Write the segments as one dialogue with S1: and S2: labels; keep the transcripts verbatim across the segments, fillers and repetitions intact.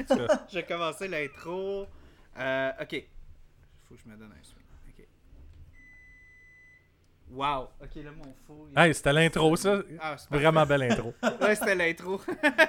S1: tout cas.
S2: Je vais commencer l'intro. Euh, ok. Faut que je me donne un swing. Ok. Wow. Ok, là, mon faux. il-
S1: Hey, c'était l'intro, ça.
S2: Ah, c'est
S1: Vraiment belle intro.
S2: Ouais, c'était l'intro.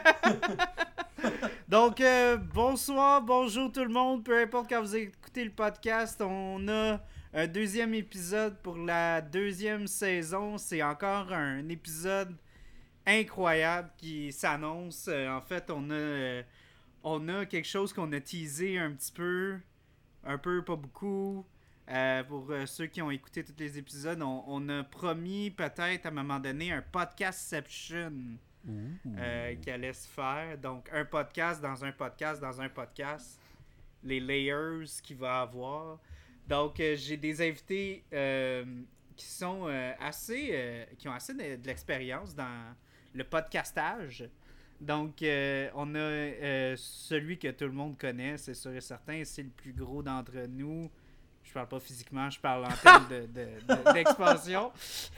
S2: Donc, euh, bonsoir, bonjour tout le monde. Peu importe quand vous écoutez le podcast, on a un deuxième épisode pour la deuxième saison. C'est encore un épisode incroyable qui s'annonce. Euh, en fait, on a, euh, on a quelque chose qu'on a teasé un petit peu, un peu, pas beaucoup. Euh, pour euh, ceux qui ont écouté tous les épisodes, on, on a promis peut-être à un moment donné un podcastception. Euh, qui allait se faire. Donc, un podcast dans un podcast dans un podcast. Les layers qu'il va avoir. Donc, euh, j'ai des invités euh, qui sont euh, assez... Euh, qui ont assez de, de l'expérience dans le podcastage. Donc, euh, on a euh, celui que tout le monde connaît, c'est sûr et certain. C'est le plus gros d'entre nous. Je parle pas physiquement, je parle en termes de, de, de, d'expansion.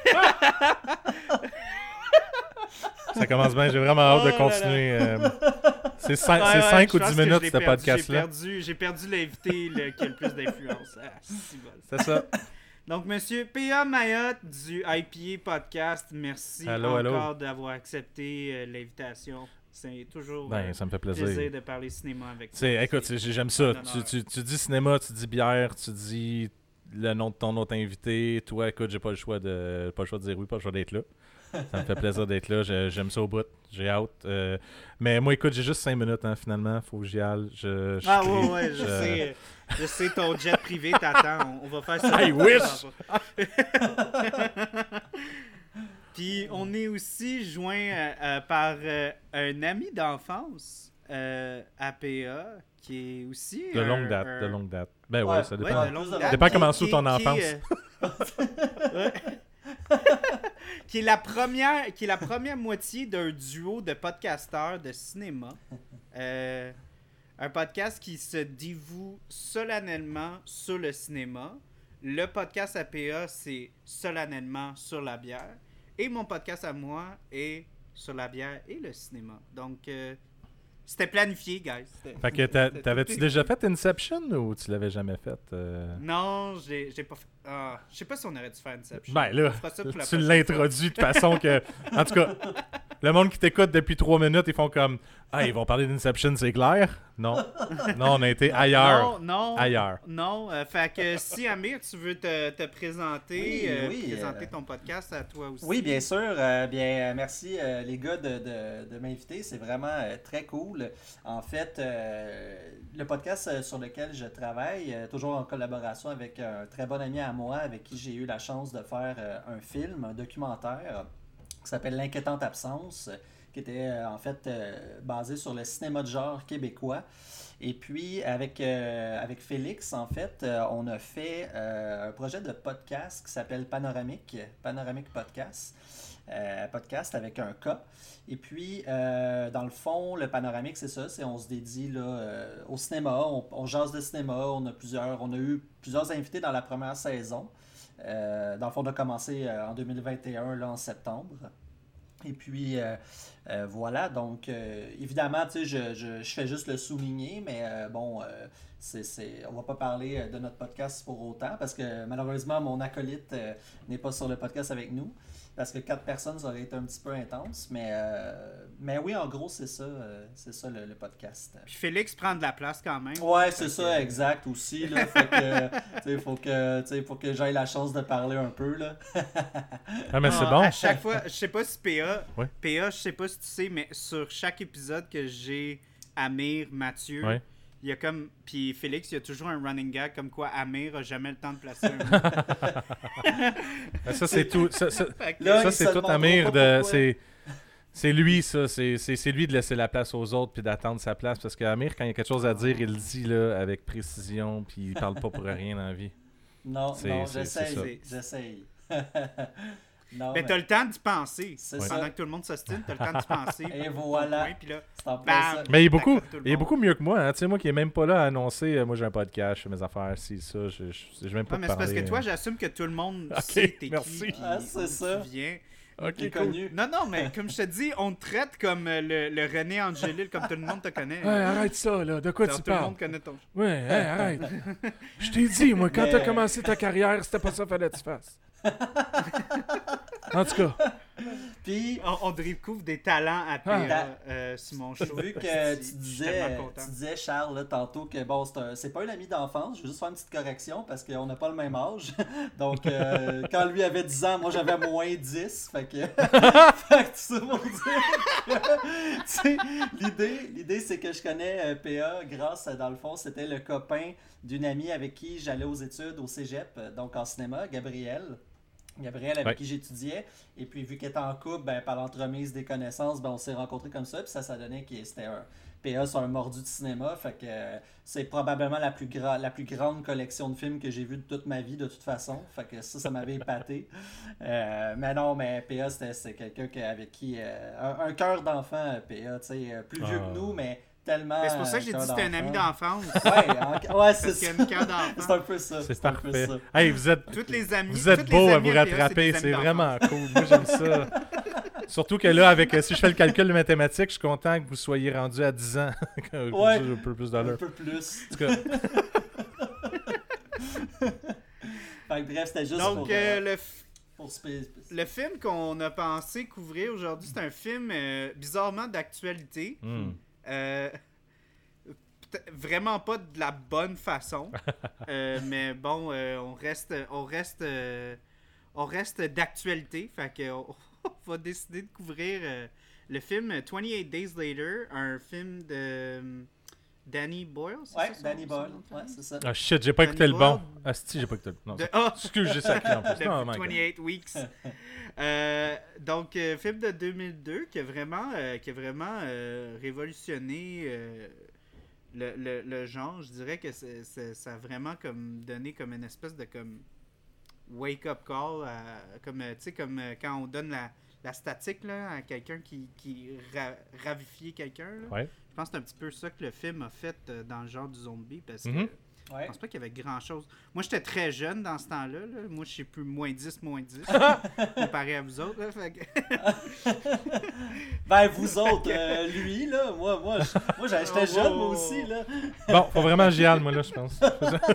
S1: Ça commence bien, j'ai vraiment hâte
S2: Oh
S1: de
S2: là
S1: continuer. Euh, c'est cinq
S2: Ouais, ouais,
S1: ou
S2: je pense
S1: dix
S2: que
S1: minutes,
S2: je l'ai
S1: ce
S2: perdu,
S1: podcast-là.
S2: J'ai perdu, j'ai perdu l'invité le- qui a le plus d'influence. Ah, si bol.
S1: C'est ça.
S2: Donc, monsieur P A Mayotte du I P A Podcast, merci
S1: Allô,
S2: encore
S1: allô.
S2: d'avoir accepté euh, l'invitation. C'est toujours
S1: Ben,
S2: euh,
S1: ça me fait
S2: plaisir.
S1: plaisir.
S2: de parler cinéma avec toi.
S1: T'sais, écoute,
S2: C'est-
S1: c'est- j'aime ça.
S2: un
S1: Tu,
S2: honneur.
S1: tu, tu dis cinéma, tu dis bière, tu dis le nom de ton autre invité. Toi, écoute, j'ai pas le choix de pas le choix de dire oui, pas le choix d'être là. Ça me fait plaisir d'être là. Je- j'aime ça au bout. J'ai hâte. Euh, mais moi, écoute, j'ai juste cinq minutes, hein, finalement. Faut que j'y aille. Je, je
S2: Ah
S1: crie,
S2: ouais, ouais, je
S1: je-
S2: sais. Je sais, ton jet privé t'attend. On, on va faire ça.
S1: I wish!
S2: Puis on est aussi joint euh, euh, par euh, un ami d'enfance euh, à P A qui est aussi
S1: De
S2: un-
S1: longue date,
S2: un-
S1: de longue date. Ben ouais,
S3: Ouais,
S1: ça
S2: Ouais,
S1: dépend.
S2: de longue
S3: Ça
S2: date.
S1: dépend
S2: Qui-
S1: comment
S2: qui-
S1: sous ton
S2: qui-
S1: enfance.
S2: euh, ouais. qui est la première qui est la première moitié d'un duo de podcasteurs de cinéma. Euh, un podcast qui se dévoue solennellement sur le cinéma. Le podcast à P A, c'est solennellement sur la bière. Et mon podcast à moi est sur la bière et le cinéma. Donc, euh, c'était planifié, guys. C'était-
S1: Fait que t'a-
S2: c'était
S1: t'avais-tu
S2: tout
S1: déjà
S2: écrit.
S1: fait Inception ou tu l'avais jamais fait? euh?
S2: Non, j'ai j'ai pas fait. Ah, je sais pas si on aurait dû faire Inception.
S1: Ben là,
S2: On fera ça pour la
S1: tu
S2: prochaine
S1: l'introduis de façon que... En tout cas, le monde qui t'écoute depuis trois minutes, ils font comme... Ah, ils vont parler d'Inception, c'est clair? Non. Non, on a été
S2: fois.
S1: ailleurs.
S2: Non, non.
S1: Ailleurs.
S2: Non, euh, fait que si Amir, tu veux te, te présenter,
S3: Oui,
S2: euh,
S3: oui,
S2: présenter
S3: euh,
S2: ton podcast à toi aussi.
S3: Oui, bien sûr. Euh, bien, euh, merci euh, les gars de, de, de m'inviter. C'est vraiment euh, très cool. En fait, euh, le podcast euh, sur lequel je travaille, euh, toujours en collaboration avec un très bon ami à moi, avec qui j'ai eu la chance de faire euh, un film, un documentaire qui s'appelle L'Inquiétante Absence, qui était euh, en fait euh, basé sur le cinéma de genre québécois. Et puis, avec, euh, avec Félix, en fait, euh, on a fait euh, un projet de podcast qui s'appelle Panoramique, Panoramique Podcast, euh, podcast avec un K. Et puis, euh, dans le fond, le Panoramique, c'est ça, c'est on se dédie là, euh, au cinéma, on, on jase de cinéma, on a plusieurs, on a eu plusieurs invités dans la première saison. Euh, dans le fond, on a commencé euh, en deux mille vingt et un, là, en septembre. Et puis, euh, euh, voilà, donc, euh, évidemment, tu sais, je, je, je fais juste le souligner, mais euh, bon, euh, c'est, c'est, on va pas parler euh, de notre podcast pour autant, parce que malheureusement, mon acolyte euh, n'est pas sur le podcast avec nous, parce que quatre personnes, ça aurait été un petit peu intense, mais, euh, mais oui, en gros, c'est ça, euh, c'est ça le, le podcast.
S2: Puis Félix prend de la place quand même.
S3: Ouais,
S2: Fait
S3: c'est
S2: que-
S3: ça, exact, aussi, là, fait que, tu sais, faut que, tu sais, faut que j'aille la chance de parler un peu, là.
S1: Ah, mais c'est
S2: Ah,
S1: bon.
S2: À chaque fois, je sais pas si P A,
S1: Ouais.
S2: P A, je sais pas si tu sais, mais sur chaque épisode que j'ai Amir, Mathieu,
S1: Ouais.
S2: il y a comme, puis Félix, il y a toujours un running gag comme quoi Amir a jamais le temps de placer un mot.
S1: Mais ça, c'est tout. Ça, ça-
S2: Fait que-
S3: Là,
S1: ça,
S3: il
S1: c'est
S3: se
S1: tout
S3: demandera
S1: Amir.
S3: pas
S1: De,
S3: pourquoi.
S1: c'est, c'est lui, ça. C'est, c'est, c'est lui de laisser la place aux autres puis d'attendre sa place. Parce qu'Amir, quand il y a quelque chose à dire, il le dit là, avec précision. Puis il parle pas pour rien dans la vie.
S3: Non,
S1: C'est-
S3: non,
S1: c'est- c'est
S3: j'essaye,
S2: ça.
S3: j'essaye. non,
S2: Mais t'as le temps d'y penser.
S3: C'est
S2: Pendant
S3: ça.
S2: que tout le monde s'ostine, t'as le temps d'y penser.
S3: Et
S2: Ton
S3: voilà.
S2: point, puis là,
S3: c'est en plein
S2: bam.
S3: ça.
S1: Mais il est beaucoup,
S2: T'accotes tout le
S1: il est
S2: monde.
S1: beaucoup mieux que moi. Hein. Tu sais, moi qui est même pas là à annoncer, euh, moi j'ai un podcast, je fais mes affaires, si, ça. Je, je, je, je vais même pas
S2: Ouais, mais
S1: te
S2: c'est parce
S1: parler,
S2: que toi,
S1: hein.
S2: j'assume que tout le monde
S1: Ok,
S2: sait t'es
S1: merci.
S2: qui, puis
S3: Ah, c'est
S2: où
S3: ça.
S2: tu viens.
S1: Ok,
S3: qui est
S1: cool.
S3: connu.
S2: Non, non, mais comme je te dis, on te traite comme euh, le, le René Angélil, comme tout le monde te connaît.
S1: Ouais, arrête ça, là. De quoi
S2: Genre,
S1: tu
S2: tout le
S1: parles?
S2: monde connaît ton...
S1: Ouais, hey, arrête. Je t'ai dit, moi, quand
S3: Mais-
S1: t'as commencé ta carrière, c'était pas ça qu'il fallait que tu fasses. En tout cas,
S3: Puis,
S2: On, on découvre des talents à P A
S3: Ah.
S2: euh, sur mon show.
S3: vu que
S2: Je
S3: tu
S2: suis
S3: disais,
S2: tellement content.
S3: tu disais, Charles, là, tantôt, que bon, c'est, un- c'est pas un ami d'enfance. Je veux juste faire une petite correction parce qu'on n'a pas le même âge. Donc, euh, quand lui avait dix ans, moi j'avais moins dix. Fait que, fait que tout ça pour dire que, tu sais, l'idée, l'idée c'est que je connais euh, P A grâce, à, dans le fond, c'était le copain d'une amie avec qui j'allais aux études au cégep, euh, donc en cinéma, Gabrielle. Gabrielle avec
S1: Ouais.
S3: qui j'étudiais. Et puis, vu qu'elle était en couple, ben, par l'entremise des connaissances, ben, on s'est rencontrés comme ça. Puis ça, ça donnait que c'était un P A sur un mordu de cinéma. Fait que euh, c'est probablement la plus, gra- la plus grande collection de films que j'ai vue de toute ma vie, de toute façon. Fait que ça, ça m'avait épaté. Euh, mais non, mais P A, c'était, c'était quelqu'un que- avec qui... euh, un, un cœur d'enfant, P A, tu sais, euh, plus vieux
S1: Ah.
S3: que nous, mais tellement...
S2: Mais c'est pour ça que
S3: euh,
S2: j'ai dit
S3: cœur
S2: que c'était un ami
S3: d'enfant.
S2: d'enfance.
S3: Ouais, en- ouais, c'est
S2: Parce qu'il y a
S3: ça.
S2: une cœur d'enfant.
S3: C'est un peu ça.
S1: c'est
S3: un peu
S1: parfait.
S3: ça.
S1: Hey, vous êtes,
S2: Toutes les amis.
S1: vous êtes
S2: toutes les
S1: beau à
S2: amis
S1: vous
S2: P A,
S1: rattraper,
S2: des
S1: c'est
S2: amis
S1: vraiment cool. Moi, j'aime ça. Surtout que là, avec si je fais le calcul de mathématiques, je suis content que vous soyez rendu à dix ans.
S3: Ouais.
S1: Un peu plus
S3: Un
S1: d'allure.
S3: peu plus.
S1: En tout cas,
S3: Fait que bref, c'était juste
S2: Donc,
S3: pour...
S2: euh,
S3: euh,
S2: le, f-
S3: pour spé-
S2: le film qu'on a pensé couvrir aujourd'hui, c'est un film euh, bizarrement d'actualité.
S1: hmm.
S2: Euh, peut- vraiment pas de la bonne façon. Euh, mais bon, euh, on reste, on reste, euh, on reste d'actualité. Fait que on, on va décider de couvrir euh, le film vingt-huit Days Later, un film de euh, Danny Boyle. c'est
S3: Ouais,
S2: ça, son-
S3: Danny
S2: son
S3: Boyle.
S2: nom de
S3: Ouais,
S2: famille?
S3: c'est ça.
S1: Ah shit, j'ai pas écouté le
S2: Danny
S1: bon.
S2: Boyle.
S1: Ah si, j'ai pas écouté le bon.
S2: De- ah!
S1: Excuse, j'ai sacré en plus.
S2: De
S1: Oh my God.
S2: vingt-huit Weeks. Euh, donc, euh, film de deux mille deux qui a vraiment, euh, qui a vraiment euh, révolutionné euh, le, le, le genre. Je dirais que c'est, c'est- ça a vraiment comme donné comme une espèce de comme wake-up call, à- comme, euh, tu sais, comme euh, quand on donne la, la statique là, à quelqu'un qui, qui ra- ravifie quelqu'un. là.
S1: Ouais.
S2: Je pense que c'est un petit peu ça que le film a fait euh, dans le genre du zombie parce que
S1: Mhm.
S2: je
S3: Ouais.
S2: pense pas qu'il y avait grand chose. Moi, j'étais très jeune dans ce temps-là. là. Moi, je sais plus moins dix, moins dix. Comparé à vous autres. Là, fait que-
S3: Ben, vous autres, euh, lui, là, moi, moi, je- moi j'étais
S2: Oh,
S3: jeune,
S2: oh,
S3: moi
S2: oh.
S3: aussi, là.
S1: Bon, faut vraiment que j'y aille, moi, là, je pense.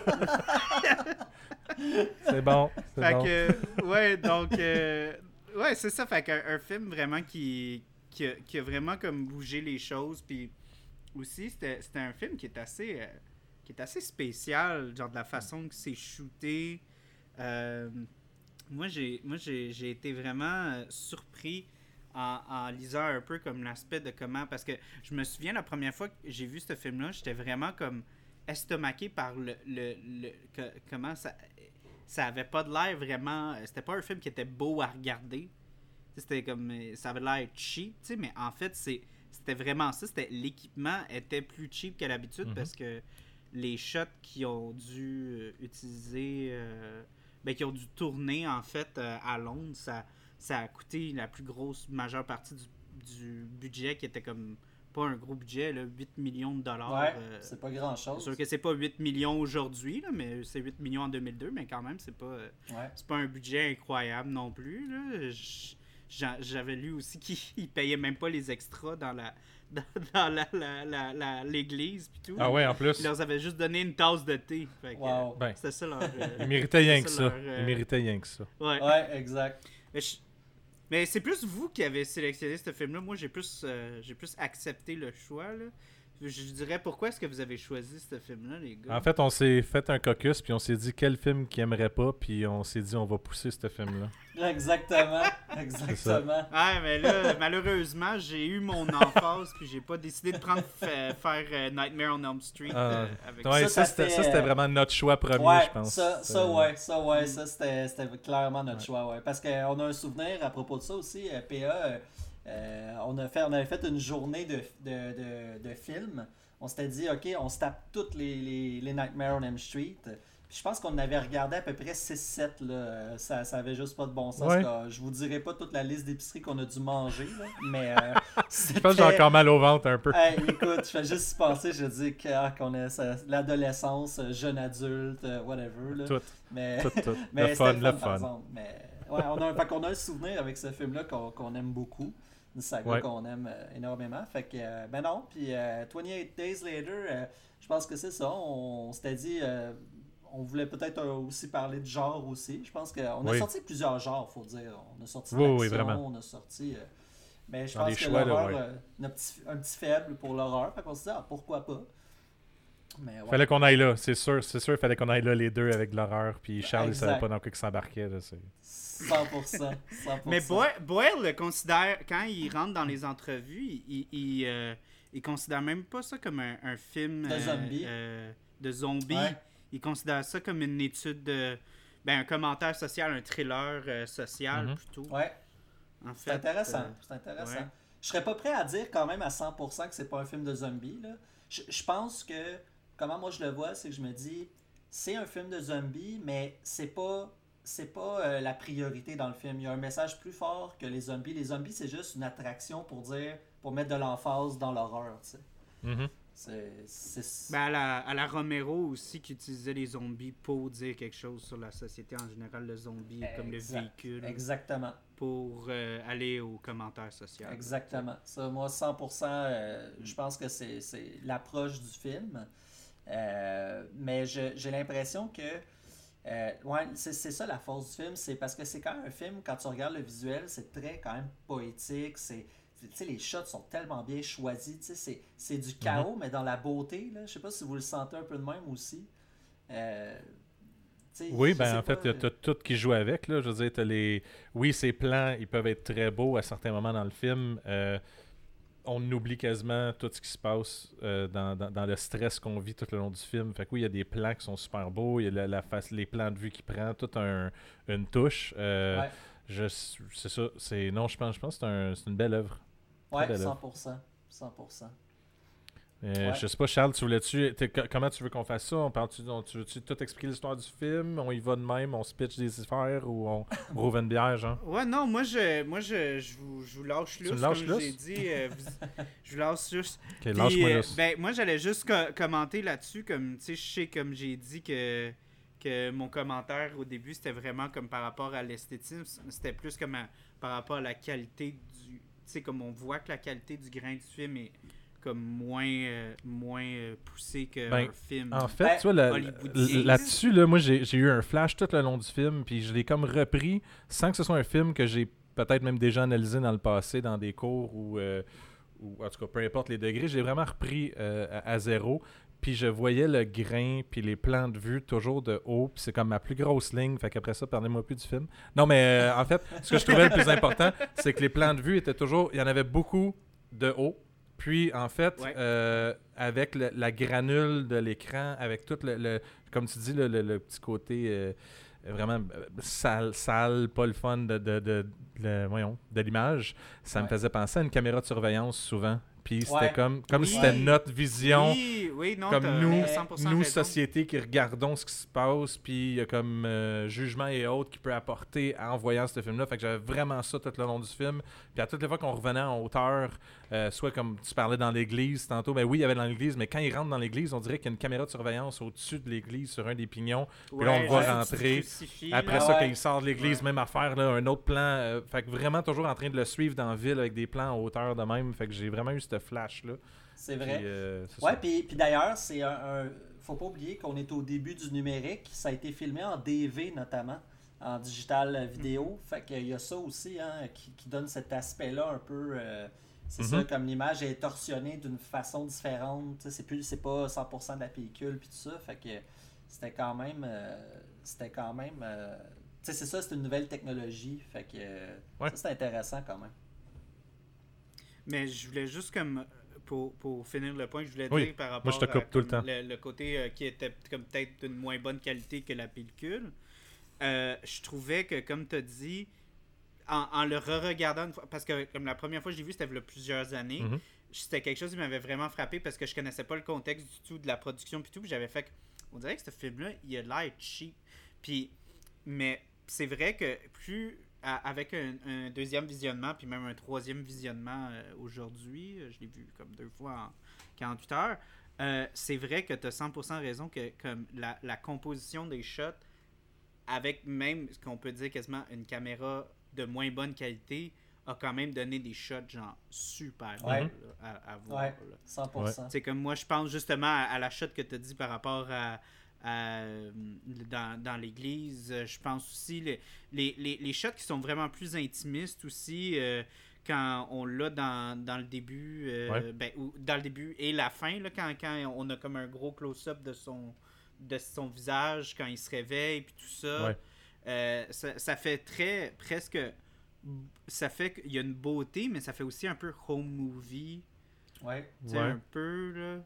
S1: C'est bon. C'est
S2: fait
S1: bon.
S2: que, ouais, donc, euh, ouais, c'est ça. Fait qu'un un film vraiment qui, qui, a, qui a vraiment comme bougé les choses. Puis aussi, c'était c'était un film qui est assez, euh, qui est assez spécial, genre de la façon que c'est shooté. Euh, moi, j'ai moi j'ai j'ai été vraiment euh, surpris en, en lisant un peu comme l'aspect de comment... Parce que je me souviens, la première fois que j'ai vu ce film-là, j'étais vraiment comme estomaqué par le... le, le que- comment ça... Ça avait pas de l'air vraiment... C'était pas un film qui était beau à regarder. C'était comme... Ça avait l'air cheap, tu sais, mais en fait, c'est c'était vraiment ça. C'était l'équipement était plus cheap qu'à l'habitude
S1: Mhm.
S2: parce que les shots qui ont dû euh, utiliser... euh, ben, qui ont dû tourner, en fait, euh, à Londres, ça, ça a coûté la plus grosse majeure partie du, du budget, qui était comme pas un gros budget, là, huit millions de dollars.
S3: Ouais,
S2: euh,
S3: c'est pas
S2: c'est
S3: grand-chose.
S2: sûr que c'est pas huit millions aujourd'hui, là, mais c'est huit millions en deux mille deux, mais quand même, c'est pas, euh,
S3: Ouais.
S2: c'est pas un budget incroyable non plus. Là. J- j'a- J'avais lu aussi qu'ils payaient même pas les extras dans la dans, dans la, la, la, la- l'église pis tout.
S1: Ah ouais, en plus.
S2: Ils leur avaient juste donné une tasse de thé. Fait que,
S3: Wow.
S1: Ben,
S2: c'était ça leur... euh,
S1: il méritait rien que
S2: c'est
S1: ça.
S2: leur, euh,
S1: Il méritait rien que ça.
S2: ouais.
S3: Ouais, exact.
S2: Mais, je- mais c'est plus vous qui avez sélectionné ce film-là. Moi, j'ai plus, euh, j'ai plus accepté le choix. Là. Je dirais, pourquoi est-ce que vous avez choisi ce film-là, les gars?
S1: En fait, on s'est fait un caucus, puis on s'est dit quel film qu'il aimerait pas, puis on s'est dit on va pousser ce film-là.
S3: Exactement. Exactement.
S2: Ah, mais là, malheureusement, j'ai eu mon emphase, puis j'ai pas décidé de prendre fa- faire euh, Nightmare on Elm Street
S1: Ah,
S2: euh, avec
S1: Ouais,
S3: Ça,
S1: ça,
S3: ça
S1: c'était,
S3: fait-
S1: ça, c'était vraiment notre choix premier,
S3: Ouais,
S1: je pense.
S3: ça, ça,
S1: Euh,
S3: ouais, ça, ouais,
S2: Mm.
S3: ça, c'était, c'était clairement notre
S1: Ouais.
S3: choix, ouais. Parce qu'on a un souvenir à propos de ça aussi, euh, P A, euh, euh, on, a fait, on avait fait une journée de, de, de, de films. On s'était dit, OK, on se tape toutes les, les, les Nightmare on Elm Street. Puis je pense qu'on avait regardé à peu près six sept, là. Ça, ça avait juste pas de bon sens.
S1: Ouais.
S3: Là. Je vous dirai pas toute la liste d'épiceries qu'on a dû manger, là, mais... euh,
S1: Je pense que j'ai encore mal au ventre un peu.
S3: Hey, écoute, je fais juste y penser, je dis que, ah, qu'on est ça- l'adolescence, euh, jeune adulte, euh, whatever. Là.
S1: Tout,
S3: Mais,
S1: tout, tout.
S3: mais
S1: Le fun,
S3: c'était
S1: le
S3: par
S1: fun.
S3: exemple. Mais ouais, on a, un, fait qu'on a un souvenir avec ce film-là qu'on, qu'on aime beaucoup. Une saga
S1: Ouais.
S3: qu'on aime euh, énormément. Fait que, euh, ben non, puis euh, vingt-huit Days Later, euh, je pense que c'est ça. On, on s'était dit, euh, on voulait peut-être euh, aussi parler de genre aussi. Je pense qu'on a
S1: Oui.
S3: sorti plusieurs genres, faut dire. On a sorti
S1: Oui, oui,
S3: l'action,
S1: vraiment.
S3: on a sorti... euh, mais je
S1: Dans
S3: pense
S1: les
S3: que
S1: choix, là,
S3: l'horreur,
S1: ouais.
S3: euh, on a un petit, un petit faible pour l'horreur. Fait qu'on se dit, ah, pourquoi pas? Mais ouais.
S1: Fallait qu'on aille là, c'est sûr, c'est sûr, fallait qu'on aille là les deux avec de l'horreur. Puis Charles, il
S3: Exact.
S1: savait pas dans quoi il s'embarquait. Là, c'est...
S3: cent pour cent. cent pour cent.
S2: Mais Boyle, Boyle le considère, quand il rentre dans les entrevues, il, il, euh, il considère même pas ça comme un, un film
S3: De
S2: euh,
S3: zombies.
S2: euh, de zombies.
S3: Ouais.
S2: Il considère ça comme une étude de. Ben, un commentaire social, un thriller euh, social
S1: Mhm.
S2: plutôt.
S3: Ouais,
S2: En
S3: c'est
S2: fait,
S3: intéressant.
S2: euh,
S3: C'est intéressant.
S2: ouais.
S3: Je serais pas prêt à dire quand même à cent pour cent que c'est pas un film de zombies. Là. Je, je pense que, comment moi je le vois, c'est que je me dis, c'est un film de zombies, mais c'est pas, c'est pas euh, la priorité dans le film. Il y a un message plus fort que les zombies. Les zombies, c'est juste une attraction pour dire, pour mettre de l'emphase dans l'horreur. Tu sais.
S1: Mhm.
S3: C'est, c'est...
S2: Ben, à, la, à la Romero aussi, qui utilisait les zombies pour dire quelque chose sur la société en général. Le zombie est comme le
S3: Exact.
S2: véhicule
S3: Exactement.
S2: pour euh, aller au commentaire social.
S3: Exactement. Ça, moi, cent pour cent, euh, je pense que c'est, c'est l'approche du film. Euh, mais je- j'ai l'impression que euh, ouais, c'est, c'est ça la force du film. C'est parce que c'est quand même un film, quand tu regardes le visuel, c'est très quand même poétique. C'est, tu sais, les shots sont tellement bien choisis. Tu sais, c'est, c'est du chaos, mais dans la beauté. Là. Je sais pas si vous le sentez un peu de même aussi. Euh, tu sais,
S1: Oui,
S3: je
S1: ben
S3: sais
S1: en fait,
S3: pas,
S1: t'as t'as tout qui joue avec. Là. Je veux dire, t'as les. Oui, ces plans, ils peuvent être très beaux à certains moments dans le film. Euh, on oublie quasiment tout ce qui se passe euh, dans, dans, dans le stress qu'on vit tout le long du film. Fait que oui, il y a des plans qui sont super beaux, il y a la, la face, les plans de vue qu'il prend, tout un, une touche. Euh,
S3: Ouais,
S1: je, c'est ça. C'est, non, je pense, je pense que c'est, un, c'est une belle œuvre. Très
S3: ouais,
S1: belle
S3: cent
S1: œuvre.
S3: pour cent. cent pour cent.
S1: Euh,
S3: Ouais.
S1: Je sais pas, Charles, tu voulais-tu. t'es- co- comment tu veux qu'on fasse ça? On parle-tu, on- tu veux-tu tout expliquer l'histoire du film? On y va de même, on se pitch des affaires ou on rouvre une bière, genre?
S2: Ouais, non, moi, je, moi je, je, vous, je vous lâche
S1: Tu
S2: lousse,
S1: me lâches
S2: comme
S1: lousse?
S2: j'ai dit. euh, vous- je vous lâche juste.
S1: Ok,
S2: Puis,
S1: lâche-moi
S2: euh,
S1: là.
S2: ben, moi, j'allais juste co- commenter là-dessus, comme, tu sais, je sais, comme j'ai dit que, que mon commentaire au début, c'était vraiment comme par rapport à l'esthétisme, c'était plus comme à- par rapport à la qualité du... Tu sais, comme on voit que la qualité du grain du film est comme moins, euh, moins euh, poussée qu'un
S1: Ben,
S2: film.
S1: En fait,
S3: Ben,
S1: tu vois, la-
S2: hollywoodien.
S1: là-dessus, là, moi, j'ai, j'ai eu un flash tout le long du film, puis je l'ai comme repris sans que ce soit un film que j'ai peut-être même déjà analysé dans le passé, dans des cours ou, euh, ou en tout cas, peu importe les degrés. J'ai vraiment repris euh, à, à zéro, puis je voyais le grain, puis les plans de vue toujours de haut, puis c'est comme ma plus grosse ligne, fait qu'après ça, parlez-moi plus du film. Non, mais euh, en fait, ce que je trouvais le plus important, c'est que les plans de vue étaient toujours, il y en avait beaucoup de haut. Puis, en fait,
S2: Ouais.
S1: euh, avec le- la granule de l'écran, avec tout le, le- comme tu dis, le, le- le petit côté euh, vraiment euh, sale, sale, pas le fun de, de, de, de- voyons, de l'image, ça me
S3: Ouais.
S1: faisait penser à une caméra de surveillance souvent. Puis c'était
S3: Ouais.
S1: comme, comme si
S2: Oui.
S1: c'était notre vision.
S2: Oui, oui, non,
S1: Comme
S2: t'as
S1: nous,
S2: cent pour cent
S1: nous,
S2: raison.
S1: société qui regardons ce qui se passe, puis il y a comme euh, jugement et autres qui peut apporter en voyant ce film-là. Fait que j'avais vraiment ça tout le long du film. Puis à toutes les fois qu'on revenait en hauteur, euh, soit comme tu parlais dans l'église tantôt, ben oui, il y avait dans l'église, mais quand il rentre dans l'église, on dirait qu'il y a une caméra de surveillance au-dessus de l'église sur un des pignons. Puis là, on le voit
S2: Ouais,
S1: rentrer.
S2: du crucifix,
S1: Après
S2: là.
S1: ça,
S3: ouais.
S1: quand il sort de l'église,
S2: Ouais.
S1: même affaire, là, un autre plan. euh, fait que vraiment toujours en train de le suivre dans la ville avec des plans en hauteur de même. Fait que j'ai vraiment eu ce flash-là.
S3: C'est
S1: Puis,
S3: vrai.
S1: euh, c'est
S3: Ouais,
S1: ça.
S3: puis, puis d'ailleurs, c'est un, un- faut pas oublier qu'on est au début du numérique. Ça a été filmé en D V notamment, en digital euh, vidéo. Fait qu'il y a ça aussi hein, qui, qui donne cet aspect-là un peu. euh, c'est
S1: Mhm.
S3: ça, comme l'image est torsionnée d'une façon différente. Tu sais, C'est plus, c'est pas cent pour cent de la pellicule puis tout ça. Fait que c'était quand même, euh, c'était quand même. euh, tu sais, c'est ça, c'est une nouvelle technologie. Fait que euh,
S1: Ouais.
S3: ça c'est intéressant quand même.
S2: Mais je voulais juste comme pour, pour finir le point que je voulais
S1: Oui,
S2: dire par rapport
S1: moi, je te coupe
S2: à
S1: tout le
S2: comme
S1: temps.
S2: le, le côté euh, qui était comme peut-être d'une moins bonne qualité que la pellicule. Euh, je trouvais que comme tu as dit en, en le re-regardant une fois, parce que comme la première fois que j'ai vu c'était il y a plusieurs années,
S1: Mhm.
S2: c'était quelque chose qui m'avait vraiment frappé parce que je connaissais pas le contexte du tout de la production puis tout, puis j'avais fait que, on dirait que ce film là il a l'air cheap. Puis mais c'est vrai que plus à- avec un, un deuxième visionnement puis même un troisième visionnement euh, aujourd'hui, euh, je l'ai vu comme deux fois en quarante-huit heures, euh, c'est vrai que tu as cent pour cent raison que comme la, la composition des shots avec même ce qu'on peut dire quasiment une caméra de moins bonne qualité, a quand même donné des shots genre super
S3: Ouais.
S2: bons là, à, à voir.
S3: Ouais,
S2: là.
S3: cent pour cent.
S2: C'est comme moi, je pense justement à, à la shot que tu as dit par rapport à, à, dans, dans l'église. Je pense aussi les, les, les, les shots qui sont vraiment plus intimistes aussi, euh, quand on l'a dans, dans le début, euh,
S1: Ouais.
S2: ben, ou dans le début et la fin, là, quand, quand on a comme un gros close-up de son, de son visage, quand il se réveille, puis tout ça.
S1: Ouais.
S2: Euh, ça, ça fait très, presque... Ça fait qu'il y a une beauté, mais ça fait aussi un peu home movie.
S3: Ouais.
S2: Tu sais,
S1: Ouais.
S2: un peu, là.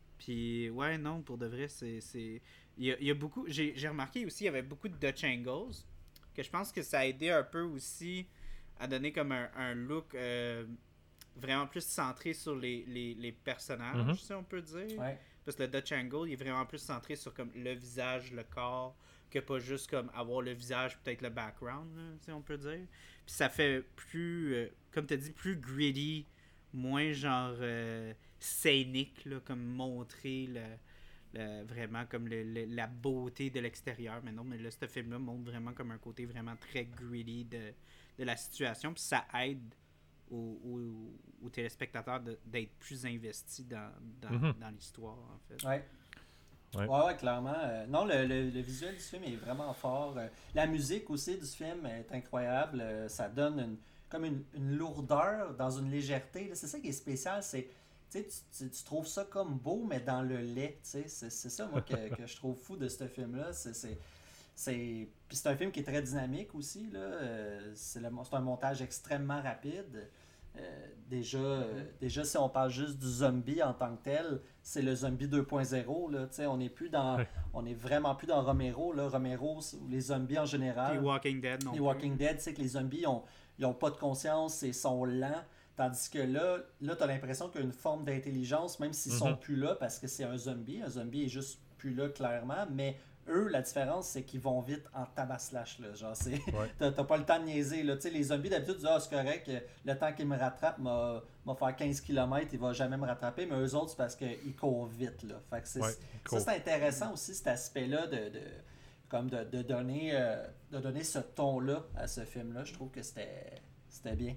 S2: Puis, ouais, non, pour de vrai, c'est... c'est... Il, y a, il y a beaucoup... J'ai, j'ai remarqué aussi, il y avait beaucoup de Dutch angles, que je pense que ça a aidé un peu aussi à donner comme un, un look euh, vraiment plus centré sur les, les, les personnages,
S1: Mhm.
S2: si on peut dire.
S3: Ouais.
S2: Parce que le Dutch angle, il est vraiment plus centré sur comme le visage, le corps, que pas juste comme avoir le visage, peut-être le background, là, si on peut dire. Puis ça fait plus, euh, comme tu as dit, plus gritty, moins genre euh, scénique, là, comme montrer le, le- vraiment comme le- le- la beauté de l'extérieur. Mais non, mais là, ce film-là montre vraiment comme un côté vraiment très gritty de, de la situation. Puis ça aide aux, aux- aux téléspectateurs de- d'être plus investis dans, dans,
S1: Mhm.
S2: dans l'histoire, en fait.
S3: Ouais.
S1: Ouais.
S3: Ouais, ouais, clairement. Euh, non, le, le, le visuel du film est vraiment fort. Euh, la musique aussi du film est incroyable. Euh, ça donne une, comme une, une lourdeur dans une légèreté. là. C'est ça qui est spécial. C'est, tu, sais, tu, tu- tu trouves ça comme beau, mais dans le lait. tu sais. C'est, c'est ça, moi, que, que je trouve fou de ce film-là. C'est, c'est, c'est... Puis c'est un film qui est très dynamique aussi. Là. Euh, c'est, le, c'est un montage extrêmement rapide. Euh, déjà, euh, déjà, si on parle juste du zombie en tant que tel, c'est le zombie deux point zéro. Là, tu sais, on n'est plus dans,
S1: Ouais.
S3: on est vraiment plus dans Romero. Là. Romero, c'est- ou les zombies en général.
S2: Puis Walking Dead, non
S3: Les
S2: plus.
S3: Walking Dead, tu sais que les zombies, ont, ils ont pas de conscience et sont lents. Tandis que là, là tu as l'impression qu'il y a une forme d'intelligence, même s'ils sont
S1: Mhm.
S3: plus là, parce que c'est un zombie. Un zombie est juste plus là, clairement. Mais eux, la différence, c'est qu'ils vont vite en tabaslash. Là. Genre, c'est...
S1: Ouais.
S3: T'as, t'as pas le temps de niaiser. Là. Tu sais, les zombies, d'habitude, tu dis, ah, c'est correct, euh, le temps qu'ils me rattrapent m'a, m'a faire quinze kilomètres, il va jamais me rattraper. Mais eux autres, c'est parce qu'ils courent vite. Là. Fait que c'est,
S1: Ouais,
S3: ça,
S1: cool.
S3: c'est intéressant aussi, cet aspect-là de, de, comme de, de, donner, euh, de donner ce ton-là à ce film-là. Je trouve que c'était, c'était bien.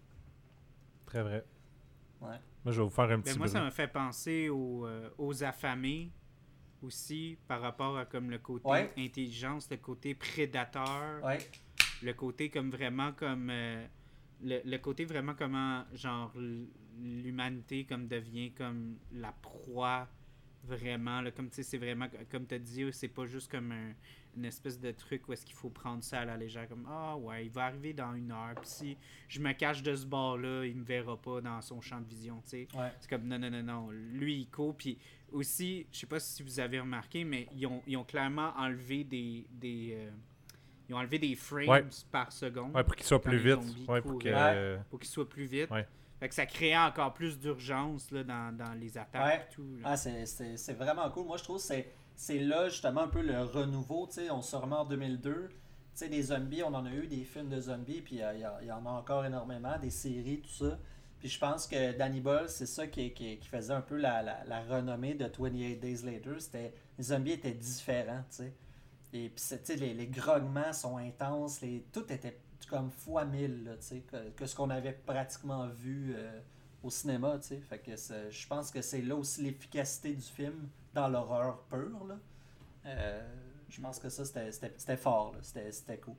S1: Très vrai.
S3: Ouais.
S1: Moi, je vais vous faire un petit
S2: Ben moi, ça
S1: bruit.
S2: me fait penser aux, euh, aux affamés aussi, par rapport à comme le côté
S3: Ouais.
S2: intelligence, le côté prédateur,
S3: Ouais.
S2: le côté comme vraiment comme... euh, le, le côté vraiment comment, genre, l- l'humanité comme devient comme la proie, vraiment, là, comme tu sais, c'est vraiment, comme tu as dit, c'est pas juste comme un, une espèce de truc où est-ce qu'il faut prendre ça à la légère, comme, ah ouais, il va arriver dans une heure, puis si je me cache de ce bord-là, il me verra pas dans son champ de vision, tu sais.
S3: Ouais.
S2: C'est comme, non, non, non, non, lui, il court, puis aussi, je sais pas si vous avez remarqué, mais ils ont, ils ont clairement enlevé des... des euh, ils ont enlevé des frames
S1: Ouais.
S2: par seconde.
S1: Ouais, pour qu'il soit
S2: Quand
S1: plus
S2: les
S1: vite.
S2: zombies
S1: Ouais, pour
S2: courent.
S1: que.
S3: Ouais.
S2: Pour qu'il soit plus vite.
S1: Ouais.
S2: Fait que ça créait encore plus d'urgence là, dans, dans les attaques
S3: Ouais.
S2: et tout. là.
S3: Ah, c'est, c'est, c'est vraiment cool. Moi, je trouve que c'est, c'est là justement un peu le renouveau. Tu sais, on se remet en deux mille deux. Tu sais, des zombies, on en a eu des films de zombies, puis il y, y en a encore énormément, des séries, tout ça. Puis je pense que Danny Boyle, c'est ça qui, qui, qui faisait un peu la, la, la renommée de vingt-huit Days Later. C'était, les zombies étaient différents, tu sais. Et puis, c'est- tu sais, les, les grognements sont intenses, les, tout était comme fois mille, là, tu sais, que, que ce qu'on avait pratiquement vu euh, au cinéma, tu sais. Fait que c'est- je pense que c'est là aussi l'efficacité du film dans l'horreur pure, là. Euh, je pense que ça, c'était, c'était, c'était fort, là. C'était, c'était cool.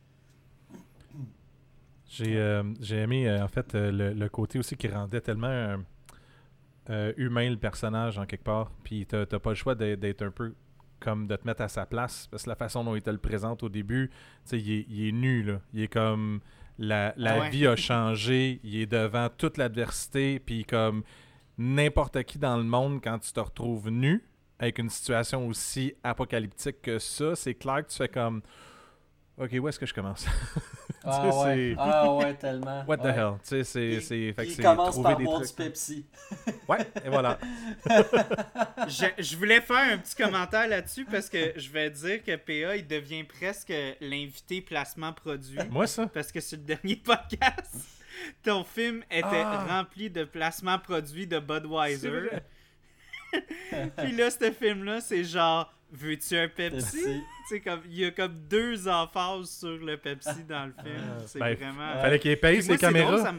S1: J'ai euh, j'ai aimé, euh, en fait, euh, le, le côté aussi qui rendait tellement euh, euh, humain le personnage, en quelque part. Puis t'as t'as pas le choix d'être, d'être un peu comme de te mettre à sa place. Parce que la façon dont il te le présente au début, tu sais, il est, il est nu, là. Il est comme... La, la
S2: Ah ouais.
S1: vie a changé. Il est devant toute l'adversité. Puis comme n'importe qui dans le monde, quand tu te retrouves nu, avec une situation aussi apocalyptique que ça, c'est clair que tu fais comme... OK, où est-ce que je commence?
S3: Ah
S1: Tu sais,
S3: ouais,
S1: c'est-
S3: ah ouais, tellement.
S1: What the
S3: Ouais.
S1: hell? Tu sais, c'est...
S3: Il,
S1: c'est, fait que
S3: il
S1: c'est
S3: commence
S1: trouver
S3: par
S1: des
S3: boire
S1: trucs.
S3: du Pepsi.
S1: Ouais, et voilà.
S2: je, je voulais faire un petit commentaire là-dessus parce que je vais dire que P A, il devient presque l'invité placement produit.
S1: Moi, ça?
S2: Parce que sur le dernier podcast, ton film était
S1: Ah.
S2: rempli de placements produits de
S1: C'est
S2: Budweiser.
S1: vrai.
S2: Puis là, ce film-là, c'est genre veux-tu un Pepsi? Tu sais, comme, il y a comme deux emphases sur le Pepsi dans le film. C'est
S1: ben,
S2: vraiment...
S1: Il fallait qu'il paye ses caméras.
S2: Drôle, ça me...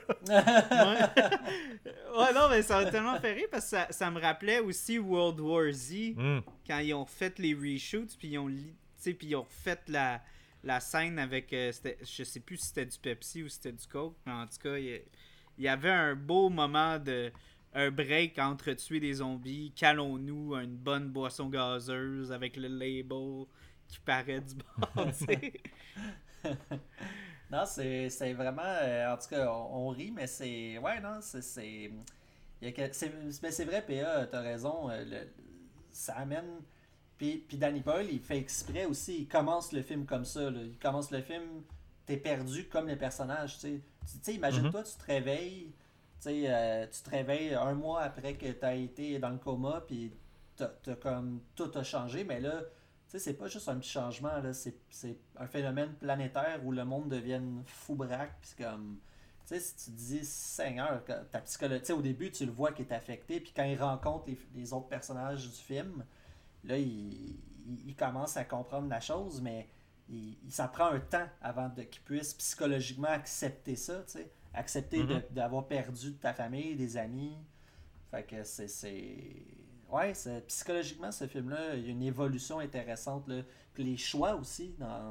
S2: ouais. ouais, non, mais ça m'a tellement fait rire parce que ça, ça me rappelait aussi World War Z,
S1: mm.
S2: quand ils ont fait les reshoots, puis ils ont, puis ils ont fait la, la scène avec... Euh, je sais plus si c'était du Pepsi ou si c'était du Coke, mais en tout cas, il y, y avait un beau moment de... un break entre tuer des zombies, calons-nous, une bonne boisson gazeuse avec le label qui paraît du bord, tu sais.
S3: Non, c'est, c'est vraiment... Euh, en tout cas, on, on rit, mais c'est... Ouais, non, c'est... c'est... Il y a, c'est, mais c'est vrai, P A, t'as raison, euh, le, ça amène... Puis, puis Danny Boyle, il fait exprès aussi, il commence le film comme ça, là. Il commence le film, t'es perdu comme les personnages, tu sais. Tu sais, imagine-toi, mm-hmm. tu te réveilles... Tu sais, euh, tu te réveilles un mois après que tu as été dans le coma, puis t'as, t'as comme tout a changé, mais là, tu sais, c'est pas juste un petit changement, là, c'est, c'est un phénomène planétaire où le monde devienne fou braque, puis c'est comme, tu sais, si tu te dis, Seigneur, ta psychologie, tu sais, au début, tu le vois qui est affecté, puis quand il rencontre les, les autres personnages du film, là, il, il, il commence à comprendre la chose, mais il, il, ça prend un temps avant de, qu'il puisse psychologiquement accepter ça, tu sais. Accepter mm-hmm. de, d'avoir perdu de ta famille, des amis. Fait que c'est... c'est... Ouais, c'est... psychologiquement, ce film-là, il y a une évolution intéressante. Là. Puis les choix aussi. Dans...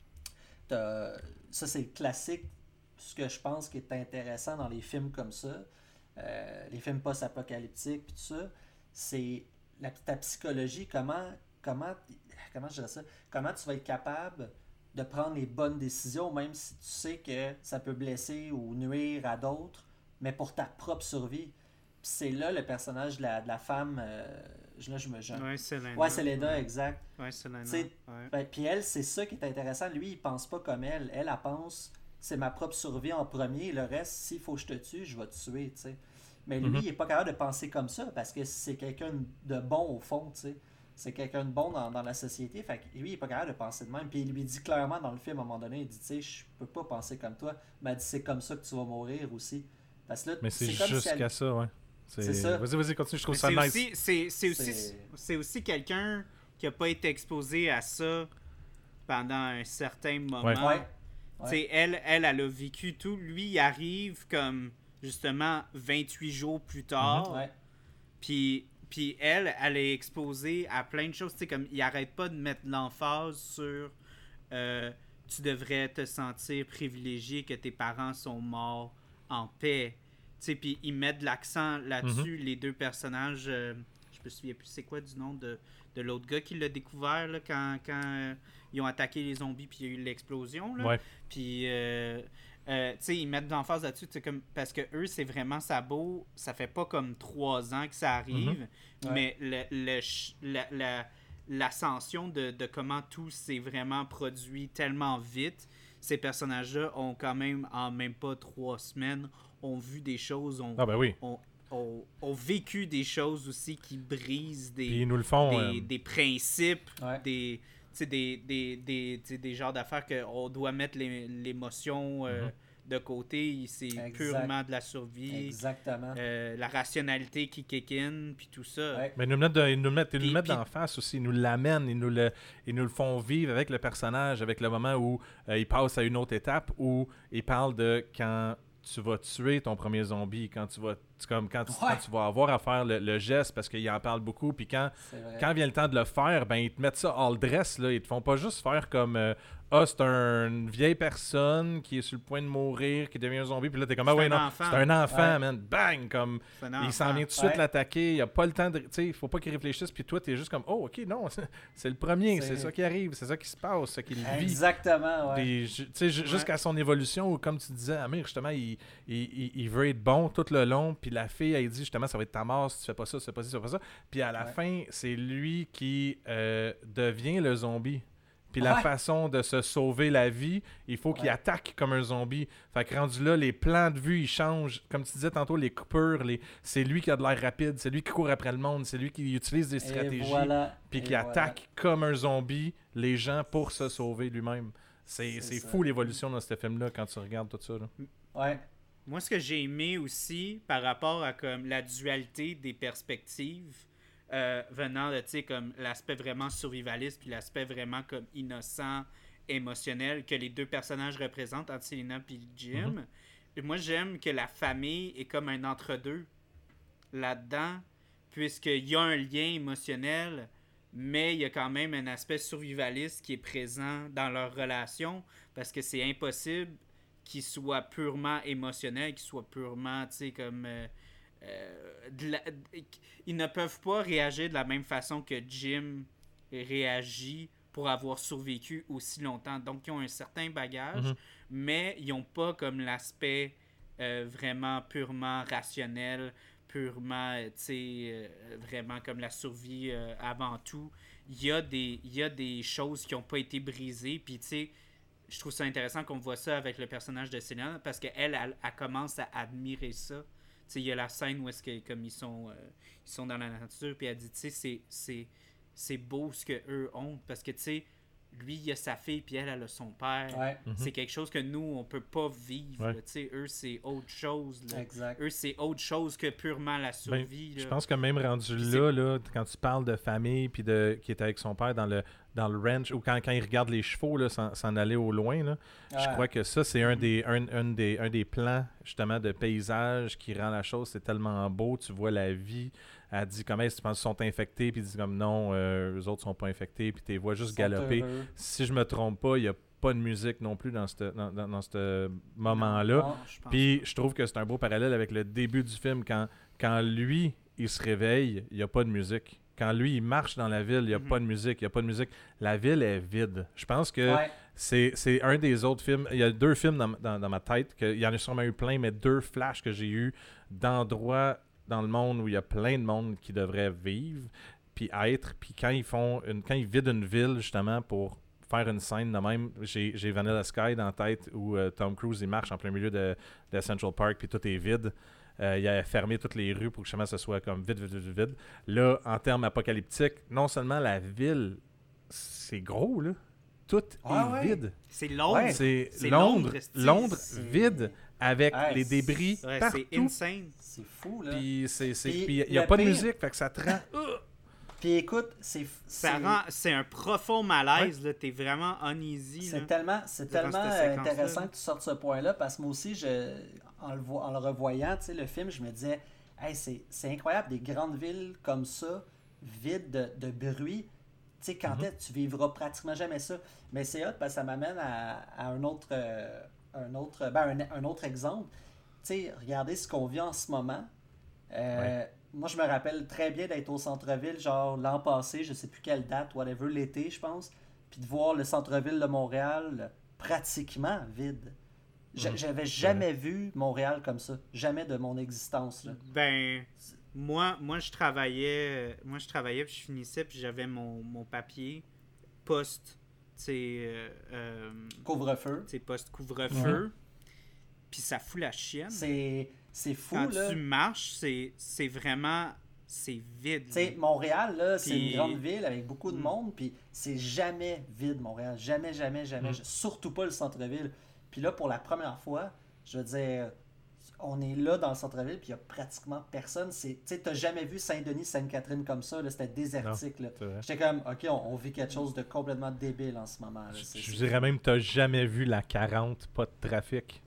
S3: T'as... Ça, c'est le classique. Ce que je pense qui est intéressant dans les films comme ça, euh, les films post-apocalyptiques, puis tout ça, c'est la, ta psychologie. Comment, comment, comment je dirais ça? Comment tu vas être capable de prendre les bonnes décisions, même si tu sais que ça peut blesser ou nuire à d'autres, mais pour ta propre survie. Puis c'est là le personnage de la, de la femme, euh, là je me jeune.
S2: Ouais, Selena.
S3: Ouais, Selena, ouais. Exact.
S2: Ouais, Selena.
S3: Ouais. Ben, puis elle, c'est ça qui est intéressant. Lui, il pense pas comme elle. Elle, elle pense, c'est ma propre survie en premier, le reste, s'il faut que je te tue, je vais te tuer, tu sais. Mais lui, mm-hmm. il est pas capable de penser comme ça, parce que c'est quelqu'un de bon au fond, tu sais. C'est quelqu'un de bon dans, dans la société. Fait que lui, il n'est pas capable de penser de même. Puis il lui dit clairement dans le film, à un moment donné, il dit, tu sais, je peux pas penser comme toi. Mais il dit, c'est comme ça que tu vas mourir aussi. Parce que là,
S1: mais c'est,
S3: c'est comme
S1: jusqu'à
S3: si elle...
S1: ça, ouais. C'est...
S3: c'est ça.
S1: Vas-y, vas-y, continue, je trouve
S2: mais
S1: ça
S2: c'est
S1: nice.
S2: Aussi, c'est, c'est, aussi, c'est... c'est aussi quelqu'un qui n'a pas été exposé à ça pendant un certain moment.
S3: Ouais. Ouais.
S2: Tu sais, elle, elle, elle a vécu tout. Lui, il arrive comme, justement, vingt-huit jours plus tard.
S3: Mm-hmm. Ouais.
S2: Puis... Puis elle, elle est exposée à plein de choses. Tu sais, comme, il arrête pas de mettre l'emphase sur euh, tu devrais te sentir privilégié que tes parents sont morts en paix. Tu sais, puis ils mettent de l'accent là-dessus, mm-hmm. les deux personnages. Euh, je me souviens plus c'est quoi du nom de, de l'autre gars qui l'a découvert là, quand, quand euh, ils ont attaqué les zombies puis il y a eu l'explosion. Là.
S1: Ouais.
S2: Puis... Euh, Euh, tu sais, ils mettent l'emphase là-dessus, comme, parce que eux, c'est vraiment sabot. Ça fait pas comme trois ans que ça arrive, mm-hmm. ouais. mais le, le, la, la, l'ascension de, de comment tout s'est vraiment produit tellement vite, ces personnages-là ont quand même, en même pas trois semaines, ont vu des choses, ont,
S1: ah ben oui.
S2: ont, ont, ont vécu des choses aussi qui brisent des,
S1: ils nous le font,
S2: des,
S1: euh...
S2: des principes,
S3: ouais.
S2: des... Des, des, des, des genres d'affaires qu'on doit mettre les, l'émotion euh, mm-hmm. de côté. C'est exact. Purement de la survie.
S3: Exactement.
S2: Euh, la rationalité qui kick in, puis tout ça.
S3: Ouais.
S1: Mais ils nous le mettent, de, ils nous mettent, ils nous mettent d'en face aussi. Ils nous l'amènent, ils nous le, ils nous le font vivre avec le personnage, avec le moment où euh, il passe à une autre étape, où il parle de quand tu vas tuer ton premier zombie, quand tu vas... Comme quand tu, ouais. quand tu vas avoir à faire le, le geste, parce qu'il en parle beaucoup, puis quand, quand vient le temps de le faire, ben ils te mettent ça all dress, là, ils te font pas juste faire comme euh, ah, c'est un, une vieille personne qui est sur le point de mourir, qui devient un zombie, puis là t'es comme ah ouais, non, enfant. c'est un enfant, ouais. man, bang, comme il s'en vient tout de suite ouais. l'attaquer, il a pas le temps de, tu sais, il faut pas qu'il réfléchisse, puis toi t'es juste comme oh, ok, non, c'est, c'est le premier, c'est... c'est ça qui arrive, c'est ça qui se passe, c'est ça qu'il vit.
S3: Exactement, ouais.
S1: Puis, tu sais, ouais. jusqu'à son évolution, où comme tu disais, Amir, justement, il, il, il, il veut être bon tout le long, puis la fille, elle dit justement, ça va être ta mort si tu fais pas ça, tu fais pas ça, tu fais pas ça. Puis à la ouais. fin, c'est lui qui euh, devient le zombie. Puis ouais. la façon de se sauver la vie, il faut qu'il ouais. attaque comme un zombie. Fait que rendu là, les plans de vue, ils changent. Comme tu disais tantôt, les coupures, les... c'est lui qui a de l'air rapide, c'est lui qui court après le monde, c'est lui qui utilise des stratégies,
S3: voilà.
S1: puis qui voilà. attaque comme un zombie les gens pour se sauver lui-même. C'est, c'est, c'est fou l'évolution dans ce film-là quand tu regardes tout ça. Là.
S3: Ouais.
S2: Moi, ce que j'ai aimé aussi par rapport à comme la dualité des perspectives, euh, venant de, tu sais, comme l'aspect vraiment survivaliste, puis l'aspect vraiment comme innocent, émotionnel que les deux personnages représentent, entre Selena et Jim. Mm-hmm. Et moi, j'aime que la famille est comme un entre-deux là-dedans, puisqu'il y a un lien émotionnel, mais il y a quand même un aspect survivaliste qui est présent dans leur relation, parce que c'est impossible qu'il soit purement émotionnel, qu'il soit purement, tu sais, comme... Euh, euh, de la, ils ne peuvent pas réagir de la même façon que Jim réagit pour avoir survécu aussi longtemps. Donc, ils ont un certain bagage, mm-hmm. mais ils n'ont pas comme l'aspect euh, vraiment purement rationnel, purement, tu sais, euh, vraiment comme la survie euh, avant tout. Il y a des, il y a des choses qui n'ont pas été brisées, puis tu sais, je trouve ça intéressant qu'on voit ça avec le personnage de Selena, parce qu'elle, elle, elle, elle commence à admirer ça. Tu sais, il y a la scène où est-ce que, comme ils sont, euh, ils sont dans la nature, puis elle dit, tu sais, c'est, c'est, c'est beau ce qu'eux ont, parce que, tu sais, lui, il a sa fille, puis elle, elle a son père.
S3: Ouais.
S2: Mm-hmm. C'est quelque chose que nous, on peut pas vivre. Ouais. Tu sais, eux, c'est autre chose. Là.
S3: Exact.
S2: Eux, c'est autre chose que purement la survie.
S1: Ben, je pense que même rendu là, là, quand tu parles de famille, puis de qui était avec son père dans le, dans le ranch, ou quand, quand il regarde les chevaux là, sans, sans aller au loin, là, ouais. je crois que ça, c'est un des, un, un, des, un des plans, justement, de paysage qui rend la chose, c'est tellement beau, tu vois la vie. Elle dit comment est-ce que tu penses qu'ils sont infectés, puis ils disent comme non, euh, eux autres sont pas infectés, puis tu les vois juste galoper. Heureux. Si je me trompe pas, il y a pas de musique non plus dans ce dans, dans, dans ce moment-là. Puis je trouve que c'est un beau parallèle avec le début du film, quand, quand lui, il se réveille, il n'y a pas de musique. Quand lui, il marche dans la ville, il n'y a mm-hmm. pas de musique, il n'y a pas de musique. La ville est vide. Je pense que
S3: ouais.
S1: c'est, c'est un des autres films. Il y a deux films dans, dans, dans ma tête, que, il y en a sûrement eu plein, mais deux flashs que j'ai eu d'endroits dans le monde où il y a plein de monde qui devrait vivre, puis être, puis quand ils font une, quand ils vident une ville justement pour faire une scène de même, j'ai, j'ai Vanilla Sky dans la tête où euh, Tom Cruise il marche en plein milieu de, de Central Park puis tout est vide. Euh, il a fermé toutes les rues pour que justement ce soit comme vide, vide, vide, vide. Là, en termes apocalyptiques, non seulement la ville, c'est gros là, tout
S2: ah,
S1: est
S2: ouais.
S1: vide.
S2: C'est Londres.
S1: Ouais. C'est, c'est Londres, Londres, Londres
S3: c'est...
S1: vide. Avec
S3: ouais,
S1: les débris
S2: ouais,
S1: partout.
S2: C'est insane.
S3: C'est fou, là.
S1: Puis c'est, c'est,
S3: puis
S1: puis il n'y a pas
S3: pire...
S1: de musique, fait que ça te rend...
S3: Puis écoute, c'est...
S2: Ça
S3: c'est...
S2: rend... c'est un profond malaise, ouais. là. T'es vraiment uneasy.
S3: C'est
S2: là,
S3: tellement, c'est tellement intéressant que tu sortes ce point-là, parce que moi aussi, je, en, le vo... en le revoyant, tu sais, le film, je me disais, hey, c'est, c'est incroyable, des grandes villes comme ça, vides de, de bruit. Tu sais, quand mm-hmm. tu vivras pratiquement jamais ça. Mais c'est hot, parce que ça m'amène à, à un autre... Euh, un autre, ben, un, un autre exemple. Tu sais, regardez ce qu'on vit en ce moment. Euh, ouais. Moi, je me rappelle très bien d'être au centre-ville, genre l'an passé, je sais plus quelle date, whatever, l'été, je pense, puis de voir le centre-ville de Montréal pratiquement vide. Je, mmh. J'avais jamais ouais. vu Montréal comme ça. Jamais de mon existence. Là.
S2: Ben, moi, moi, je travaillais, moi, je travaillais, puis je finissais, puis j'avais mon, mon papier post, tu sais... Euh, euh,
S3: couvre-feu.
S2: Tu sais, post-couvre-feu. Mmh. Puis ça fout la chienne.
S3: C'est, c'est fou,
S2: Quand
S3: là.
S2: tu marches, c'est, c'est vraiment... C'est vide.
S3: Tu sais, Montréal, là, puis... c'est une grande ville avec beaucoup de mm. monde, puis c'est jamais vide, Montréal. Jamais, jamais, jamais. Mm. Surtout pas le centre-ville. Puis là, pour la première fois, je veux dire, on est là dans le centre-ville, puis il y a pratiquement personne. Tu sais, t'as jamais vu Saint-Denis, Sainte-Catherine comme ça, là, c'était désertique. Là. J'étais comme, OK, on, on vit quelque chose de complètement débile en ce moment. Là.
S1: Je,
S3: c'est,
S1: je
S3: c'est...
S1: dirais même, t'as jamais vu la quarante, pas de trafic.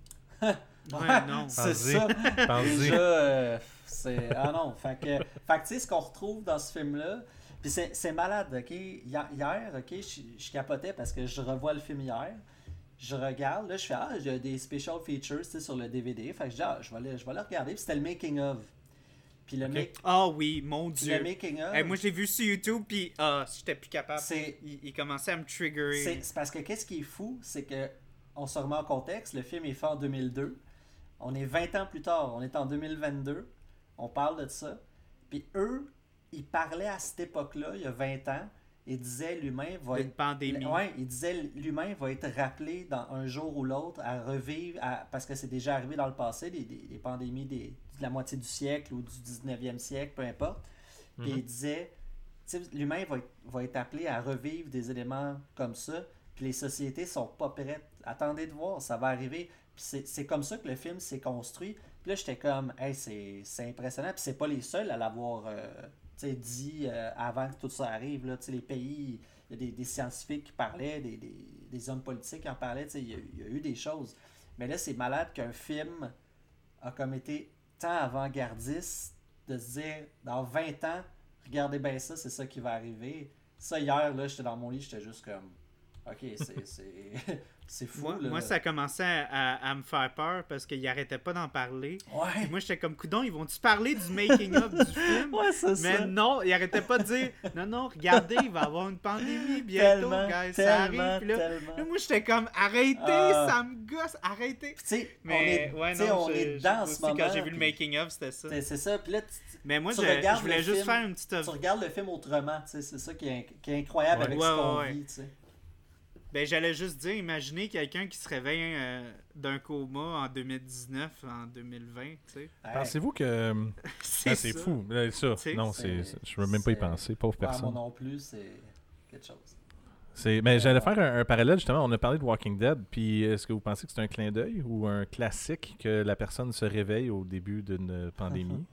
S2: Ouais, non.
S3: C'est ça. Déjà, euh, c'est... Ah non. Fait que, fait que tu sais, ce qu'on retrouve dans ce film-là, puis c'est, c'est malade, OK? Hier, hier OK, je, je capotais parce que je revois le film hier. Je regarde, là, je fais, ah, j'ai des special features, tu sais, sur le D V D. Fait que je dis, ah, je vais le, je vais le regarder. Puis c'était le making-of. Puis le
S2: okay.
S3: make...
S2: Ah oui, mon Dieu.
S3: Le making-of.
S2: Hey, moi, je l'ai vu sur YouTube, puis ah, j'étais plus capable.
S3: C'est...
S2: Il, il commençait à me triggerer.
S3: C'est, c'est parce que qu'est-ce qui est fou, c'est que on se remet en contexte. Le film est fait en deux mille deux. On est vingt ans plus tard. On est en deux mille vingt-deux. On parle de ça. Puis eux, ils parlaient à cette époque-là, il y a vingt ans, et disaient l'humain va
S2: D'une
S3: être...
S2: pandémie.
S3: Ouais, ils disaient l'humain va être rappelé dans un jour ou l'autre à revivre, à... parce que c'est déjà arrivé dans le passé, des, des, des pandémies des, de la moitié du siècle ou du dix-neuvième siècle, peu importe. Puis mm-hmm. ils disaient, l'humain va être, va être appelé à revivre des éléments comme ça. Puis les sociétés sont pas prêtes. Attendez de voir, ça va arriver. Puis c'est, c'est comme ça que le film s'est construit. Puis là, j'étais comme, hey, c'est, c'est impressionnant. Puis c'est pas les seuls à l'avoir, euh, sais, dit euh, avant que tout ça arrive. Là, tu sais, les pays, il y a des, des scientifiques qui parlaient, des, des, des hommes politiques qui en parlaient. Tu sais, il y a- il y a eu des choses. Mais là, c'est malade qu'un film a comme été tant avant-gardiste de se dire, dans vingt ans, regardez bien ça, c'est ça qui va arriver. Ça, hier, là, j'étais dans mon lit, j'étais juste comme, ok, c'est, c'est, c'est fou.
S2: Moi,
S3: là.
S2: moi, ça commençait à, à, à me faire peur parce qu'il arrêtait pas d'en parler.
S3: Ouais,
S2: Moi, j'étais comme, coudon, ils vont-tu parler du making-of du film?
S3: ouais, c'est
S2: Mais
S3: ça.
S2: non, il arrêtait pas de dire, non, non, regardez, il va y avoir une pandémie bientôt,
S3: Tellement,
S2: guys, ça
S3: tellement,
S2: arrive. Puis là,
S3: tellement.
S2: là, moi, j'étais comme, arrêtez,
S3: Ah.
S2: ça me gosse, arrêtez.
S3: Puis, tu sais, on
S2: Mais
S3: est,
S2: ouais,
S3: tu sais,
S2: non,
S3: on
S2: je-
S3: est
S2: je-
S3: dans
S2: moi
S3: ce
S2: aussi,
S3: moment.
S2: quand j'ai vu le
S3: puis
S2: making-of, c'était ça.
S3: C'est, c'est ça. Puis là, tu,
S2: Mais moi,
S3: tu
S2: je,
S3: regardes
S2: je voulais
S3: le
S2: juste
S3: film,
S2: faire une petite...
S3: tu regardes le film autrement. Tu sais, c'est ça qui est, qui est incroyable
S1: Ouais.
S3: avec
S2: Ouais,
S3: ce qu'on
S2: ouais, ouais.
S3: vit. Tu sais.
S2: Ben, j'allais juste dire, imaginez quelqu'un qui se réveille euh, d'un coma en deux mille dix-neuf, en deux mille vingt, tu sais.
S3: Ouais.
S1: Pensez-vous que.
S2: C'est
S1: Ah, c'est
S2: ça.
S1: fou. Là, ça.
S2: C'est-
S1: Non,
S3: c'est-
S1: c'est, je veux même pas y
S3: c'est-
S1: penser. Pauvre
S3: Ouais, moi
S1: personne.
S3: non plus, c'est quelque chose.
S1: C'est, mais j'allais faire un, un parallèle, justement. On a parlé de Walking Dead. Puis est-ce que vous pensez que c'est un clin d'œil ou un classique que la personne se réveille au début d'une pandémie?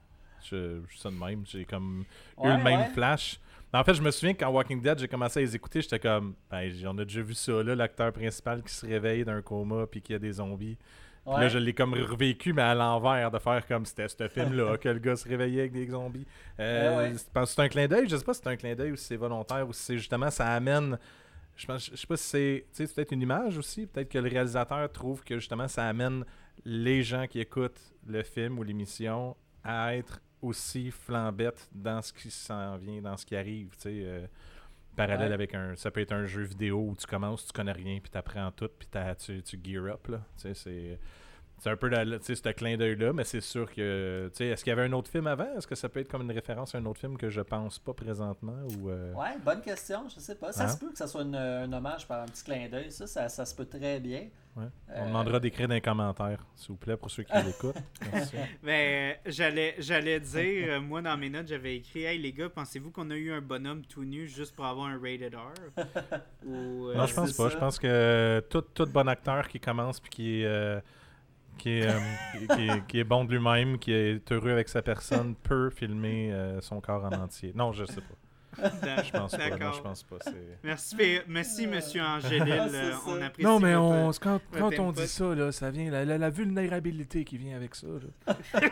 S1: je, je ça de même. J'ai comme eu
S3: Ouais,
S1: le même
S3: ouais.
S1: flash. Mais en fait, je me souviens quand Walking Dead, j'ai commencé à les écouter, j'étais comme, ben, on a déjà vu ça, là, l'acteur principal qui se réveille d'un coma puis qu'il y a des zombies. Puis
S3: Ouais.
S1: là, je l'ai comme revécu, mais à l'envers, de faire comme c'était ce film-là, que le gars se réveillait avec des zombies. Euh,
S3: Ouais, ouais.
S1: c'est- Penses-tu que c'est un clin d'œil? Je sais pas si c'est un clin d'œil ou si c'est volontaire ou si c'est justement, ça amène... Je pense, je sais pas si c'est... Tu sais, c'est peut-être une image aussi. Peut-être que le réalisateur trouve que justement, ça amène les gens qui écoutent le film ou l'émission à être aussi flambettes dans ce qui s'en vient, dans ce qui arrive, tu sais. euh, parallèle
S3: Ouais.
S1: avec un... Ça peut être un jeu vidéo où tu commences, tu connais rien, puis tu apprends tout, puis t'as- tu, tu gear up, là. Tu sais, c'est... C'est un peu la, la- tu sais, ce clin d'œil-là, mais c'est sûr que... Tu sais, est-ce qu'il y avait un autre film avant? Est-ce que ça peut être comme une référence à un autre film que je pense pas présentement? Ou, euh,
S3: Ouais, bonne question, je sais pas. Ça
S1: Hein?
S3: se peut que ça soit une- un hommage par un petit clin d'œil. Ça, ça, ça se peut très bien.
S1: ouais.
S3: Euh,
S1: On demandera d'écrire dans les commentaires, s'il vous plaît, pour ceux qui l'écoutent. Merci.
S2: Mais euh, j'allais, j'allais dire, euh, moi dans mes notes, j'avais écrit, hey les gars, pensez-vous qu'on a eu un bonhomme tout nu juste pour avoir un rated R? Ou, euh,
S1: Non, je pense
S3: c'est
S1: pas.
S3: ça.
S1: Je pense que tout, tout bon acteur qui commence puis qui est, euh, qui, est, euh, qui, qui est, qui est bon de lui-même, qui est heureux avec sa personne, peut filmer euh, son corps en entier. Non, je sais pas. Je pense pas. Non,
S2: D'accord.
S1: je pense pas. C'est...
S2: Merci, P- merci Monsieur Angélil,
S3: C'est
S2: euh,
S3: ça.
S2: on apprécie
S1: Non, mais
S2: votre-
S1: on, quand,
S2: votre
S1: quand on
S2: input.
S1: dit ça, là, ça vient, la, la, la vulnérabilité qui vient avec ça. Là.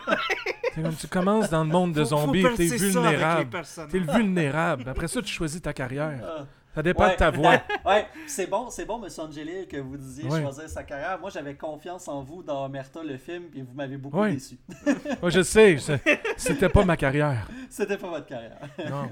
S1: C'est comme tu commences dans le monde de
S2: Faut- faut
S1: zombies, t'es
S2: percer ça avec les
S1: vulnérable.
S2: personnages.
S1: T'es le vulnérable. Après ça, tu choisis ta carrière.
S3: Ah.
S1: Ça dépend
S3: Ouais,
S1: de ta voix.
S3: ouais, c'est bon, c'est bon, Monsieur Angelil, que vous disiez
S1: Ouais.
S3: choisir sa carrière. Moi, j'avais confiance en vous dans Omerta, le film, et vous m'avez beaucoup
S1: Ouais.
S3: déçu.
S1: Moi, je sais, je- c'était pas ma carrière.
S3: C'était pas votre carrière.
S1: Non.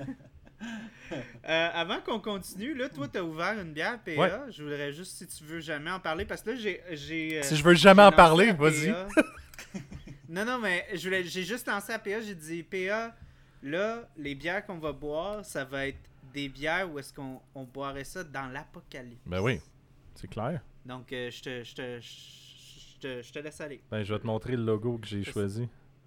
S2: Euh, avant qu'on continue, là, toi, t'as ouvert une bière P A.
S1: Ouais.
S2: Je voudrais juste, si tu veux jamais en parler, parce que là, j'ai... j'ai euh,
S1: Si je veux jamais
S2: j'ai
S1: en
S2: lancé
S1: parler,
S2: à
S1: vas-y.
S2: P A. non, non, mais je voulais, j'ai juste lancé à P A, j'ai dit, P A, là, les bières qu'on va boire, ça va être des bières où est-ce qu'on on boirait ça dans l'apocalypse.
S1: Ben oui, c'est clair.
S2: Donc, euh, je te, je te, je te, je te laisse aller.
S1: Ben, je vais te montrer le logo que j'ai
S2: C'est-
S1: choisi.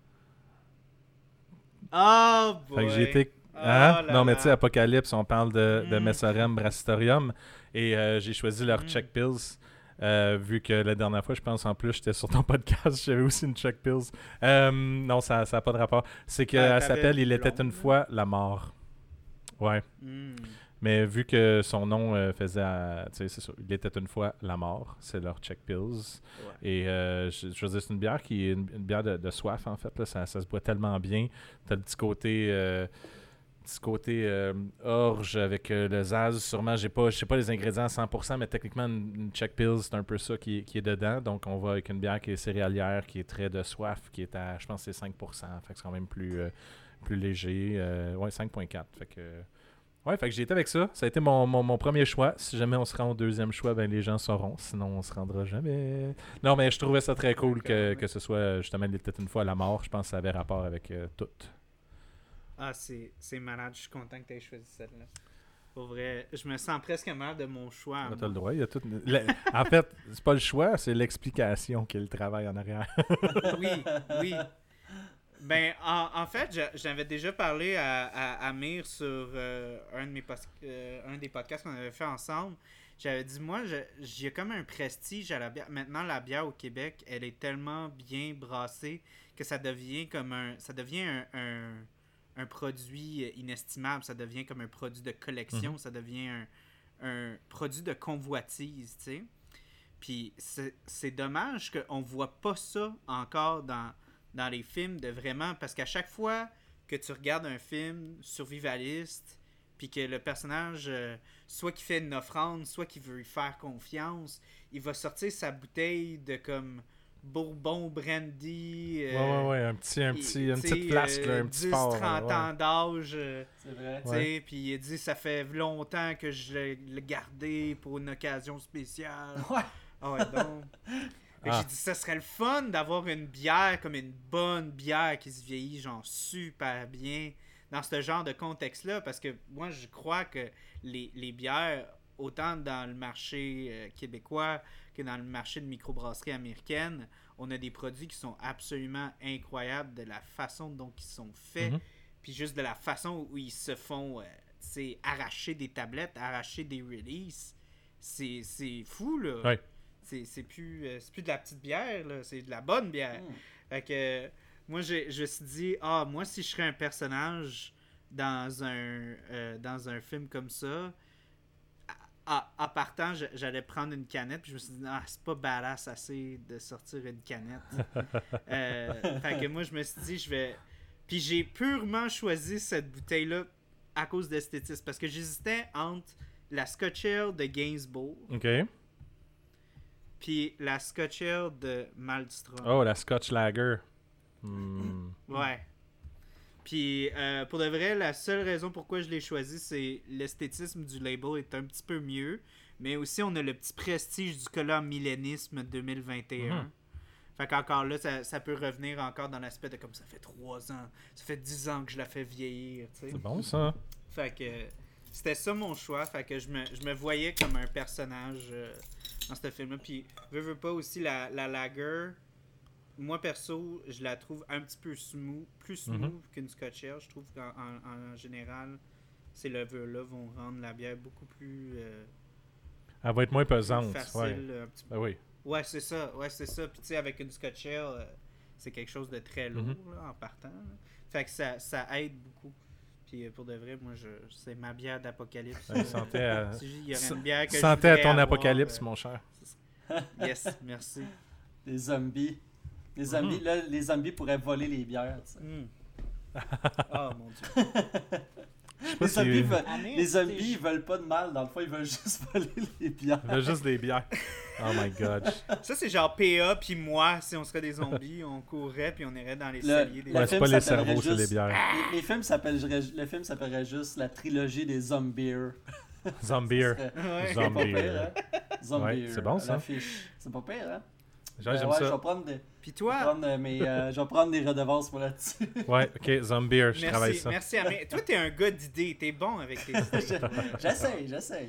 S2: Oh, boy!
S1: Fait que j'ai été...
S2: Oh
S1: Hein?
S2: là
S1: Non, mais
S2: là.
S1: tu sais, Apocalypse, on parle de, de
S2: Mm.
S1: Messorem Brassitorium. Et euh, j'ai choisi leur
S2: Mm.
S1: Check Pills. euh, vu que la dernière fois, je pense en plus, j'étais sur ton podcast, j'avais aussi une Check Pills. Euh, non, ça n'a pas de rapport. C'est qu'elle
S2: Ah, t'avais
S1: s'appelle Il
S2: une
S1: était
S2: blonde,
S1: une
S2: là?
S1: fois la mort. Ouais.
S2: Hmm.
S1: Mais vu que son nom euh, faisait, à- tu sais, c'est ça, il était une fois la mort, c'est leur Check Pills.
S2: Ouais.
S1: Et euh, je, je veux dire, c'est une bière qui est une, une bière de, de soif, en fait. Là. Ça, ça se boit tellement bien. T'as le petit côté, euh, petit côté euh, orge avec euh, le zaz. Sûrement, j'ai pas, je sais pas les ingrédients à cent pour cent, mais techniquement, une, une Check Pills, c'est un peu ça qui, est- qui est dedans. Donc, on va avec une bière qui est céréalière, qui est très de soif, qui est à, je pense, c'est cinq pour cent. Fait que c'est quand même plus, euh, plus léger. Euh, ouais, cinq virgule quatre. Fait que... Ouais, fait que j'ai été avec ça. Ça a été mon, mon, mon premier choix. Si jamais on se rend au deuxième choix, ben les gens sauront. Sinon, on se rendra jamais. Non, mais je trouvais ça très cool que,
S2: D'accord, ouais.
S1: que ce soit justement Il était une fois la mort. Je pense que ça avait rapport avec euh, tout.
S2: Ah, c'est, c'est malade. Je suis content que tu aies choisi celle-là. Pour vrai, je me sens presque mal de mon choix. à
S1: Là, t'as
S2: moi.
S1: le droit. Il y a tout... le- En fait, c'est pas le choix, c'est l'explication qui est le travail en arrière.
S2: Oui, oui. Ben, en, en fait, je- j'avais déjà parlé à, à Amir sur euh, un, de mes pos- euh, un des podcasts qu'on avait fait ensemble. J'avais dit, moi, je- j'ai comme un prestige à la bière. Maintenant, la bière au Québec, elle est tellement bien brassée que ça devient comme un. Ça devient un, un, un un produit inestimable, ça devient comme un produit de collection, mm-hmm. ça devient un, un produit de convoitise, tu sais. Puis c'est, c'est dommage qu'on voit pas ça encore dans, dans les films de vraiment, parce qu'à chaque fois que tu regardes un film survivaliste, puis que le personnage, euh, soit qu'il fait une offrande, soit qu'il veut y faire confiance, il va sortir sa bouteille de comme Bourbon Brandy. Euh,
S1: ouais, ouais, ouais, un petit, un petit, une petite flasque, euh, là, un petit fort.
S2: dix trente
S1: ouais.
S2: ans d'âge. Euh,
S3: c'est vrai.
S2: Ouais. Puis il dit, ça fait longtemps que je l'ai, l'ai gardé pour une occasion spéciale.
S3: Ouais.
S2: Ah ouais, donc. Ah. J'ai dit, ça serait le fun d'avoir une bière comme une bonne bière qui se vieillit, genre, super bien dans ce genre de contexte-là, parce que moi, je crois que les, les bières, autant dans le marché euh, québécois que dans le marché de microbrasserie américaine, on a des produits qui sont absolument incroyables de la façon dont ils sont faits, mm-hmm. puis juste de la façon où ils se font, euh, c'est arracher des tablettes, arracher des releases. C'est, c'est fou, là.
S1: Ouais.
S2: C'est, c'est, plus, euh, c'est plus de la petite bière, là. C'est de la bonne bière. Mm. Fait que... Euh, moi, j'ai, je me suis dit, ah, moi, si je serais un personnage dans un, euh, dans un film comme ça, à, à partant, je, j'allais prendre une canette, puis je me suis dit, ah, c'est pas badass assez de sortir une canette. euh, fait que moi, je me suis dit, je vais. Puis j'ai purement choisi cette bouteille-là à cause d'esthétisme, parce que j'hésitais entre la Scotch Ale de Gainsbourg.
S1: OK.
S2: Puis la Scotch Ale de Malmstrom.
S1: Oh, la Scotch Lager. Mm.
S2: Ouais. Puis euh, pour de vrai, la seule raison pourquoi je l'ai choisi, c'est l'esthétisme du label est un petit peu mieux, mais aussi on a le petit prestige du collant millénisme deux mille vingt et un. Mm. Fait qu'encore là, ça, ça peut revenir encore dans l'aspect de comme ça fait trois ans, ça fait dix ans que je la fais vieillir, tu sais.
S1: C'est bon ça.
S2: Fait que c'était ça mon choix, fait que je me, je me voyais comme un personnage euh, dans ce film-là. Puis veux, veux pas aussi la, la lager. Moi, perso, je la trouve un petit peu smooth, plus smooth mm-hmm. qu'une Scotch Ale. Je trouve qu'en en, en général, ces levures-là vont rendre la bière beaucoup plus... Euh,
S1: Elle va être moins pesante.
S2: Facile,
S1: ouais.
S2: Un petit peu.
S1: Ben oui.
S2: Ouais, c'est ça. Ouais, c'est ça. Puis tu sais, avec une Scotch Ale, euh, c'est quelque chose de très lourd mm-hmm. là, en partant. Là. Fait que ça, ça aide beaucoup. Puis pour de vrai, moi, je, c'est ma bière d'apocalypse.
S1: Ouais, santé à...
S2: Il y aurait une bière que
S1: santé à ton
S2: avoir,
S1: apocalypse,
S2: euh...
S1: mon cher.
S2: Yes, merci.
S3: Les zombies. Les zombies, mm-hmm. là, les zombies pourraient voler les bières, tu sais.
S2: Mm. Oh mon Dieu.
S3: Les zombies, veulent, les zombies ils veulent pas de mal, dans le fond, ils veulent juste voler les bières.
S1: Ils veulent juste des bières. Oh my god.
S2: Ça, c'est genre P A, puis moi, si on serait des zombies, on courrait, puis on irait dans les
S3: le,
S2: celliers des
S1: ouais, c'est pas les cerveaux,
S3: juste,
S1: c'est les bières.
S3: Les, les films s'appelleraient, le film s'appellerait juste la trilogie des Zombies.
S1: Zombies.
S2: Ouais.
S1: Zombies.
S3: Hein? Zombies.
S1: Ouais, c'est bon ça.
S3: L'affiche. C'est pas pire, hein?
S1: Genre,
S3: ben
S1: j'aime
S3: ouais,
S1: ça.
S3: Je vais prendre des,
S2: Puis toi?
S3: Je vais prendre, mes, euh, je vais prendre des redevances pour là-dessus.
S1: Ouais, ok, Zombie, je
S2: merci,
S1: travaille ça.
S2: Merci, Amir. Toi, t'es un gars d'idées. T'es bon avec tes idées.
S3: J'essaye, j'essaye.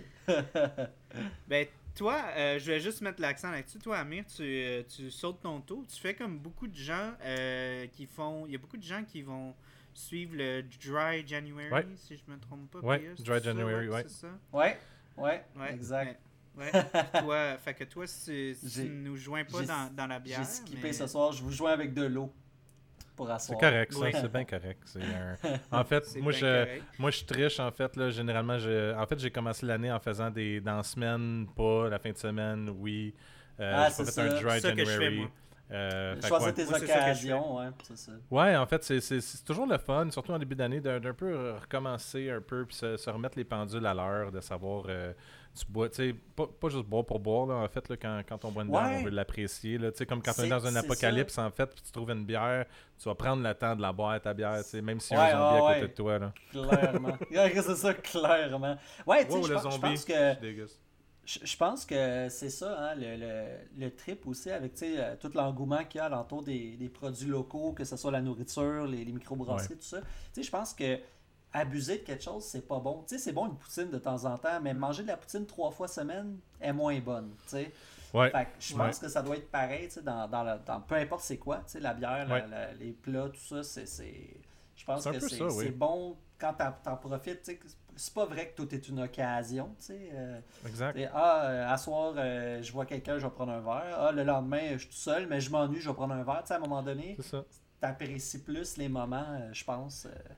S2: Ben, toi, euh, je vais juste mettre l'accent là-dessus. Toi, Amir, tu, euh, tu sautes ton tour. Tu fais comme beaucoup de gens euh, qui font... Il y a beaucoup de gens qui vont suivre le Dry January,
S1: ouais.
S2: si je me trompe pas.
S1: Ouais,
S2: P A,
S1: Dry January,
S2: ça,
S1: ouais.
S2: C'est ça?
S3: Ouais, ouais,
S2: ouais
S3: exact.
S2: Ouais. toi, fait que toi, si, si tu nous joins pas dans, dans la bière.
S3: J'ai skippé
S2: mais...
S3: ce soir, je vous joins avec de l'eau. Pour asseoir.
S1: C'est correct, ça,
S2: oui.
S1: c'est bien correct. C'est un... En fait,
S2: c'est
S1: moi je,
S2: correct.
S1: moi je triche en fait là, généralement je, en fait j'ai commencé l'année en faisant des dans la semaine, pas la fin de semaine, oui. Euh,
S3: ah,
S1: j'ai pas fait
S3: ça.
S1: un dry
S2: ça
S1: January.
S2: Que je fais, moi.
S1: Euh,
S3: Choisir
S1: ouais.
S3: tes
S2: moi,
S3: occasions, ouais, c'est ça.
S1: Ouais, en fait, c'est, c'est, c'est toujours le fun, surtout en début d'année, d'un, d'un peu recommencer un peu, puis se, se remettre les pendules à l'heure, de savoir, euh, tu bois, tu sais, pas, pas juste boire pour boire, là, en fait, là, quand, quand on boit une bière,
S3: ouais.
S1: on veut l'apprécier, là, tu sais, comme quand
S3: c'est,
S1: on est dans un apocalypse,
S3: ça.
S1: en fait, puis tu trouves une bière, tu vas prendre le temps de la boire, ta bière, tu sais, même s'il y
S3: ouais,
S1: a un zombie
S3: ouais,
S1: à côté
S3: ouais.
S1: de toi, là.
S3: Clairement. ouais, c'est ça, clairement. Ouais, tu sais,
S1: wow,
S3: je,
S1: le
S3: pense, je
S1: zombie,
S3: pense que...
S1: je déguste.
S3: Je, je pense que c'est ça, hein, le, le, le trip aussi, avec tout l'engouement qu'il y a alentour des, des produits locaux, que ce soit la nourriture, les, les microbrasseries, ouais. tout ça. Tu sais, je pense que abuser de quelque chose, c'est pas bon. Tu sais, c'est bon une poutine de temps en temps, mais manger de la poutine trois fois semaine est moins bonne, tu sais.
S1: Ouais.
S3: Fait que je pense
S1: ouais.
S3: que ça doit être pareil, tu sais, dans, dans, la, dans peu importe c'est quoi, tu sais, la bière,
S1: ouais.
S3: la, la, les plats, tout ça, c'est... c'est je pense
S1: c'est
S3: que c'est,
S1: ça, oui.
S3: c'est bon quand t'en, t'en profites, tu sais. C'est pas vrai que tout est une occasion, tu sais. Euh,
S1: exact.
S3: Ah, euh, à soir, euh, je vois quelqu'un, je vais prendre un verre. Ah, le lendemain, je suis tout seul, mais je m'ennuie, je vais prendre un verre. Tu sais, à un moment donné,
S1: c'est ça.
S3: t'apprécies plus les moments, euh, je pense. Euh,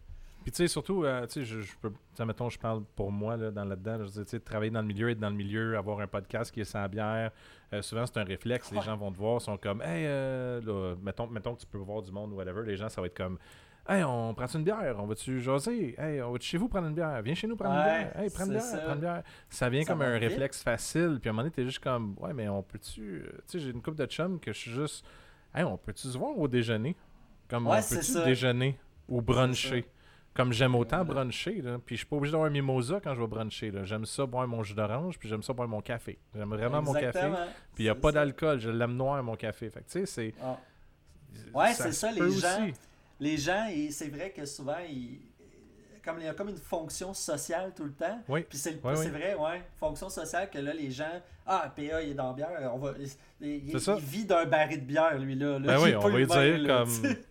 S1: Puis tu sais, surtout, euh, tu sais, je, je peux, t'sais, mettons, je parle pour moi là, dans là-dedans, je veux dire, tu sais, travailler dans le milieu, être dans le milieu, avoir un podcast qui est sans bière, euh, souvent c'est un réflexe, les gens vont te voir, sont comme, hey, euh, là, mettons, mettons que tu peux voir du monde ou whatever, les gens, ça va être comme, hey, on prend une bière, on va-tu jaser, hey, on va chez vous prendre une bière, viens chez nous prendre
S3: Ouais,
S1: une bière, hey, prends une bière,
S3: c'est ça.
S1: prends une bière. Ça vient
S3: Ça
S1: comme
S3: va
S1: un
S3: vite.
S1: réflexe facile, puis à un moment donné, t'es juste comme, ouais, mais on peut-tu, tu sais, j'ai une couple de chums que je suis juste, hey, on peut-tu se voir au déjeuner? Comme,
S3: Ouais,
S1: on
S3: c'est
S1: peut-tu
S3: ça.
S1: déjeuner ou bruncher?
S3: ça.
S1: Comme j'aime autant
S3: Ouais.
S1: bruncher, là, puis je suis pas obligé d'avoir un mimosa quand je vais bruncher. Là. J'aime ça boire mon jus d'orange, puis j'aime ça boire mon café. J'aime vraiment mon café,
S3: Exactement.
S1: puis il n'y a
S3: C'est
S1: pas
S3: ça.
S1: d'alcool, je l'aime noir mon café. Fait que tu sais, c'est...
S3: Ah. Ouais,
S1: ça
S3: c'est
S1: se
S3: ça,
S1: peut
S3: les gens,
S1: aussi.
S3: les gens, et c'est vrai que souvent, ils, comme il y a comme une fonction sociale tout le temps.
S1: Oui.
S3: Puis c'est,
S1: Oui,
S3: c'est
S1: oui.
S3: vrai, ouais, fonction sociale que là, les gens, ah, P A, il est dans la bière, on va, il, il-
S1: C'est ça.
S3: il vit d'un baril de bière, lui, là. là.
S1: Ben
S3: Il
S1: oui,
S3: est
S1: on
S3: pas
S1: va lui
S3: humain,
S1: dire
S3: là,
S1: comme...
S3: tu sais.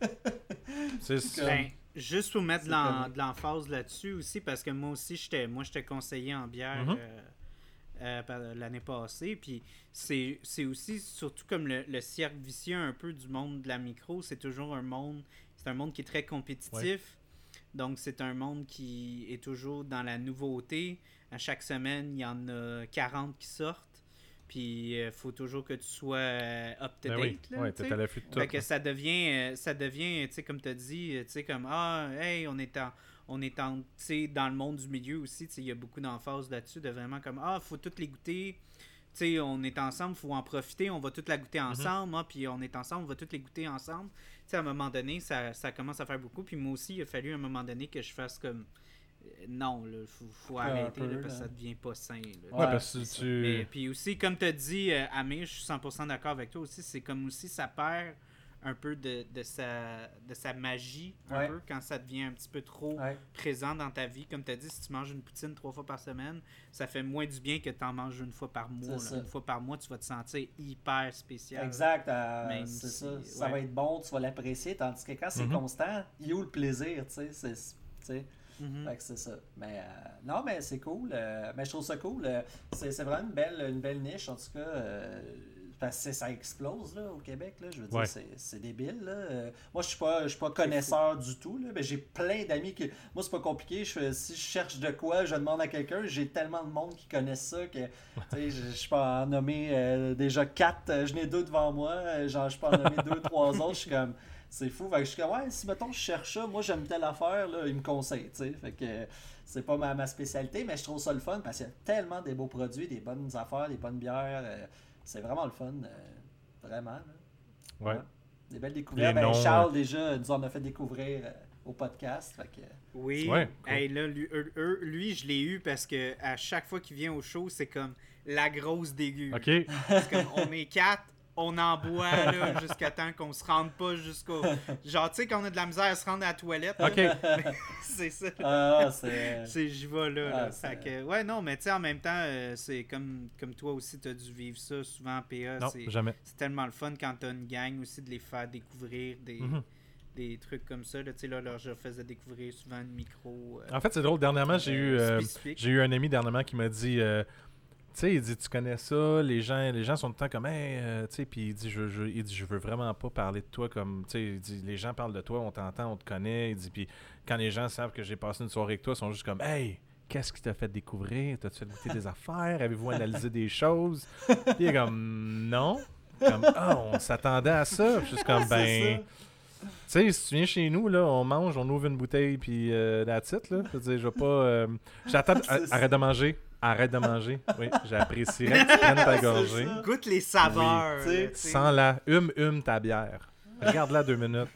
S1: c'est-
S3: Comme-
S2: Ben, juste pour mettre de
S3: C'est
S2: l'en-
S3: comme-
S2: de l'emphase là-dessus aussi, parce que moi aussi, j'étais moi j'étais conseiller en bière
S1: Mhm.
S2: euh, euh, par- l'année passée. Puis c'est c'est aussi, surtout comme le, le cercle vicieux un peu du monde de la micro, c'est toujours un monde, c'est un monde qui est très compétitif. Donc c'est un monde qui est toujours dans la nouveauté. À chaque semaine, il y en a quarante qui sortent. Puis il faut toujours que tu sois euh, up-to-date.
S1: Ben oui,
S2: là,
S1: ouais,
S2: tu
S1: t'es
S2: sais.
S1: à l'affût de tout.
S2: Fait que
S1: là.
S2: ça devient, euh, ça devient, tu sais, comme tu as dit, euh, tu sais, comme, ah, hey, on est en, on est en, tu sais, dans le monde du milieu aussi, tu sais, il y a beaucoup d'emphase là-dessus, de vraiment comme, ah, faut toutes les goûter, tu sais, on est ensemble, faut en profiter, on va toutes la goûter ensemble, ah, puis on est ensemble, on va toutes les goûter ensemble. Tu sais, à un moment donné, ça, ça commence à faire beaucoup, puis moi aussi, il a fallu à un moment donné que je fasse comme, euh, non, là, faut, faut
S3: Un
S2: arrêter,
S3: peu,
S2: là, parce que
S3: là.
S2: ça devient pas sain, là.
S1: Ouais,
S3: Ouais,
S1: parce que
S3: c'est ça.
S1: tu...
S2: Mais puis aussi, comme tu as dit, euh, Amir, je suis cent pour cent d'accord avec toi aussi, c'est comme aussi ça perd un peu de, de, sa, de sa magie, un
S3: Ouais.
S2: peu, quand ça devient un petit peu trop
S3: Ouais.
S2: présent dans ta vie. Comme tu as dit, si tu manges une poutine trois fois par semaine, ça fait moins du bien que tu en manges une fois par mois.
S3: C'est
S2: là.
S3: ça.
S2: Une fois par mois, tu vas te sentir hyper spécial.
S3: Exact, euh,
S2: Même
S3: c'est
S2: si-
S3: ça. Ça
S2: ouais.
S3: va être bon, tu vas l'apprécier, tandis que quand c'est
S1: Mhm.
S3: constant, il y a où le plaisir, tu sais, c'est, tu sais.
S2: Mhm.
S3: Fait que c'est ça. Mais euh, non, mais c'est cool. euh, mais je trouve ça cool. euh, c'est, c'est vraiment une belle, une belle niche, en tout cas. euh, parce que ça explose là, au Québec. Là, je veux dire,
S1: Ouais.
S3: c'est, c'est débile. Là. Euh, moi, je suis pas, je suis pas connaisseur du tout. Là, mais j'ai plein d'amis qui. Moi, c'est pas compliqué. Je, si je cherche de quoi, je demande à quelqu'un. J'ai tellement de monde qui connaissent ça que tu sais, je, je peux en nommer euh, déjà quatre. euh, Je n'ai deux devant moi. euh, Genre, je peux en nommer deux, trois autres. Je suis comme. C'est fou. Fait que je suis comme, ouais, si mettons je cherche ça, moi j'aime telle affaire, là, il me conseille, tu sais. Fait que euh, c'est pas ma, ma spécialité, mais je trouve ça le fun parce qu'il y a tellement des beaux produits, des bonnes affaires, des bonnes bières. euh, c'est vraiment le fun. euh, vraiment. Là.
S1: Ouais.
S3: Des belles découvertes.
S1: Les
S3: Ben,
S1: noms,
S3: Charles, déjà, nous en a fait découvrir euh, au podcast. Fait que,
S2: Oui.
S1: Ouais, cool.
S2: Hey, là, lui, eux- eux- lui, je l'ai eu parce que à chaque fois qu'il vient au show, c'est comme la grosse dégueu.
S1: OK.
S2: C'est comme, on est quatre, on en boit là, jusqu'à temps qu'on se rende pas jusqu'au. Genre, tu sais, quand on a de la misère à se rendre à la toilette. là.
S1: OK.
S2: C'est ça.
S3: ah, c'est.
S2: C'est j'y vais là. là.
S3: Ah, c'est-
S2: Fait que, ouais, non, mais tu sais, en même temps, euh, c'est comme, comme toi aussi, t'as dû vivre ça souvent, P A.
S1: Non,
S2: c'est,
S1: jamais.
S2: c'est tellement le fun quand t'as une gang aussi de les faire découvrir des,
S1: Mhm.
S2: des trucs comme ça. Là, tu sais, là, là, je leur faisais découvrir souvent une micro. euh,
S1: En fait, c'est drôle. Dernièrement, j'ai eu... euh,
S2: spécifique.
S1: J'ai eu un ami dernièrement qui m'a dit, euh, tu sais, il dit, tu connais ça, les gens, les gens sont tout le temps comme, hey, euh, tu sais, puis il dit, je, je, il dit, je veux vraiment pas parler de toi comme, tu sais, il dit, les gens parlent de toi, on t'entend, on te connaît, il dit, puis quand les gens savent que j'ai passé une soirée avec toi, ils sont juste comme, hey, qu'est-ce qui t'a fait découvrir? T'as-tu fait goûter des affaires? Avez-vous analysé des choses? Puis il est comme, non. Comme, ah, on s'attendait à ça. Puis je suis juste comme, ben... Tu sais, si tu viens chez nous, là, on mange, on ouvre une bouteille, puis euh, that's it, là. Je veux dire, je vais pas... Euh... J'attends...
S3: C'est ça.
S1: Arrête de manger. Arrête de manger. Oui, j'apprécierais que tu prennes ta gorgée.
S3: ça.
S2: Goûte les saveurs.
S3: Oui,
S2: là,
S3: tu sais,
S2: tu sais.
S1: Sans la... Hume, hume ta bière. Regarde-la deux minutes.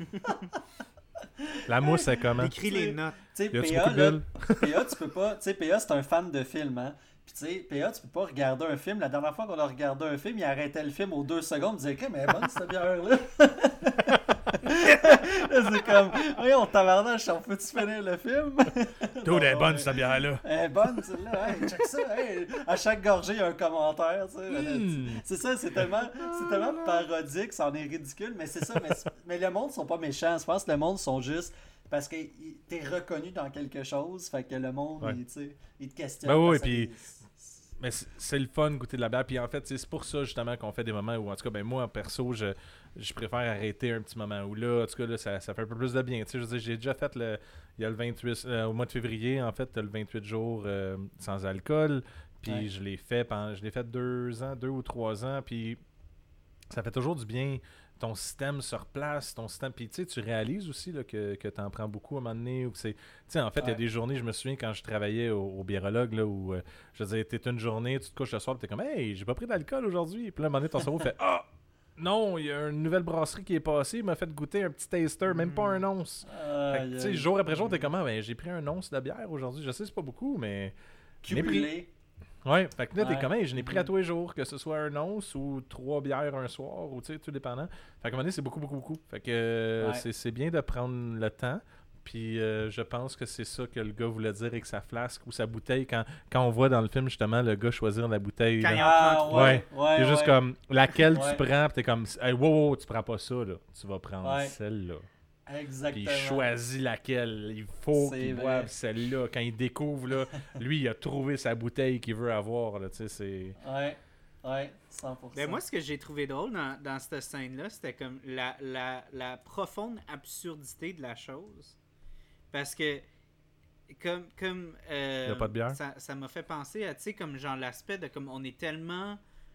S1: La mousse, c'est comment?
S2: Écris les notes.
S3: Tu sais,
S1: Y a-tu
S3: P A,
S1: beaucoup de
S3: là,
S1: bulles?
S3: P A, tu peux pas. Tu sais, P A, c'est un fan de film, hein. Puis, tu sais, P A, tu peux pas regarder un film. La dernière fois qu'on a regardé un film, il arrêtait le film aux deux secondes. Il disait, mais elle est bonne cette bière-là. C'est comme, oui, on tabarnache, on peut-tu finir le film?
S1: Tout est
S3: Non,
S1: bonne,
S3: ouais.
S1: cette bière-là.
S3: Elle est bonne, celle-là. Hey, check ça. Hey. À chaque gorgée, il y a un commentaire. Tu sais.
S1: Hmm.
S3: C'est ça, c'est tellement, c'est tellement parodique, ça en est ridicule. Mais c'est ça, mais, mais le monde sont pas méchants. Je pense que le monde sont juste. Parce que il- t'es reconnu dans quelque chose, fait que le monde,
S1: Ouais.
S3: il, tu sais, il te questionne.
S1: Ben oui,
S3: parce que
S1: puis-
S3: c'est-
S1: Mais c'est, c'est le fun de goûter de la bière. Puis en fait, c'est pour ça justement qu'on fait des moments où, en tout cas, ben moi, perso, je, je préfère arrêter un petit moment où là, en tout cas, là, ça, ça fait un peu plus de bien. Tu sais, je veux dire, j'ai déjà fait le. Il y a le vingt-huit. Euh, au mois de février, en fait, t'as le vingt-huit jours euh, sans alcool. Puis
S3: Ouais.
S1: je l'ai fait pendant. Je l'ai fait deux ans, deux ou trois ans. Puis ça fait toujours du bien. Ton système se replace, ton système. Puis tu sais, tu réalises aussi là, que, que tu en prends beaucoup à un moment donné. Ou que c'est... Tu sais, en fait, il y a
S3: Ouais.
S1: des journées, je me souviens quand je travaillais au, au biérologue, là, où euh, je veux dire, t'es une journée, tu te couches le soir, puis t'es comme, hey, j'ai pas pris d'alcool aujourd'hui. Puis là, à un moment donné, ton cerveau fait, ah, non, il y a une nouvelle brasserie qui est passée, il m'a fait goûter un petit taster, même pas un once. Fait que, tu sais, jour après jour, t'es comme, ah, ben, j'ai pris un once de bière aujourd'hui. Je sais, c'est pas beaucoup, mais. je l'ai pris.
S3: Cumulé.
S1: Ouais, fait que là, t'es
S3: Ouais.
S1: comme, hey, je n'ai pris à
S3: Mhm.
S1: tous les jours, que ce soit un once ou trois bières un soir, ou tu sais, tout dépendant. Fait qu'à un moment donné, c'est beaucoup, beaucoup, beaucoup. Fait que euh,
S3: Ouais.
S1: c'est, c'est bien de prendre le temps. Puis euh, je pense que c'est ça que le gars voulait dire avec sa flasque ou sa bouteille. Quand, quand on voit dans le film, justement, le gars choisir la bouteille.
S2: Quand
S1: là.
S2: il en
S3: Ah,
S2: prend trois.
S3: ouais, ouais,
S1: T'es juste
S3: ouais.
S1: comme, laquelle
S3: Ouais.
S1: tu prends, pis t'es comme, hey, wow, wow, tu prends pas ça, là. Tu vas prendre
S3: Ouais.
S1: celle-là. Puis
S3: Exactement.
S1: il choisit laquelle. Il faut
S3: C'est
S1: qu'il
S3: vrai.
S1: boive celle-là. Quand il découvre, là, lui, il a trouvé sa bouteille qu'il veut avoir, là. Tu sais, c'est.
S3: Ouais, ouais, cent pour cent.
S2: Ben moi, ce que j'ai trouvé drôle dans, dans cette scène-là, c'était comme la, la, la profonde absurdité de la chose. Parce que, comme. comme euh,
S1: Y a pas de bière?
S2: Ça, ça m'a fait penser à, tu sais, comme genre l'aspect de comme on est tellement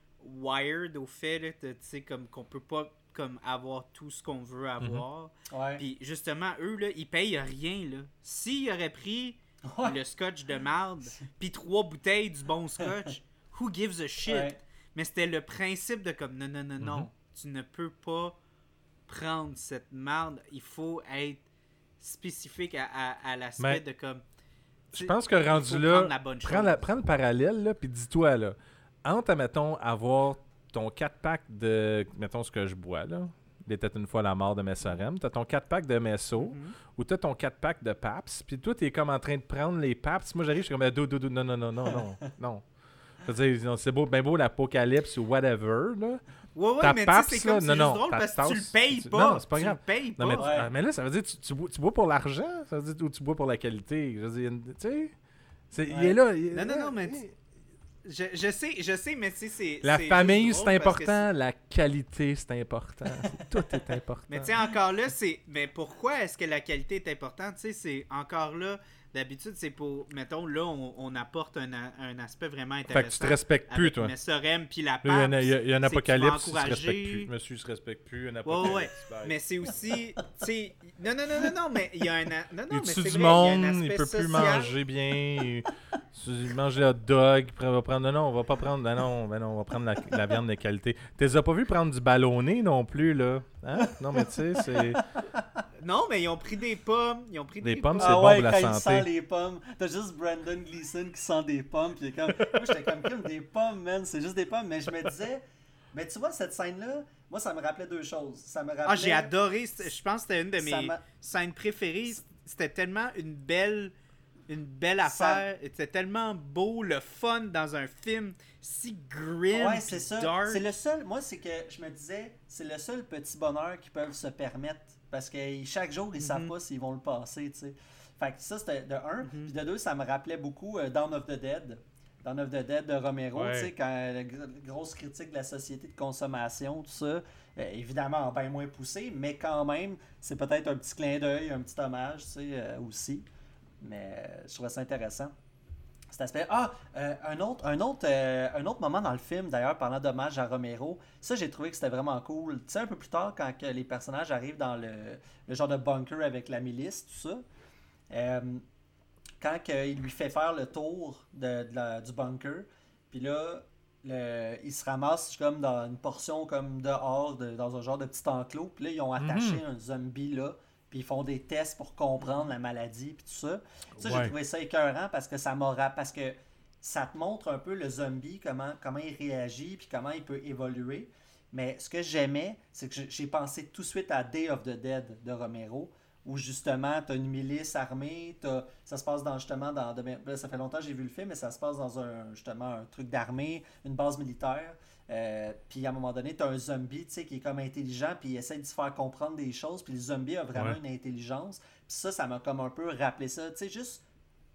S2: wired au fait, là, de, tu sais, comme qu'on peut pas comme avoir tout ce qu'on veut avoir.
S3: Ouais.
S2: Puis justement, eux, là, ils payent rien, là. S'ils auraient pris
S3: Ouais.
S2: le scotch de marde, puis trois bouteilles du bon scotch, who gives a shit?
S3: Ouais.
S2: Mais c'était le principe de comme, non, non, non, non,
S1: Mhm.
S2: tu ne peux pas prendre cette marde. Il faut être spécifique à, à, à l'aspect
S1: Mais
S2: de comme...
S1: Je pense que
S2: il
S1: rendu
S2: faut
S1: là,
S2: prendre la bonne
S1: prends,
S2: chose.
S1: la- prends le parallèle, là, puis dis-toi, là, entre, mettons, avoir ton quatre pack de, mettons, ce que je bois, là, il était une fois la mort de Messorem, t'as ton quatre pack de Messo,
S2: Mhm.
S1: ou t'as ton quatre pack de Paps, puis toi, t'es comme en train de prendre les Paps. Moi, j'arrive, je suis comme, dou, dou, dou, non, non, non, non, non, non. Je veux dire, c'est beau, ben beau l'apocalypse ou whatever, là.
S2: Ouais, ouais,
S1: Ta
S2: mais tu sais,
S1: Paps,
S2: c'est comme,
S1: là,
S2: c'est
S1: non,
S2: juste
S1: non,
S2: drôle
S1: ta
S2: parce que tu
S1: tasse,
S2: le payes
S1: tu-
S2: pas.
S1: non, c'est pas
S2: tu
S1: grave.
S2: le payes
S1: Non, mais,
S2: pas.
S1: tu-
S3: Ouais.
S1: ah, mais là, ça veut dire, tu, tu, bois, tu bois pour l'argent, ça veut dire, ou tu bois pour la qualité. Je veux dire, tu sais, c'est- il
S3: Ouais.
S1: est là. il est
S2: Non, non,
S1: là,
S2: non, mais
S1: il-
S2: tu- Je, je sais, je sais, mais tu sais, c'est...
S1: La
S2: c'est
S1: famille,
S2: juste
S1: c'est
S2: drôle parce que
S1: important. La qualité, c'est important. Tout est important.
S2: Mais tu sais, encore là, c'est. Mais pourquoi est-ce que la qualité est importante? Tu sais, c'est encore là. D'habitude, c'est pour. Mettons, là, on, on apporte un, a- un aspect vraiment intéressant.
S1: Fait que tu te respectes plus,
S2: avec
S1: toi.
S2: Messorem puis la
S1: Là, il y a un-
S2: Paps,
S1: il y a, il y a un
S2: c'est que tu vas
S1: apocalypse, il se
S2: encourager-
S1: respecte plus. Monsieur, il se respecte plus. Un
S2: Ouais,
S1: apocalypse.
S2: ouais.
S1: bye.
S2: Mais c'est aussi. Tu sais. Non, non, non, non, non, mais il y a un. a- Non, non,
S1: il
S2: mais
S1: tue
S2: c'est
S1: du
S2: vrai, il y a un
S1: monde,
S2: aspect
S1: il peut plus
S2: social.
S1: manger bien. Il, il mange les hot dogs. Il va prendre. Non, non, on va pas prendre. Non, non, ben non, on va prendre la, la viande de qualité. T'es as pas vu prendre du ballonné non plus, là? Hein? Non, mais tu sais, c'est.
S2: Non, mais ils ont pris des pommes. Ils ont pris
S1: Des
S2: des,
S1: pommes,
S3: Ah
S1: c'est bon
S3: ouais,
S1: pour la
S3: quand
S1: santé.
S3: il sent les pommes. T'as juste Brandon Gleeson qui sent des pommes. Puis il est comme... Moi, j'étais comme, Kim, des pommes, man. C'est juste des pommes. Mais je me disais... Mais tu vois, cette scène-là, moi, ça me rappelait deux choses. Ça me rappelait...
S2: Ah, j'ai adoré. c'est- Je pense que c'était une de
S3: Ça
S2: mes
S3: m'a-
S2: scènes préférées. C'était tellement une belle, une belle
S3: Ça-
S2: affaire. C'était tellement beau, le fun dans un film si grim,
S3: Ouais, c'est
S2: puis
S3: ça.
S2: dark.
S3: C'est le seul... Moi, c'est que je me disais, c'est le seul petit bonheur qu'ils peuvent se permettre. Parce que chaque jour, ils savent
S2: Mhm.
S3: pas s'ils vont le passer, tu sais. Fait que ça, c'était de un.
S2: Mhm.
S3: Puis de deux, ça me rappelait beaucoup euh, Dawn of the Dead. Dawn of the Dead de Romero,
S1: Ouais.
S3: tu sais, quand euh, la gr- grosse critique de la société de consommation, tout ça. Euh, évidemment, bien moins poussé, mais quand même, c'est peut-être un petit clin d'œil, un petit hommage, tu sais, euh, aussi. Mais euh, je trouvais ça intéressant. Cet aspect. Ah, euh, un autre, un, autre, euh, un autre moment dans le film, d'ailleurs, parlant d'hommage à Romero, ça, j'ai trouvé que c'était vraiment cool. Tu sais, un peu plus tard, quand que les personnages arrivent dans le, le genre de bunker avec la milice, tout ça, euh, quand que il lui fait faire le tour de, de la- du bunker, puis là, le, il se ramasse comme dans une portion comme dehors, de- dans un genre de petit enclos, puis là, ils ont attaché un zombie là, puis ils font des tests pour comprendre la maladie, puis tout ça. Ça, j'ai
S1: Ouais.
S3: trouvé ça écœurant parce que ça m'aura... Parce que ça te montre un peu le zombie, comment, comment il réagit, puis comment il peut évoluer. Mais ce que j'aimais, c'est que j'ai- j'ai pensé tout de suite à Day of the Dead de Romero, où justement, tu as une milice armée, t'as- ça se passe dans justement dans... de- là, ça fait longtemps que j'ai vu le film, mais ça se passe dans un justement un truc d'armée, une base militaire. Euh, puis à un moment donné, tu as un zombie tu sais, qui est comme intelligent, puis il essaie de se faire comprendre des choses, puis le zombie a vraiment
S1: Ouais.
S3: une intelligence. Puis ça, ça m'a comme un peu rappelé ça. Tu sais, juste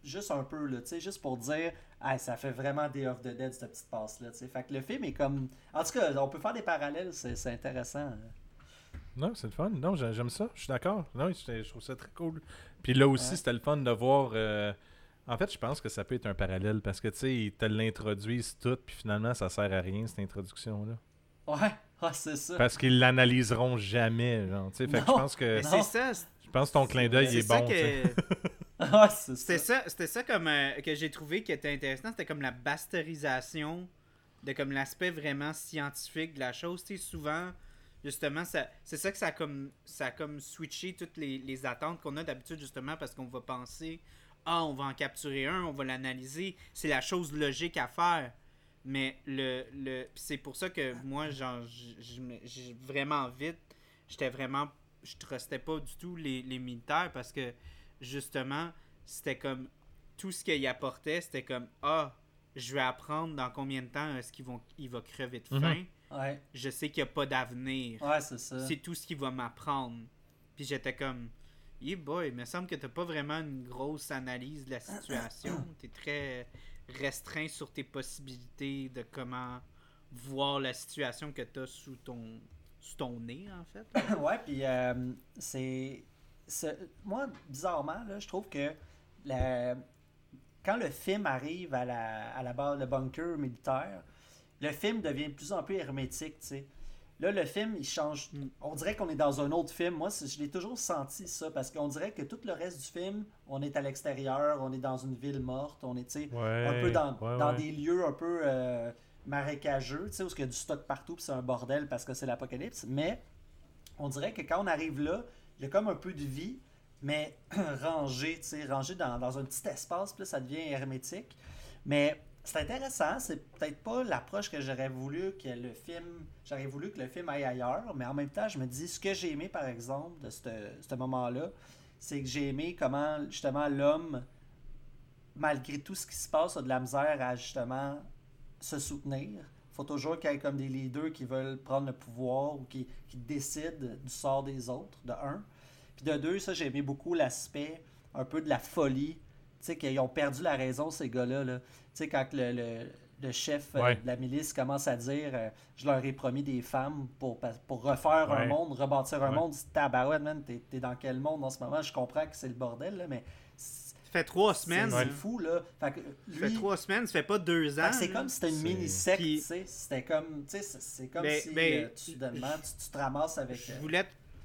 S3: juste un peu, là, tu sais, juste pour dire, ah, ça fait vraiment Day of the Dead, cette petite passe-là, tu sais. Fait que le film est comme... En tout cas, on peut faire des parallèles, c'est, c'est intéressant.
S1: Non, c'est le fun. Non, j'ai- j'aime ça. Je suis d'accord. Non, je je trouve ça très cool. Puis là aussi,
S3: Ouais.
S1: c'était le fun de voir... euh, En fait, je pense que ça peut être un parallèle parce que, tu sais, ils te l'introduisent tout, puis finalement, ça sert à rien, cette introduction-là.
S3: Ouais, ah, c'est ça.
S1: Parce qu'ils l'analyseront jamais, genre, tu sais. Fait que je
S3: Non.
S1: pense que...
S2: Mais
S3: Non.
S2: c'est ça, c'est-
S1: Je pense que ton clin d'œil
S2: c'est
S1: est
S2: ça
S1: bon, tu sais.
S2: que...
S3: Ah, c'est
S2: C'était
S3: ça.
S2: ça, c'était ça comme euh, que j'ai trouvé qui était intéressant, c'était comme la basterisation de comme l'aspect vraiment scientifique de la chose. Tu sais, souvent, justement, ça, c'est ça que ça a comme, ça a comme switché toutes les, les attentes qu'on a d'habitude, justement, parce qu'on va penser, ah, on va en capturer un, on va l'analyser, c'est la chose logique à faire. Mais le, le pis c'est pour ça que moi, genre, j- j- j'ai vraiment vite, j'étais vraiment, je trustais pas du tout les, les militaires parce que justement, c'était comme tout ce qu'il apportait, c'était comme ah, je vais apprendre dans combien de temps est-ce qu'ils vont, il va crever de
S1: Mhm.
S2: faim.
S3: Ouais,
S2: Je sais qu'il n'y a pas d'avenir.
S3: ouais, c'est ça.
S2: C'est tout ce qu'il va m'apprendre. Puis j'étais comme, yeah boy, il me semble que t'as pas vraiment une grosse analyse de la situation. T'es très restreint sur tes possibilités de comment voir la situation que t'as sous ton, sous ton nez, en fait.
S3: Ouais, puis euh, c'est, c'est- Moi, bizarrement, là, je trouve que la- quand le film arrive à la, à la base, le bunker militaire, le film devient de plus en plus hermétique, tu sais. Là, le film, il change.
S2: Mm.
S3: On dirait qu'on est dans un autre film. Moi, c'est- je l'ai toujours senti ça, parce qu'on dirait que tout le reste du film, on est à l'extérieur, on est dans une ville morte, on est, tu sais,
S1: Ouais,
S3: un peu dans,
S1: ouais,
S3: dans
S1: ouais.
S3: des lieux un peu euh, marécageux, tu sais, où il y a du stock partout, puis c'est un bordel parce que c'est l'apocalypse. Mais on dirait que quand on arrive là, il y a comme un peu de vie, mais rangé, tu sais, rangé dans, dans un petit espace, puis là, ça devient hermétique. Mais c'est intéressant, c'est peut-être pas l'approche que j'aurais voulu que le film, j'aurais voulu que le film aille ailleurs, mais en même temps, je me dis, ce que j'ai aimé, par exemple, de ce ce moment-là, c'est que j'ai aimé comment, justement, l'homme, malgré tout ce qui se passe, a de la misère à, justement, se soutenir. Faut toujours qu'il y ait comme des leaders qui veulent prendre le pouvoir ou qui, qui décident du sort des autres, de un. Puis de deux, ça, j'ai aimé beaucoup l'aspect un peu de la folie. Tu sais, qu'ils ont perdu la raison, ces gars-là. Là. Tu sais, quand le, le, le chef euh,
S1: Ouais.
S3: de la milice commence à dire euh, je leur ai promis des femmes pour, pour refaire un
S1: Ouais.
S3: monde, rebâtir un
S1: Ouais.
S3: monde. Tu dis, tabarouette, man, t'es, t'es dans quel monde en ce moment? Je comprends que c'est le bordel, là, mais c'est,
S2: Ça fait trois
S3: c'est,
S2: semaines.
S3: c'est
S2: là.
S3: fou, là. Fait que
S2: Ça
S3: lui,
S2: fait trois semaines, ça fait pas deux
S3: fait
S2: ans.
S3: que c'est
S2: là.
S3: comme si c'était une
S1: C'est-
S3: mini-secte,
S2: Puis-
S3: tu sais. C'était comme, tu sais, c'est, c'est comme
S2: Mais-
S3: si
S2: mais-
S3: euh, tu, soudainement, tu, tu te ramasses avec...
S2: Je
S3: euh,
S2: voulais te...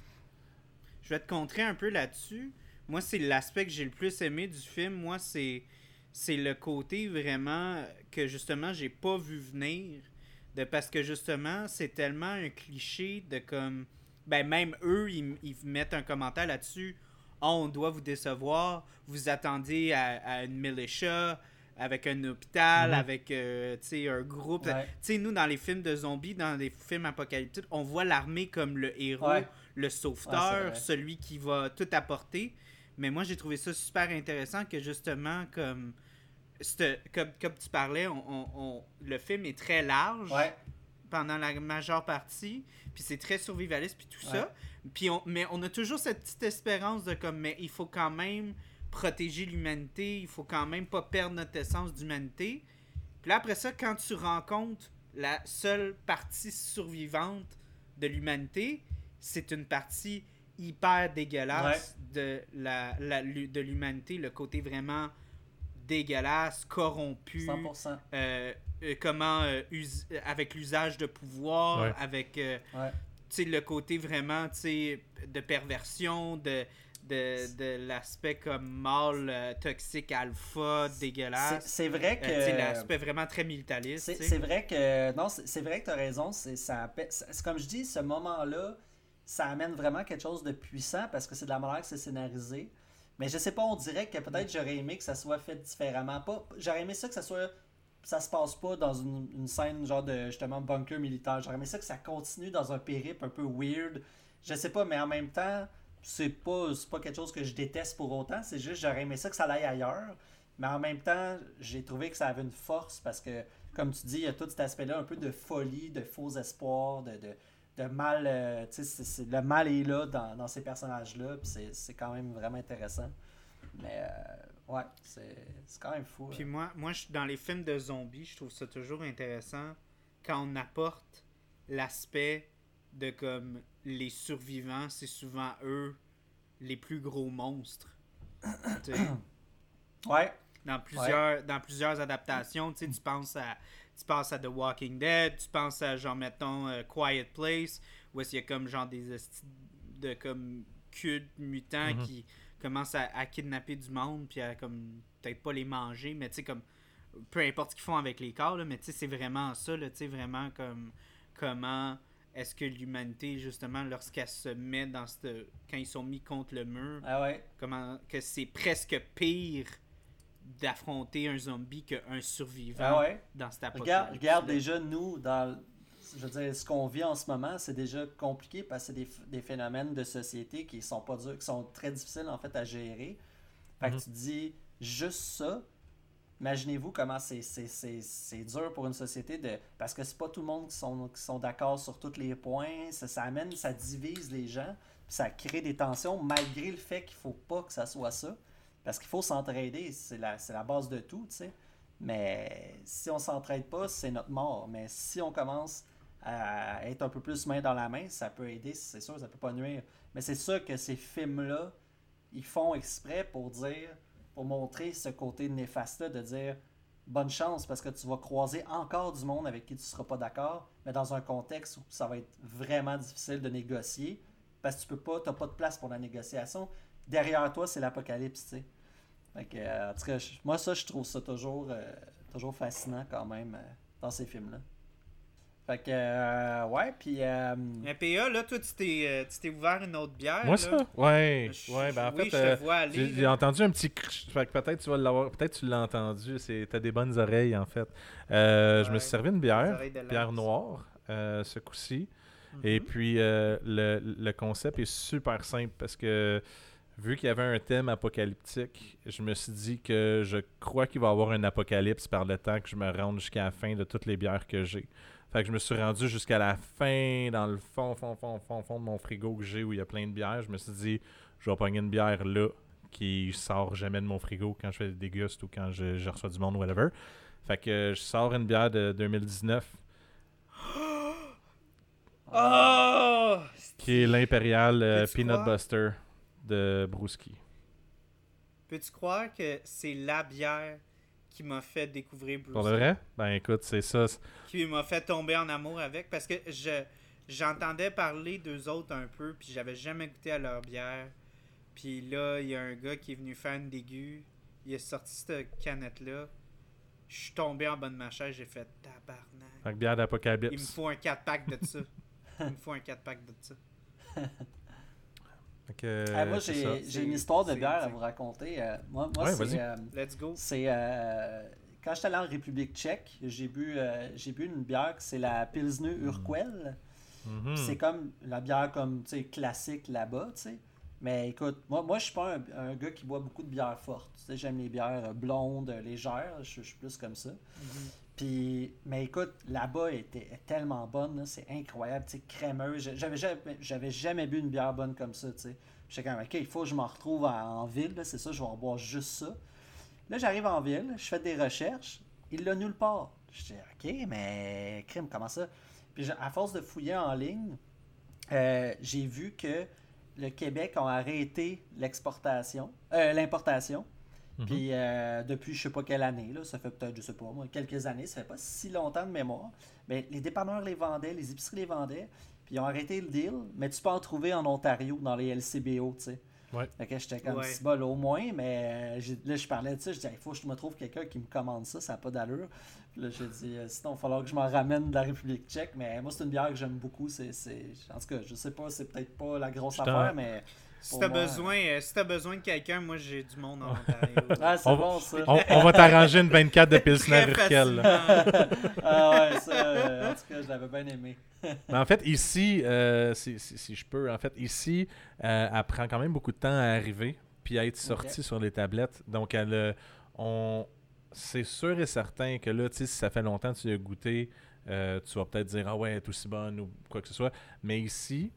S2: Je vais te contrer un peu là-dessus. Moi, c'est l'aspect que j'ai le plus aimé du film. Moi, c'est c'est le côté vraiment que justement j'ai pas vu venir. De, parce que justement, c'est tellement un cliché de comme. Ben, même eux, ils, ils mettent un commentaire là-dessus. Oh, on doit vous décevoir. Vous attendez à, à une militia, avec un hôpital,
S1: Mhm.
S2: avec euh, tu sais, un groupe.
S3: Ouais.
S2: Tu sais, nous, dans les films de zombies, dans les films apocalyptiques, on voit l'armée comme le héros,
S3: Ouais.
S2: le
S3: Ouais, c'est
S2: sauveteur,
S3: vrai.
S2: celui qui va tout apporter. Mais moi, j'ai trouvé ça super intéressant que justement, comme, c'te- comme, comme tu parlais, on, on- on- le film est très large
S3: Ouais.
S2: pendant la majeure partie, puis c'est très survivaliste, puis tout
S3: Ouais.
S2: ça. Puis on, mais on a toujours cette petite espérance de comme, mais il faut quand même protéger l'humanité, il faut quand même pas perdre notre essence d'humanité. Puis là, après ça, quand tu rencontres la seule partie survivante de l'humanité, c'est une partie hyper dégueulasse de, la, la- de l'humanité, le côté vraiment dégueulasse, corrompu,
S3: cent pour cent.
S2: euh, euh, comment euh, us- euh, avec l'usage de pouvoir,
S1: Ouais.
S2: avec euh,
S3: Ouais.
S2: tu sais, le côté vraiment tu sais, de perversion, de, de, de l'aspect comme mâle, euh, toxique, alpha,
S3: C'est,
S2: dégueulasse.
S3: c'est vrai que...
S2: Euh, tu sais, l'aspect vraiment très militariste.
S3: C'est,
S2: tu sais.
S3: c'est vrai que non, c'est, c'est vrai que tu as raison. C'est, ça, c'est, c'est comme je dis, ce moment-là, ça amène vraiment quelque chose de puissant parce que c'est de la manière que c'est scénarisé. Mais je sais pas, on dirait que peut-être j'aurais aimé que ça soit fait différemment. Pas, j'aurais aimé ça que ça soit, ça se passe pas dans une, une scène genre de justement bunker militaire. J'aurais aimé ça que ça continue dans un périple un peu weird. Je sais pas, mais en même temps, c'est pas, c'est pas quelque chose que je déteste pour autant. C'est juste j'aurais aimé ça que ça aille ailleurs. Mais en même temps, j'ai trouvé que ça avait une force parce que, comme tu dis, il y a tout cet aspect-là un peu de folie, de faux espoirs, de, de, de mal. euh, tu sais, c'est- c'est- le mal est là dans, dans ces personnages-là, puis c'est, c'est quand même vraiment intéressant. Mais, euh, Ouais, c'est, c'est quand même fou.
S2: Puis
S3: là.
S2: moi, moi je, dans les films de zombies, je trouve ça toujours intéressant quand on apporte l'aspect de comme les survivants, c'est souvent eux les plus gros monstres. Tu sais,
S3: Ouais,
S2: dans plusieurs, dans plusieurs adaptations, tu sais, tu penses à tu penses à The Walking Dead, tu penses à genre mettons euh, Quiet Place, où est-ce qu'il y a comme genre des esti- de comme cultes mutants
S1: Mhm.
S2: qui commencent à, à kidnapper du monde puis à comme peut-être pas les manger, mais tu sais comme peu importe ce qu'ils font avec les corps là, mais tu sais c'est vraiment ça là, tu sais vraiment comme comment est-ce que l'humanité justement lorsqu'elle se met dans cette quand ils sont mis contre le mur,
S3: ah ouais.
S2: comment que c'est presque pire d'affronter un zombie qu'un survivant
S3: Ah ouais.
S2: dans cette
S3: Regarde,
S2: apocalypse.
S3: regarde déjà, nous, dans je veux dire, ce qu'on vit en ce moment, c'est déjà compliqué parce que c'est des, des phénomènes de société qui sont pas durs, qui sont très difficiles en fait à gérer. Fait que
S1: Mhm.
S3: tu te dis juste ça. Imaginez-vous comment c'est, c'est, c'est, c'est dur pour une société de. Parce que c'est pas tout le monde qui sont, qui sont d'accord sur tous les points. Ça, ça amène, ça divise les gens. Puis ça crée des tensions malgré le fait qu'il faut pas que ça soit ça. Parce qu'il faut s'entraider. C'est la, c'est la base de tout, tu sais. Mais si on s'entraide pas, c'est notre mort. Mais si on commence à être un peu plus main dans la main, ça peut aider, c'est sûr, ça peut pas nuire. Mais c'est sûr que ces films-là, ils font exprès pour dire, pour montrer ce côté néfaste-là, de dire bonne chance parce que tu vas croiser encore du monde avec qui tu seras pas d'accord, mais dans un contexte où ça va être vraiment difficile de négocier parce que tu peux pas, t'as pas de place pour la négociation. Derrière toi, c'est l'apocalypse, tu sais. Fait que, euh, en tout cas, je- moi, ça, je trouve ça toujours, euh, toujours fascinant quand même euh, dans ces films-là. Fait que, euh, ouais, puis. Euh,
S2: Mais P A, là, toi, tu t'es, euh, tu t'es ouvert une autre bière.
S1: Moi,
S2: là.
S1: ça? Ouais.
S2: Je-
S1: Ouais, ben en
S2: oui,
S1: fait,
S2: je
S1: euh,
S2: te vois
S1: j'ai
S2: aller.
S1: j'ai
S2: là.
S1: entendu un petit crch. Fait que peut-être tu vas l'avoir. Peut-être tu l'as entendu. C'est... T'as des bonnes oreilles, en fait. Euh, Je me
S2: Ouais,
S1: suis servi une
S2: les
S1: bière,
S2: oreilles de
S1: bière
S2: lynx.
S1: noire, euh, ce coup-ci.
S2: Mhm.
S1: Et puis, euh, le, le concept est super simple parce que, vu qu'il y avait un thème apocalyptique, je me suis dit que je crois qu'il va y avoir un apocalypse par le temps que je me rende jusqu'à la fin de toutes les bières que j'ai. Fait que je me suis rendu jusqu'à la fin, dans le fond, fond, fond, fond, fond de mon frigo que j'ai où il y a plein de bières. Je me suis dit, je vais pogner une bière là qui sort jamais de mon frigo quand je fais des dégustes ou quand je, je reçois du monde, whatever. Fait que je sors une bière de deux mille dix-neuf
S2: Oh!
S1: qui est l'Impérial euh,
S2: Peux-tu
S1: Peanut
S2: croire?
S1: Buster de Brewski.
S2: Peux-tu croire que c'est la bière qui m'a fait découvrir Bruce
S1: Pour le vrai? Ben écoute, c'est ça. c'est-
S2: qui m'a fait tomber en amour avec parce que je j'entendais parler d'eux autres un peu puis j'avais jamais goûté à leur bière puis là il y a un gars qui est venu faire une dégu, il a sorti cette canette là, je suis tombé en bas de ma chaise, j'ai fait tabarnak,
S1: Fait que bière
S2: il me
S1: d'apocalypse.
S2: faut un quatre pack de ça. Il me faut un quatre pack de ça.
S1: Fait que,
S3: ah, moi,
S1: c'est
S3: j'ai,
S1: ça.
S3: j'ai une histoire de
S2: C'est-
S3: bière à
S2: c'est-
S3: vous raconter. Euh, moi, moi
S1: Ouais,
S3: c'est.
S1: vas-y.
S3: euh,
S2: Let's go.
S3: c'est euh, quand j'étais allé en République tchèque, j'ai bu, euh, j'ai bu une bière, c'est la Pilsner Urquell.
S1: Mhm.
S3: Puis c'est comme la bière comme tu sais, classique là-bas, tu sais. Mais écoute, moi, moi je suis pas un, un gars qui boit beaucoup de bières fortes. Tu sais, j'aime les bières euh, blondes, euh, légères. Je je suis plus comme ça.
S2: Mhm.
S3: Puis, mais écoute, là-bas, elle était est tellement bonne, là, c'est incroyable, tu sais, crémeuse. J'avais jamais, j'avais jamais bu une bière bonne comme ça, tu sais. J'étais comme, ok, il faut que je m'en retrouve en, en ville, là, c'est ça, je vais en boire juste ça. Là, j'arrive en ville, je fais des recherches, il l'a nulle part. Je dis, ok, mais crime, comment ça? Puis, j'ai- à force de fouiller en ligne, euh, j'ai vu que le Québec a arrêté l'exportation, euh, l'importation.
S1: Mhm.
S3: Puis euh, depuis je sais pas quelle année, là, ça fait peut-être, je sais pas moi, quelques années, ça fait pas si longtemps de mémoire. Mais les dépanneurs les vendaient, les épiceries les vendaient, puis ils ont arrêté le deal, mais tu peux en trouver en Ontario, dans les L C B O, tu sais.
S1: Ouais.
S3: Fait que j'étais comme
S2: Ouais.
S3: si bol au moins, mais euh, j'ai- là je parlais de ça, je disais, il faut que je me trouve quelqu'un qui me commande ça, ça n'a pas d'allure. Puis là j'ai dit, euh, sinon il va falloir que je m'en ramène de la République tchèque, mais moi c'est une bière que j'aime beaucoup, c'est, c'est... en tout cas, je sais pas, c'est peut-être pas la grosse
S1: Je t'en-
S3: affaire, mais...
S2: Si
S3: pour
S2: t'as
S3: moi,
S2: besoin, euh, si t'as besoin de quelqu'un, moi j'ai du monde en Ontario.
S3: Ah, c'est
S1: On-
S3: bon ça.
S1: On, on va t'arranger une vingt-quatre de Pilsner
S2: Très
S1: Urquell. là.
S2: facilement.
S3: Ah ouais, ça, euh, en tout cas, je l'avais bien aimé.
S1: Mais en fait, ici, euh, si, si- si je peux, en fait, ici, euh, elle prend quand même beaucoup de temps à arriver puis à être sortie
S3: Ok.
S1: sur les tablettes. Donc, elle, euh, on, c'est sûr et certain que là, tu sais, si ça fait longtemps que tu y as goûté, euh, tu vas peut-être dire « Ah ouais, elle est aussi bonne » ou quoi que ce soit. Mais ici,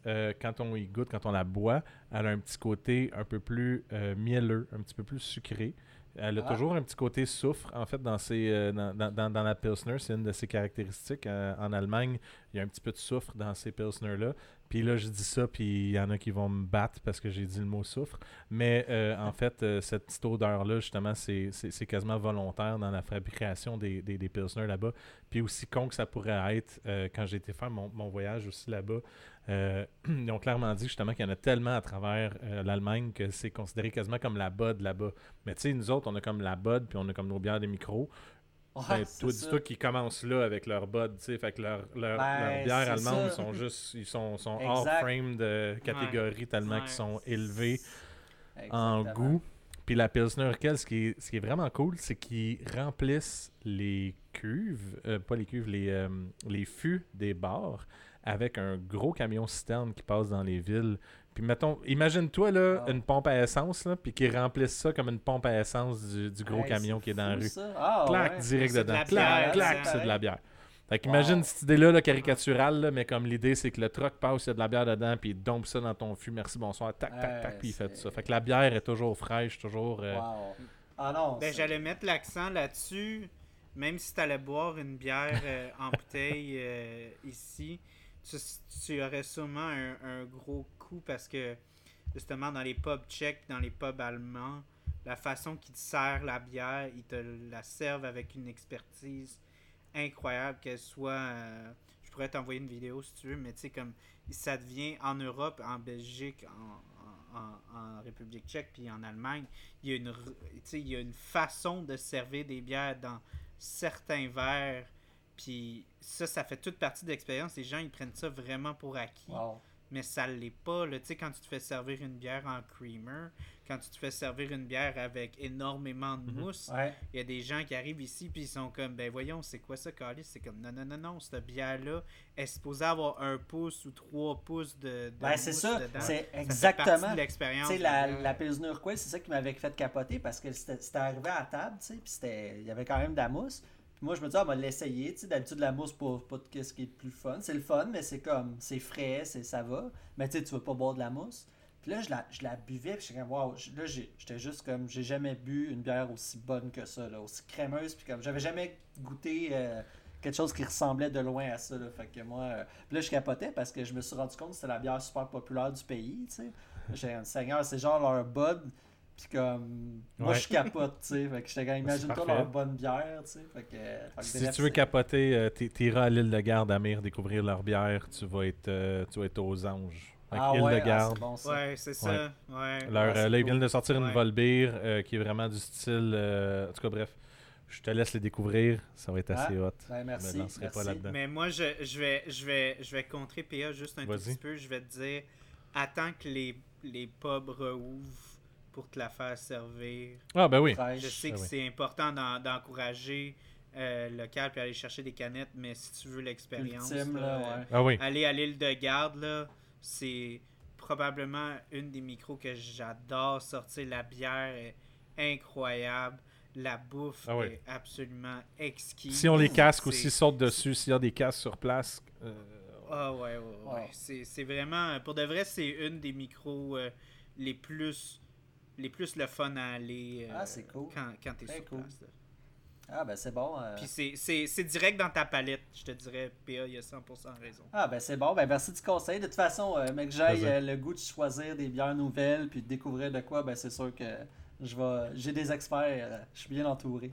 S1: euh, quand on y goûte, quand on la boit, elle a un petit côté un peu plus euh, mielleux, un petit peu plus sucré. Elle a
S3: Ah.
S1: toujours un petit côté soufre, en fait, dans, ses, euh, dans, dans, dans, dans la Pilsner. C'est une de ses caractéristiques. Euh, en Allemagne, il y a un petit peu de soufre dans ces Pilsner-là. Puis là, je dis ça, puis il y en a qui vont me battre parce que j'ai dit le mot soufre. Mais euh, en fait, euh, cette petite odeur-là, justement, c'est, c'est, c'est quasiment volontaire dans la fabrication des, des, des Pilsner là-bas. Puis aussi con que ça pourrait être, euh, quand j'ai été faire mon, mon voyage aussi là-bas, euh, ils ont clairement dit justement qu'il y en a tellement à travers euh, l'Allemagne que c'est considéré quasiment comme la Bud là-bas. Mais tu sais, nous autres, on a comme la Bud, puis on a comme nos bières des micros.
S3: Ouais,
S1: Ben,
S3: c'est
S1: toi,
S3: ça.
S1: dis-toi qu'ils commencent là avec leur Bud, tu sais, fait que leur, leur,
S3: Ben,
S1: leurs bières
S3: c'est
S1: allemandes
S3: ça.
S1: sont juste, ils sont, sont hors
S3: Exact.
S1: frame de catégorie tellement
S2: Ouais.
S1: qu'ils sont élevés
S3: Exactement.
S1: en goût. Puis la Pilsner Urquell, ce qui est, ce qui est vraiment cool, c'est qu'ils remplissent les cuves, euh, pas les cuves, les, euh, les fûts des bars avec un gros camion citerne qui passe dans les villes. Puis mettons, imagine-toi là,
S3: Wow.
S1: une pompe à essence, là, puis qu'ils remplissent ça comme une pompe à essence du, du gros
S3: Hey,
S1: camion
S3: c'est
S1: qui est dans la
S3: fou,
S1: rue.
S3: ça. Ah,
S1: Clac,
S3: ouais.
S1: direct
S2: C'est de
S1: dedans.
S2: la
S1: Clac,
S2: bière,
S1: clac,
S3: ça.
S1: c'est de la bière. Fait
S3: Wow.
S1: qu'imagine cette idée-là, là, caricaturale, là, mais comme l'idée, c'est que le truck passe, il y a de la bière dedans, puis il dompe ça dans ton fût, merci, bonsoir, tac, tac,
S3: Ouais,
S1: tac, puis il fait tout
S3: c'est-
S1: ça. Fait que la bière est toujours fraîche, toujours... euh,
S3: Wow. Ah non.
S2: Ben,
S3: c'est-
S2: j'allais mettre l'accent là-dessus. Même si tu allais boire une bière euh, en bouteille euh, ici, tu, tu aurais sûrement un, un gros coup parce que justement dans les pubs tchèques, dans les pubs allemands, la façon qu'ils te servent la bière, ils te la servent avec une expertise incroyable, qu'elle soit... euh, je pourrais t'envoyer une vidéo si tu veux, mais tu sais, comme ça devient en Europe, en Belgique, en, en, en République tchèque, puis en Allemagne, il y a une, r- tu sais, il y a une façon de servir des bières dans certains verres, puis ça, ça fait toute partie de l'expérience. Les gens, ils prennent ça vraiment pour acquis,
S3: Wow.
S2: mais ça l'est pas. Là. Tu sais, quand tu te fais servir une bière en creamer, quand tu te fais servir une bière avec énormément de
S1: Mhm.
S2: mousse,
S3: Ouais.
S2: il y a des gens qui arrivent ici puis ils sont comme, ben voyons, c'est quoi ça, Calice? C'est comme, non, non, non, non, cette bière-là est supposée avoir un pouce ou trois pouces de, de
S3: Ben, c'est
S2: mousse
S3: ça.
S2: dedans.
S3: C'est
S2: Ça fait partie
S3: exactement.
S2: de l'expérience.
S3: Tu sais,
S2: de
S3: la,
S2: bière.
S3: la Pilsner Urquell, c'est ça qui m'avait fait capoter parce que c'était c'était arrivé à la table, tu sais, puis c'était- il y avait quand même de la mousse. Puis moi, je me dis, ah, on va l'essayer, tu sais, d'habitude, la mousse, pas, pas de ce qui est le plus fun. C'est le fun, mais c'est comme, c'est frais, c'est, ça va. Mais tu sais, tu veux pas boire de la mousse. Puis là, je la, je la buvais, puis j'étais comme, wow, là, j'ai- j'étais juste comme, j'ai jamais bu une bière aussi bonne que ça, là, aussi crémeuse, puis comme, j'avais jamais goûté euh, quelque chose qui ressemblait de loin à ça, là. Fait que moi, euh, puis là, je capotais parce que je me suis rendu compte que c'était la bière super populaire du pays, tu sais. J'étais comme, Seigneur, c'est genre leur Bud. Puis comme, moi
S1: Ouais.
S3: je capote, tu sais. Fait que j'étais comme, imagine-toi
S1: parfait.
S3: leur bonne bière, tu sais. Fait que, fait que
S1: Si
S3: bref,
S1: tu veux
S3: c'est-
S1: capoter, euh, t'es- t'iras à l'île de Garde, Amir, découvrir leur bière. Tu vas être, euh, tu vas être aux anges. Fait que
S3: Ah
S1: île
S3: ouais,
S1: de
S3: ah,
S1: Garde.
S3: c'est bon ça.
S2: Ouais, c'est ça. Ouais.
S1: leur,
S3: Ah, c'est
S1: euh, là, ils
S3: cool.
S1: viennent de sortir une
S2: Ouais.
S1: Volbeer euh, qui est vraiment du style. euh, en tout cas, bref, je te laisse les découvrir. Ça va être assez
S3: Ah,
S1: hot.
S3: Ben, merci.
S1: Je me lancerai
S3: merci.
S1: pas là-dedans.
S2: Mais moi, je, je, vais, je, vais, je vais contrer P A juste un tout
S1: Vas-y.
S2: petit peu. Je vais te dire, attends que les, les pubs rouvrent pour te la faire servir.
S1: Ah, ben oui.
S3: Fraîche.
S2: Je sais
S1: Ah
S2: que
S1: oui.
S2: c'est important d'en- d'encourager euh, le local puis aller chercher des canettes, mais si tu veux l'expérience,
S3: Ultime,
S2: là,
S3: là,
S2: euh,
S3: ouais.
S1: Ah oui.
S2: aller à l'île de Garde, là, c'est probablement une des micros que j'adore sortir. La bière est incroyable. La bouffe
S1: Ah oui.
S2: est absolument exquise.
S1: Si on les casques
S2: C'est-
S1: aussi, saute dessus. S'il y a des casques sur place. euh,
S2: Ah ouais, ouais, ouais.
S3: Wow.
S2: C'est, c'est vraiment... Pour de vrai, c'est une des micros euh, les plus les plus le fun à aller euh,
S3: Ah, c'est cool.
S2: quand, quand t'es
S3: Très
S2: sur
S3: cool.
S2: place. là.
S3: Ah, ben c'est bon. euh.
S2: Puis c'est, c'est, c'est direct dans ta palette, je te dirais. P A, il y a cent pour cent raison.
S3: Ah, ben c'est bon. Ben merci du conseil. De toute façon, euh, mec, j'aille
S1: Plaisir.
S3: euh, le goût de choisir des bières nouvelles puis de découvrir de quoi, ben c'est sûr que je vais. J'ai des experts. euh, je suis bien entouré.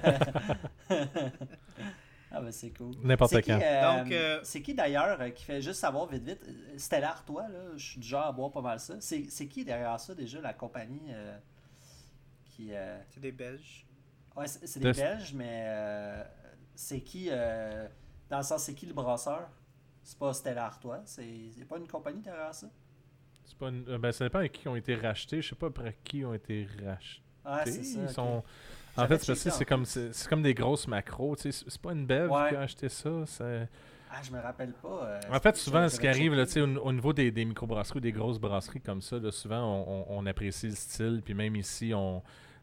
S3: Ah, ben c'est cool.
S1: N'importe
S3: C'est qui,
S1: quand.
S3: euh,
S2: Donc, euh,
S3: c'est qui d'ailleurs euh, qui fait juste savoir vite vite, euh, Stellar, toi, là, je suis du genre à boire pas mal ça. C'est, c'est qui derrière ça déjà, la compagnie euh, qui. euh,
S2: C'est des Belges.
S3: Ouais, c'est, c'est des
S1: De-
S3: Belges, mais euh, c'est qui, euh, dans le sens, c'est qui le brasseur? C'est pas Stellar, toi? C'est, c'est pas une compagnie derrière ça?
S1: C'est pas une- euh, ben, ça dépend avec qui ils ont été rachetés. Je sais pas après qui ils ont été rachetés.
S3: Ah, c'est ça.
S1: Ils
S3: ok.
S1: sont... En
S3: J'avais
S1: fait, c'est parce que
S3: checké,
S1: c'est
S3: en
S1: comme, c'est, c'est comme des grosses macros. tu sais. C'est c'est pas une bev
S3: Ouais.
S1: qui a acheté ça. c'est-
S3: Ah, je me rappelle pas. euh,
S1: En fait, souvent,
S3: j'avais
S1: ce qui arrive là,
S3: checké.
S1: tu sais, au, au niveau des, des microbrasseries ou des grosses brasseries comme ça, là, souvent, on, on- on apprécie le style. Puis même ici, on, tu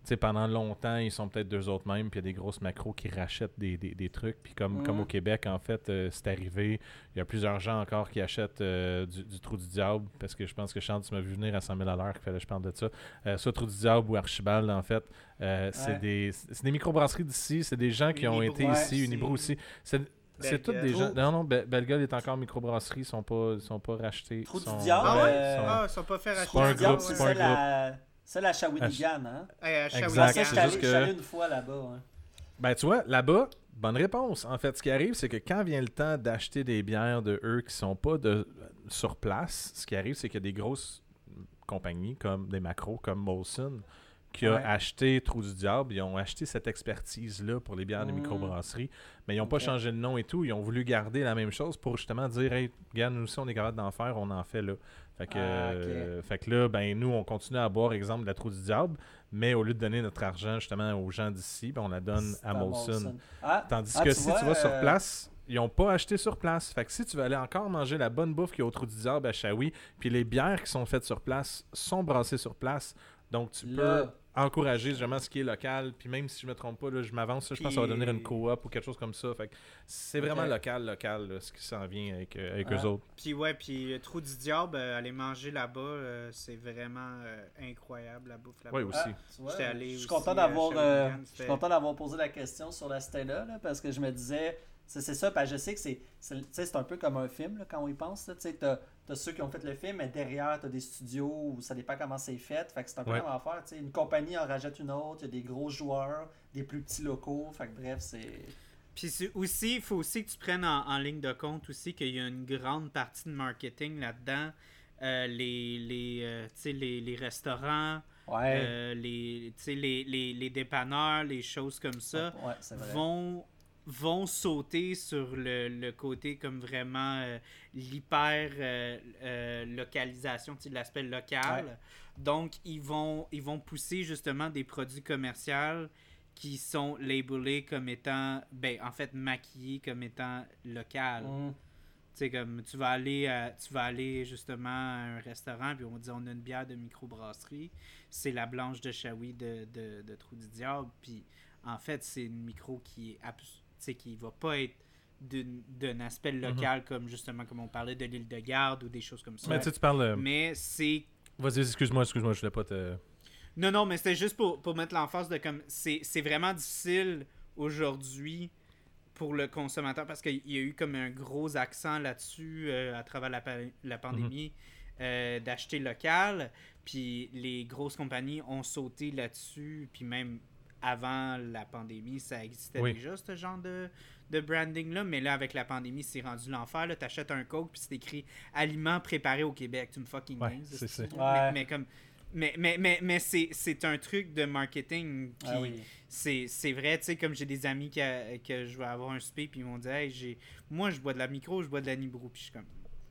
S1: sais, pendant longtemps, ils sont peut-être deux autres mêmes, puis il y a des grosses macros qui rachètent des, des, des trucs. Puis comme,
S3: Mm.
S1: comme au Québec, en fait, euh, c'est arrivé. Il y a plusieurs gens encore qui achètent euh, du, du Trou du Diable, parce que je pense que Charles, tu m'as vu venir à cent mille à l'heure qu'il fallait que je parle de ça. Euh, soit Trou du Diable ou Archibald, en fait. Euh, c'est
S3: Ouais.
S1: des, c'est des microbrasseries d'ici, c'est des gens qui ont
S2: Unibroue,
S1: été
S3: ouais,
S1: ici, Unibroue
S2: aussi.
S1: aussi. C'est, c'est tous des
S2: Bellegueule.
S1: gens... Non, non, Be- Bellegueule est encore microbrasserie, ils sont pas, ils sont pas rachetés.
S3: Trou
S1: ils
S3: du
S1: sont-
S3: Diable,
S2: Ah ouais?
S3: euh,
S1: ils sont-
S2: Ah, ils sont pas fait
S1: c'est
S2: racheter.
S1: pas un
S3: Trou du Diable,
S1: groupe,
S3: c'est
S1: c'est pas un
S3: celle à, celle à Shawinigan, hein?
S2: Hey, à
S1: Exact.
S3: Ah,
S2: Shawinigan.
S3: ça, je suis
S1: c'est
S3: allé,
S1: juste
S3: je suis allé
S1: que-
S3: une fois là-bas. Hein.
S1: Ben, tu vois, là-bas, bonne réponse. En fait, ce qui arrive, c'est que quand vient le temps d'acheter des bières de eux qui sont pas de, sur place, ce qui arrive, c'est qu'il y a des grosses compagnies, comme des macros, comme Molson, qui ont
S3: Ouais.
S1: acheté Trou du Diable. Ils ont acheté cette expertise-là pour les bières de
S3: Mm.
S1: microbrasserie, mais ils n'ont pas
S3: Ok.
S1: changé le nom et tout. Ils ont voulu garder la même chose pour justement dire, hey, regarde, nous aussi, on est capable d'en faire, on en fait là. Fait que,
S3: Ah, ok.
S1: euh, fait que là, ben, nous, on continue à boire, exemple, de la Trou du Diable, mais au lieu de donner notre argent justement aux gens d'ici, ben, on la donne
S3: C'est
S1: à Molson.
S3: Ah,
S1: Tandis
S3: ah,
S1: que
S3: tu
S1: si
S3: vois,
S1: tu vas sur
S3: euh,
S1: place, ils n'ont pas acheté sur place. Fait que si tu veux aller encore manger la bonne bouffe qu'il y a au Trou du Diable à Shawi, puis les bières qui sont faites sur place sont brassées sur place, donc tu
S3: Là.
S1: peux encourager vraiment ce qui est local. Puis même si je me trompe pas, là, je m'avance, là, je pense que ça va devenir une coop ou quelque chose comme ça. Fait que c'est vraiment
S3: Ok.
S1: local, local, là, ce qui s'en vient avec, euh, avec
S3: Ah.
S1: eux autres.
S2: Puis ouais, puis le Trou du Diable, euh, aller manger là-bas, euh, c'est vraiment euh, incroyable la bouffe là-bas.
S1: Ouais, aussi.
S3: Ah, tu vois,
S2: J'étais allé
S3: je suis
S2: aussi
S3: content
S2: à
S3: d'avoir euh,
S2: Shawinigan,
S3: je suis
S2: c'était-
S3: content d'avoir posé la question sur la Stella là, parce que je me disais c'est c'est ça, parce que je sais que c'est c'est, tu sais, c'est un peu comme un film là, quand on y pense là, tu sais, t'as t'as ceux qui ont fait le film, mais derrière t'as des studios où ça dépend comment c'est fait, fait que c'est un peu
S1: Ouais.
S3: comme à faire, tu sais, une compagnie en rajoute une autre, il y a des gros joueurs, des plus petits locaux, fait que bref c'est
S2: Puis c'est aussi, il faut aussi que tu prennes en, en ligne de compte aussi qu'il y a une grande partie de marketing là-dedans. Euh, les, les, euh, tu sais, les, les restaurants,
S3: ouais,
S2: euh, les, tu sais, les, les, les dépanneurs, les choses comme ça,
S3: ouais, c'est vrai.
S2: vont, vont sauter sur le, le côté comme vraiment euh, l'hyper euh, euh, localisation, tu sais, de l'aspect local.
S3: Ouais.
S2: Donc, ils vont, ils vont pousser justement des produits commerciaux qui sont labelés comme étant, ben, en fait, maquillés comme étant local.
S3: Mm.
S2: Tu sais, comme tu vas aller à- tu vas aller justement à un restaurant, puis on va dire on a une bière de microbrasserie, c'est la blanche de Shawi de, de, de Trou du Diable, puis en fait, c'est une micro qui est abs- tu sais, qui va pas être d'une- d'un aspect local comme justement comme on parlait de l'île de Garde ou des choses comme ça.
S1: Mais tu sais, tu parles. euh,
S2: Mais c'est
S1: Vas-y, excuse-moi, excuse-moi, je voulais pas te.
S2: non, non, mais c'était juste pour, pour mettre l'emphase de comme. C'est c'est vraiment difficile aujourd'hui pour le consommateur parce qu'il y a eu comme un gros accent là-dessus euh, à travers la, pa- la pandémie euh, d'acheter local. Puis les grosses compagnies ont sauté là-dessus. Puis même avant la pandémie, ça existait
S1: Oui.
S2: déjà, ce genre de, de branding-là. Mais là, avec la pandémie, c'est rendu l'enfer. Tu achètes un Coke, puis c'est écrit « Aliments préparés au Québec ». Tu me fucking
S1: Ouais,
S2: niaises,
S1: c'est ça.
S2: esti.
S3: Ouais.
S2: Mais, mais comme... Mais, mais, mais, mais c'est, c'est un truc de marketing qui...
S3: Ah oui.
S2: c'est, c'est vrai, tu sais, comme j'ai des amis qui a- que je vais avoir un souper, puis ils m'ont dit « Hey, j'ai... moi, je bois de la micro, je bois de la Nibro. » Puis je suis comme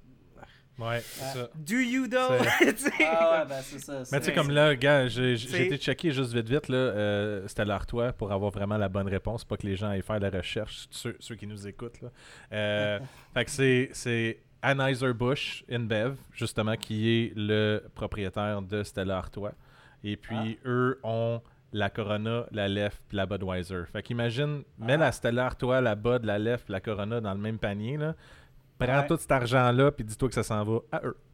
S1: Ouais, c'est
S3: Ah.
S1: ça.
S2: « Do you though? » Tu sais,
S3: Ah ouais, ben c'est ça.
S1: Mais
S3: c'est-
S1: tu sais, comme là, gars, j'ai j'ai
S2: C'est-
S1: été checké juste vite vite, là, euh, c'était l'Artois pour avoir vraiment la bonne réponse, pas que les gens aillent faire la recherche, ceux, ceux qui nous écoutent. Là. Euh, fait que c'est, c'est Anheuser-Busch InBev, justement, qui est le propriétaire de Stella Artois. Et puis, eux ont la Corona, la Leffe puis la Budweiser. Fait qu'imagine, mets
S3: Ah.
S1: la Stella Artois, la Bud, la Leffe puis la Corona dans le même panier, là. Prends
S3: Ouais.
S1: tout cet argent-là puis dis-toi que ça s'en va à eux.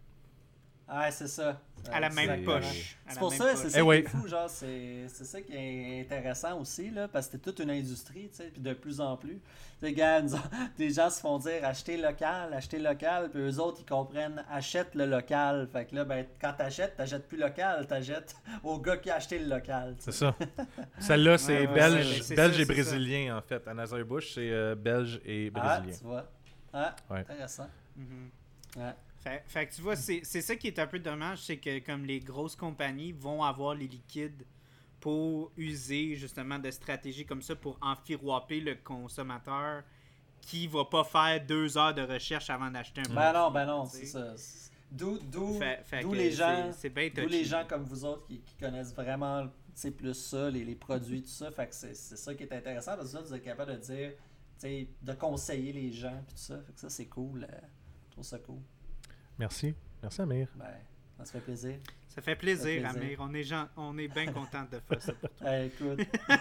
S3: Ah, c'est ça.
S2: à la même
S3: Exactement.
S2: poche. À
S3: C'est
S2: la
S3: pour
S2: même
S3: ça,
S2: poche.
S3: c'est
S1: Eh
S3: ça qui
S1: oui.
S3: est fou, genre, c'est c'est ça qui est intéressant aussi, là, parce que c'est toute une industrie, tu sais, puis de plus en plus. Tu sais, gars, nous autres, des gens se font dire acheter local, acheter local, puis eux autres, ils comprennent achète le local. Fait que là, ben, quand t'achètes, t'achètes plus local, t'achètes au gars qui a acheté le local. tu sais.
S1: C'est ça. Celle-là, c'est
S2: Ouais, ouais,
S1: belge,
S2: ouais, c'est
S1: belge
S2: ça,
S1: et
S2: c'est
S1: brésilien, en fait. Anheuser-Busch, c'est euh, belge et
S3: Ah,
S1: brésilien.
S3: tu vois. Ah,
S1: Ouais.
S3: intéressant.
S2: Mhm.
S3: Ouais.
S2: Fait, fait que tu vois, c'est c'est ça qui est un peu dommage, c'est que comme les grosses compagnies vont avoir les liquides pour user justement de stratégies comme ça pour enfiroiper le consommateur qui va pas faire deux heures de recherche avant d'acheter un
S3: Ben
S2: produit,
S3: non, ben non,
S2: tu sais.
S3: c'est ça. C'est- D'où d'où
S2: Fait- fait
S3: d'où
S2: que
S3: les
S2: c'est-
S3: gens
S2: c'est bien
S3: d'où
S2: touchy.
S3: les gens comme vous autres qui, qui connaissent vraiment c'est plus ça, les, les produits, tout ça. Fait que c'est c'est ça qui est intéressant parce que là, vous êtes capable de dire, tu sais, de conseiller les gens puis tout ça. Fait que ça, c'est cool. euh, je trouve ça cool.
S1: Merci. Merci, Amir.
S3: Ben, ça se fait plaisir.
S2: Ça fait plaisir,
S3: Ça fait
S2: Amir.
S3: plaisir.
S2: On est, gen- on est bien content de faire ça pour toi.
S3: Eh, écoute.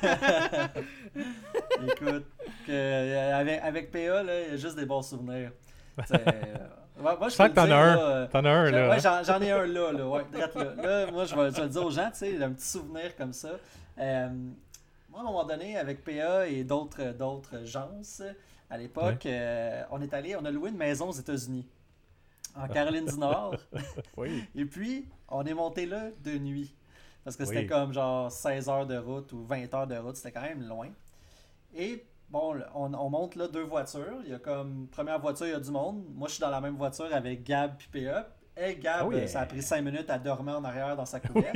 S3: écoute, que, euh, avec, avec P A, là, il y a juste des bons souvenirs. C'est, euh, moi, moi,
S1: Je sens
S3: peux
S1: que t'en
S3: le
S1: as
S3: dire,
S1: un.
S3: là, euh,
S1: T'en as un, là.
S3: Ouais,
S1: hein?
S3: j'en, j'en ai un là, là, ouais, direct là. Là, moi, je vais, je vais le dire aux gens, tu sais, un petit souvenir comme ça. Euh, moi, à un moment donné, avec P A et d'autres, d'autres gens, à l'époque,
S1: Ouais.
S3: euh, on est allé, on a loué une maison aux États-Unis, en Caroline du Nord.
S1: Oui.
S3: Et puis, on est monté là de nuit. Parce que c'était
S1: Oui.
S3: comme genre seize heures de route ou vingt heures de route. C'était quand même loin. Et bon, on, on monte là deux voitures. Il y a comme, première voiture, il y a du monde. Moi, je suis dans la même voiture avec Gab puis P A. Et Gab,
S1: Oh yeah.
S3: ça a pris cinq minutes à dormir en arrière dans sa couverte.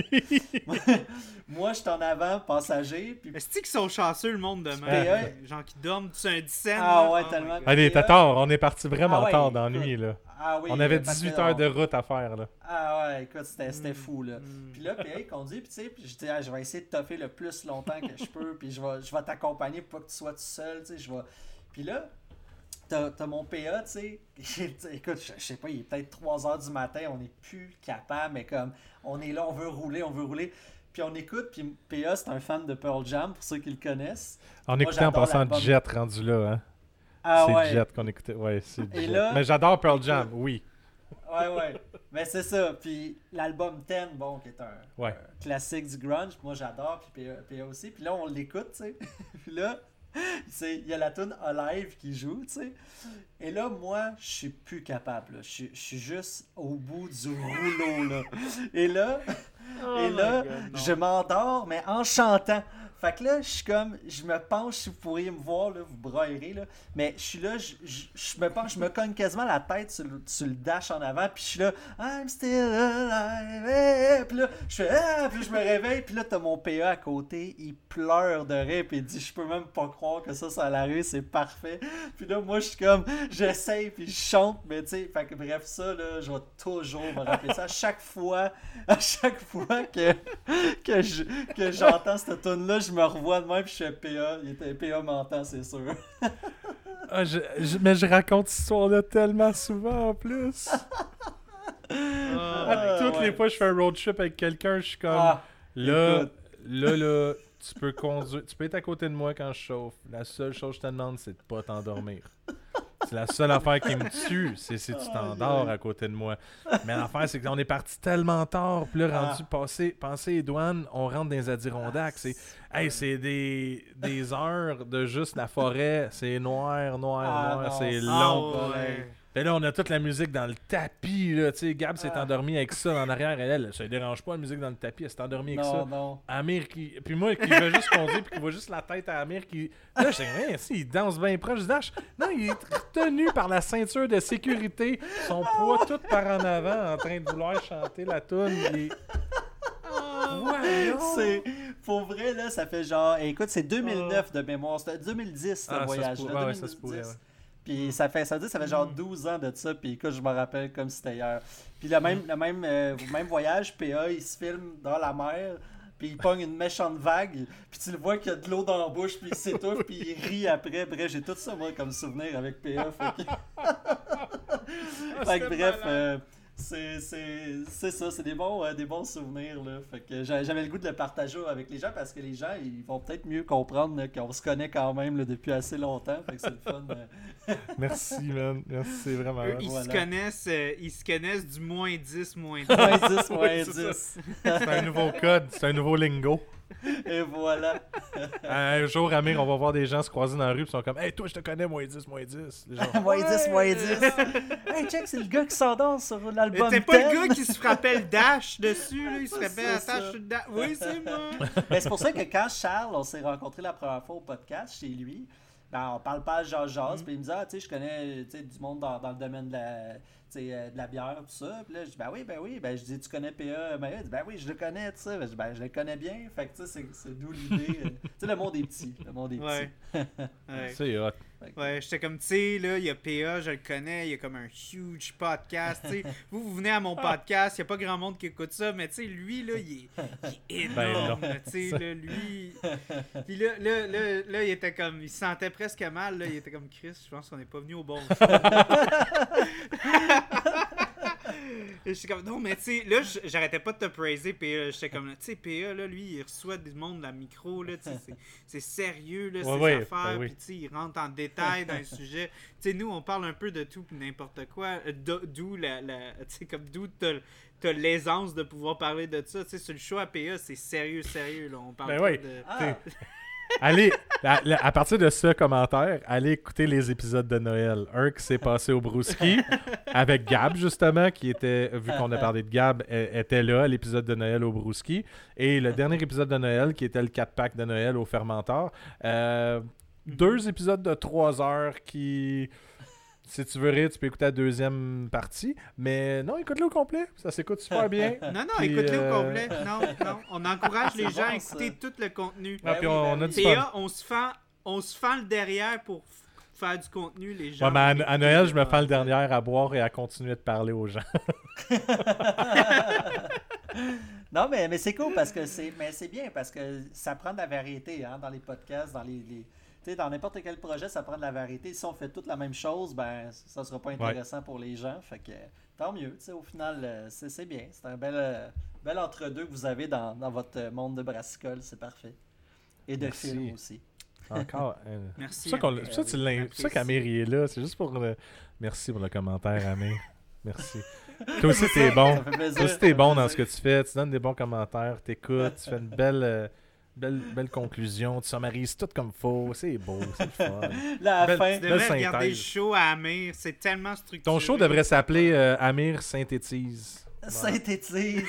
S3: Moi, je suis en avant, passager. Puis
S2: Est-ce qu'ils sont chanceux, le monde demain?
S3: P A.
S2: Gens qui dorment sur un dix cents.
S3: Ah
S2: là?
S3: ouais,
S2: Oh
S3: tellement.
S2: my God.
S1: Allez, t'as tard. On est parti vraiment
S3: Ah ouais,
S1: tard dans la
S3: écoute.
S1: nuit, là.
S3: Ah oui,
S1: On avait
S3: parce
S1: dix-huit
S3: que
S1: heures
S3: on-
S1: de route à faire, là.
S3: Ah ouais, écoute, c'était, c'était
S2: Mm,
S3: fou, là.
S2: mm.
S3: Puis là, P A, il conduit, puis tu sais, puis je dis, ah, je vais essayer de toffer le plus longtemps que je peux, puis je vais, je vais t'accompagner pour pas que tu sois tout seul, tu sais, je vais... Puis là, t'as, t'as mon P A, tu sais, écoute, je, je sais pas, il est peut-être trois heures du matin, on n'est plus capable, mais comme, on est là, on veut rouler, on veut rouler, puis on écoute, puis P A, c'est un fan de Pearl Jam, pour ceux qui le connaissent.
S1: En
S3: Moi,
S1: écoutant en
S3: j'adore
S1: passant
S3: l'album.
S1: Jet rendu là, hein.
S3: Ah
S1: c'est
S3: ouais,
S1: Jet qu'on écoutait. Ouais, c'est
S3: Et
S1: Jet.
S3: là-
S1: Mais j'adore Pearl Jam, oui.
S3: ouais, ouais, mais c'est ça, puis l'album dix, bon, qui est un,
S1: Ouais.
S3: un classique du grunge, moi j'adore, puis P A, P A aussi, puis là, on l'écoute, tu sais, puis là... c'est- Il y a la tune Alive qui joue, tu sais. Et là, moi, je suis plus capable. là. Je suis- je suis juste au bout du rouleau, là. Et là,
S2: Oh
S3: et
S2: my
S3: là
S2: God, non.
S3: je m'endors, mais en chantant. Fait que là, je suis comme, je me penche, si vous pourriez me voir, là, vous braillerez, là. Mais je suis là, je, je, je me penche, je me cogne quasiment la tête sur le, sur le dash en avant, puis je suis là, I'm still alive. eh, eh. Puis là, je fais, ah, puis je me réveille, puis là, t'as mon P A à côté, il pleure de rire, puis il dit, je peux même pas croire que ça, ça l'arrive, c'est parfait. Puis là, moi, je suis comme, j'essaye, puis je chante, mais tu sais, fait que bref, ça, là, je vais toujours me rappeler ça. À chaque fois, à chaque fois que, que, je, que j'entends cette tune-là, je me revois de même, puis je fais P A, il était P A m'entend, c'est sûr.
S1: Ah, je- je- mais je raconte cette histoire-là tellement souvent en plus.
S2: Oh
S3: Ah,
S1: Toutes
S3: ouais.
S1: les fois que je fais un road trip avec quelqu'un, je suis comme
S3: Ah,
S1: là,
S3: écoute.
S1: là, là, tu peux conduire, tu peux être à côté de moi quand je chauffe. La seule chose que je te demande, c'est de pas t'endormir. C'est la seule affaire qui me tue, c'est si tu t'endors
S3: Aïe, aïe.
S1: à côté de moi. Mais l'affaire, c'est qu'on est parti tellement tard, puis là,
S3: Ah.
S1: rendu, passé, passé les douanes, on rentre dans les Adirondacks.
S3: Ah,
S1: C'est, hey, c'est des, des heures de juste la forêt, c'est noir, noir,
S3: Ah,
S1: noir,
S3: non,
S1: c'est
S3: c'est-
S1: long.
S2: Ah ouais.
S1: Puis là, on a toute la musique dans le tapis, là, tu sais, Gab s'est
S3: Ah.
S1: endormi avec ça en arrière, elle, elle, ça ne dérange pas la musique dans le tapis, elle s'est endormie avec
S3: Non,
S1: ça.
S3: non.
S1: Amir qui. Puis moi qui veut juste conduire, puis qui voit juste la tête à Amir qui. Là, je dis, ouais, si, il danse bien proche du dash. Non, il est retenu par la ceinture de sécurité, son poids tout par en avant, en train de vouloir chanter la toune. Il est- Voyons!
S3: C'est pour vrai là, ça fait genre écoute, c'est deux mille neuf de mémoire, c'était deux mille dix ce
S1: Ah, ça se
S3: voyage
S1: pourrait,
S3: là,
S1: ouais, ça se pourrait, ouais.
S3: Puis ça fait ça dit ça fait genre douze ans de ça, puis écoute, je me rappelle comme si c'était hier. Puis le même le même euh, même voyage, P A, il se filme dans la mer. Puis il pogne une méchante vague, puis tu le vois qu'il y a de l'eau dans la bouche, puis il s'étouffe, puis il rit après. Bref, j'ai tout ça moi comme souvenir avec P A. Fait que, fait que bref, euh, c'est, c'est, c'est ça, c'est des bons, euh, des bons souvenirs. Là. Fait que j'a- j'avais le goût de le partager avec les gens parce que les gens ils vont peut-être mieux comprendre là, qu'on se connaît quand même là, depuis assez longtemps. Fait que c'est le fun. euh.
S1: Merci, man. Merci, c'est vraiment.
S2: Eux,
S1: hot.
S2: ils, se
S3: Voilà.
S2: connaissent, euh, ils se connaissent du moins dix, moins dix.
S3: Moins dix, moins
S1: Ouais, c'est
S3: dix.
S1: C'est un nouveau code, c'est un nouveau lingo.
S3: Et voilà.
S1: Un jour, Amir, on va voir des gens se croiser dans la rue, puis ils sont comme, hey, toi, je te connais, moins dix, moins dix. Les gens,
S3: Moins dix, moins
S2: Ouais.
S3: dix. Hey, check, c'est le gars qui s'endort sur
S2: Mais
S3: l'album.
S2: t'es pas
S3: dix.
S2: le gars qui se frappait le dash dessus, là. Il se
S3: C'est
S2: frappait
S3: ça,
S2: la
S3: ça.
S2: tâche sur le dash. Oui, c'est moi.
S3: Ben, c'est pour ça que quand Charles, on s'est rencontrés la première fois au podcast chez lui, ben, on parle pas à jazz jazz, puis il me dit, ah, tu sais, je connais tu sais, du monde dans, dans le domaine de la, tu sais, euh, de la bière, tout ça. Puis là, je dis, ben oui, ben oui. Ben, je dis, tu connais P A? Ben, il dit, ben oui, je le connais, tu sais. Ben, je dis, ben, je le connais bien. Fait que, tu sais, c'est, c'est d'où l'idée. euh, tu sais, le monde est petit. Le monde est
S2: Ouais.
S3: petit.
S2: Ouais.
S1: c'est hot.
S3: Fait que-
S2: Ouais, j'étais comme, tu sais, là, il y a P A, je le connais, il y a comme un huge podcast, tu sais. Vous, vous venez à mon podcast, il n'y a pas grand monde qui écoute ça, mais tu sais, lui, là, il est, il est
S1: Ben
S2: énorme,
S1: non.
S2: là, tu sais, là, lui... Puis là, là, là, là, il était comme, il se sentait presque mal, là, il était comme, Chris, je pense qu'on n'est pas venu au bon show. J'étais comme, non, mais tu sais, là, j'arrêtais pas de te praiser, P A. J'étais comme, tu sais, P A, là, lui, il reçoit du monde de la micro, là, tu sais, c'est, c'est sérieux, là,
S1: Ouais,
S2: ses
S1: ouais,
S2: affaires,
S1: ben oui.
S2: puis tu sais, il rentre en détail dans le sujet. Tu sais, nous, on parle un peu de tout, puis n'importe quoi. Euh, D'où la, la tu sais, comme d'où t'as, t'as l'aisance de pouvoir parler de ça. Tu sais, sur le show à P A, c'est sérieux, sérieux, là. On parle
S1: Ben
S2: pas
S1: ouais.
S2: de...
S3: Ah,
S1: Allez, à, à partir de ce commentaire, allez écouter les épisodes de Noël. Un qui s'est passé au Brouski avec Gab, justement, qui était, vu qu'on a parlé de Gab, elle- était là à l'épisode de Noël au Brouski. Et le dernier épisode de Noël, qui était le quatre pack de Noël au Fermentor. Euh, deux épisodes de trois heures qui... Si tu veux rire, tu peux écouter la deuxième partie. Mais non, écoute-le au complet. Ça s'écoute super bien.
S2: Non, non,
S1: Puis,
S2: écoute-le
S1: euh,
S2: au complet. Non, non. On encourage les
S3: C'est
S2: gens à
S3: bon,
S2: écouter
S3: ça.
S2: tout le contenu.
S1: Ah,
S3: Ben
S1: puis
S3: oui,
S1: on,
S3: ben
S1: on a
S3: oui.
S1: du fun.
S2: P A, on se fend, on se fend le derrière pour f- faire du contenu, les gens.
S1: Ouais, mais à,
S2: vont
S1: à
S2: l'écouter
S1: Noël, je me
S2: devant,
S1: fais le
S2: tu sais.
S1: dernier à boire et à continuer de parler aux gens.
S3: non, mais, mais c'est cool parce que c'est, mais c'est bien parce que ça prend de la variété hein, dans les podcasts, dans les, les tu sais, dans n'importe quel projet, ça prend de la variété. Si on fait toute la même chose, ben ça sera pas intéressant pour les gens. Fait que tant mieux. Tu sais, au final, euh, c'est, c'est bien. C'est un bel, euh, bel entre-deux que vous avez dans, dans votre monde de brassicole. C'est parfait. Et de
S1: Merci.
S3: film aussi.
S1: Encore. euh,
S2: Merci.
S1: C'est ça, qu'on,
S2: Amir.
S1: c'est ça, tu l'in-
S2: J'apprécie.
S1: c'est ça qu'Amir il est là. C'est juste pour le... Merci pour le commentaire, Amir. Merci. Toi aussi, t'es bon.
S3: Ça fait plaisir.
S1: Toi aussi, t'es bon dans ce que tu fais. Tu donnes des bons commentaires. T'écoutes. Tu fais une belle, euh, belle, belle conclusion. Tu summarises tout comme faut. C'est beau. C'est le fun.
S3: Là, à la
S1: Belle-
S3: fin,
S2: Tu devrais
S1: Belle
S2: regarder le
S1: synthèse.
S2: show à Amir. C'est tellement structuré.
S1: Ton show devrait s'appeler euh, Amir synthétise. Voilà.
S3: synthétise.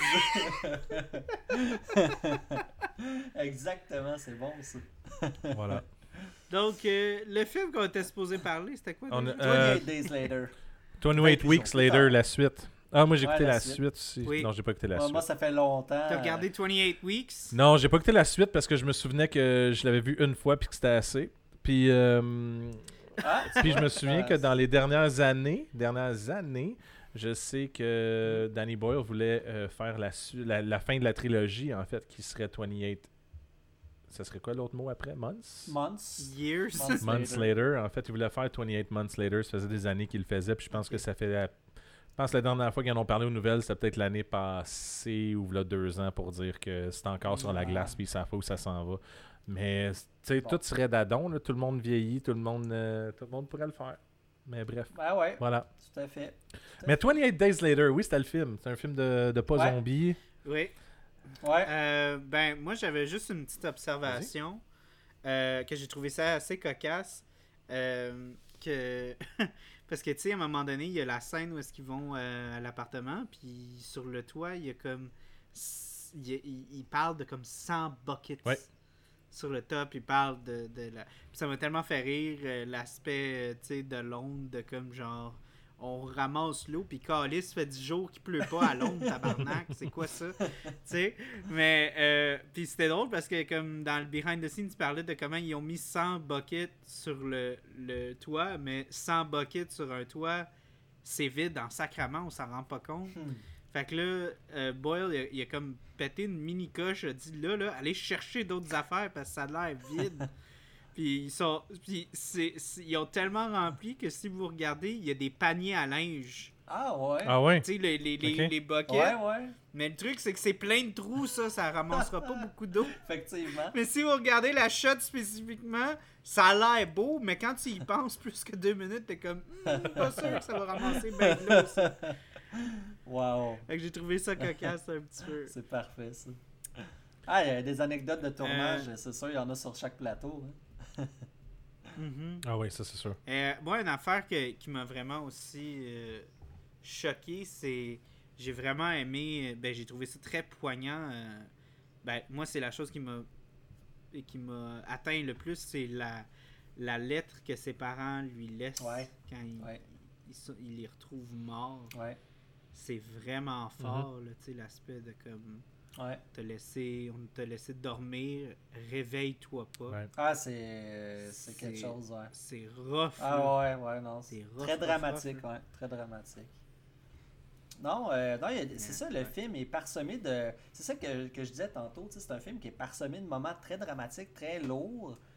S3: Exactement, c'est bon ça.
S1: Voilà.
S2: Donc, euh, le film qu'on était supposé parler, c'était quoi?
S1: On
S2: déjà?
S1: a- Euh,
S3: vingt-huit Days Later.
S1: vingt-huit
S3: vingt-huit
S1: Weeks
S3: jours plus
S1: Later,
S3: tard.
S1: la suite. Ah, moi, j'ai
S3: Ouais,
S1: écouté
S3: la
S1: la
S3: suite.
S1: suite aussi.
S2: Oui.
S1: Non, j'ai pas écouté la
S3: Moi,
S1: suite.
S3: moi, ça fait longtemps.
S2: T'as regardé vingt-huit Weeks?
S1: Non, j'ai pas écouté la suite parce que je me souvenais que je l'avais vu une fois puis que c'était assez. Puis, euh,
S3: Ah,
S1: puis je me
S3: ouais.
S1: souviens
S3: Ah,
S1: que dans les dernières années, dernières années, je sais que Danny Boyle voulait euh, faire la, su- la, la fin de la trilogie, en fait, qui serait vingt-huit. Ça serait quoi l'autre mot après? Months?
S3: Months.
S2: Years?
S3: Months.
S1: Months later. En fait, il voulait faire vingt-huit Months Later. Ça faisait des années qu'il le faisait. Puis je pense que ça fait... la- Je pense que la dernière fois qu'ils en ont parlé aux nouvelles, c'était peut-être l'année passée ou là deux ans pour dire que c'est encore sur la
S3: Ouais.
S1: glace puis ils savent pas où ça s'en va. Mais tu sais,
S3: Bon.
S1: tout serait d'adon. Là. Tout le monde vieillit. Tout le monde, euh, tout le monde pourrait le faire. Mais bref,
S3: Ah ouais,
S1: voilà.
S3: tout à fait.
S1: Mais vingt-huit Days Later, oui, c'était le film. C'est un film de, de pas
S3: Ouais.
S1: zombie.
S2: Oui.
S3: Ouais.
S2: Euh, ben, moi, j'avais juste une petite observation euh, que j'ai trouvé ça assez cocasse. euh, que Parce que, tu sais, à un moment donné, il y a la scène où est-ce qu'ils vont euh, à l'appartement, puis sur le toit, il y a comme... Il, y a- il- il parle de comme cent buckets
S1: Ouais.
S2: sur le top. Il parle de, de la... Puis ça m'a tellement fait rire, euh, l'aspect, euh, tu sais, de Londres, de comme genre... On ramasse l'eau, puis Calis fait dix jours qu'il pleut pas à Londres, tabarnak, c'est quoi ça? Tu sais, mais euh, puis c'était drôle parce que comme dans le behind the scenes, tu parlais de comment ils ont mis cent buckets sur le, le toit, mais cent buckets sur un toit, c'est vide en sacrament, on s'en rend pas compte.
S3: Hmm.
S2: Fait que là, euh, Boyle, il a, il a comme pété une mini coche, il a dit là, là, allez chercher d'autres affaires parce que ça a l'air vide. Puis ils sont, puis c'est, c'est- ils ont tellement rempli que si vous regardez, il y a des paniers à linge.
S3: Ah ouais.
S1: Ah ouais?
S2: Tu sais, les, les, les,
S1: Ok.
S2: les buckets.
S3: Ouais, ouais.
S2: Mais le truc, c'est que c'est plein de trous, ça, ça ramassera pas beaucoup d'eau.
S3: Effectivement.
S2: Mais si vous regardez la shot spécifiquement, ça a l'air beau, mais quand tu y penses plus que deux minutes, t'es comme, Hum, pas sûr que ça va ramasser bien de l'eau, ça.
S3: Wow.
S2: Fait que j'ai trouvé ça cocasse un petit peu.
S3: C'est parfait, ça. Ah, il y a des anecdotes de tournage, c'est sûr, il y en a sur chaque plateau. hein.
S2: Mhm.
S1: Ah oui, ça c'est sûr.
S2: Euh, moi, une affaire que- qui m'a vraiment aussi euh, choqué, c'est. J'ai vraiment aimé. Ben, j'ai trouvé ça très poignant. euh, ben, moi, c'est la chose qui m'a qui m'a atteint le plus, c'est la, la lettre que ses parents lui laissent
S3: Ouais.
S2: quand ils,
S3: Ouais.
S2: ils, sont- ils les retrouvent morts.
S3: Ouais.
S2: C'est vraiment fort, là, tu sais, l'aspect de comme.
S3: Ouais.
S2: Te laisser, on t'a laissé dormir, réveille-toi pas.
S1: Ouais.
S3: Ah, c'est, c'est quelque
S2: C'est-
S3: chose, ouais.
S2: C'est rough. là.
S3: Ah ouais, ouais, non.
S2: C'est
S3: C'est
S2: rough,
S3: très
S2: rough,
S3: dramatique,
S2: rough,
S3: ouais. Très dramatique. Non, euh, non il y a- c'est
S2: Ouais,
S3: ça, le
S2: ouais.
S3: film est parsemé de... C'est ça que, que je disais tantôt, tu sais, c'est un film qui est parsemé de moments très dramatiques, très lourds.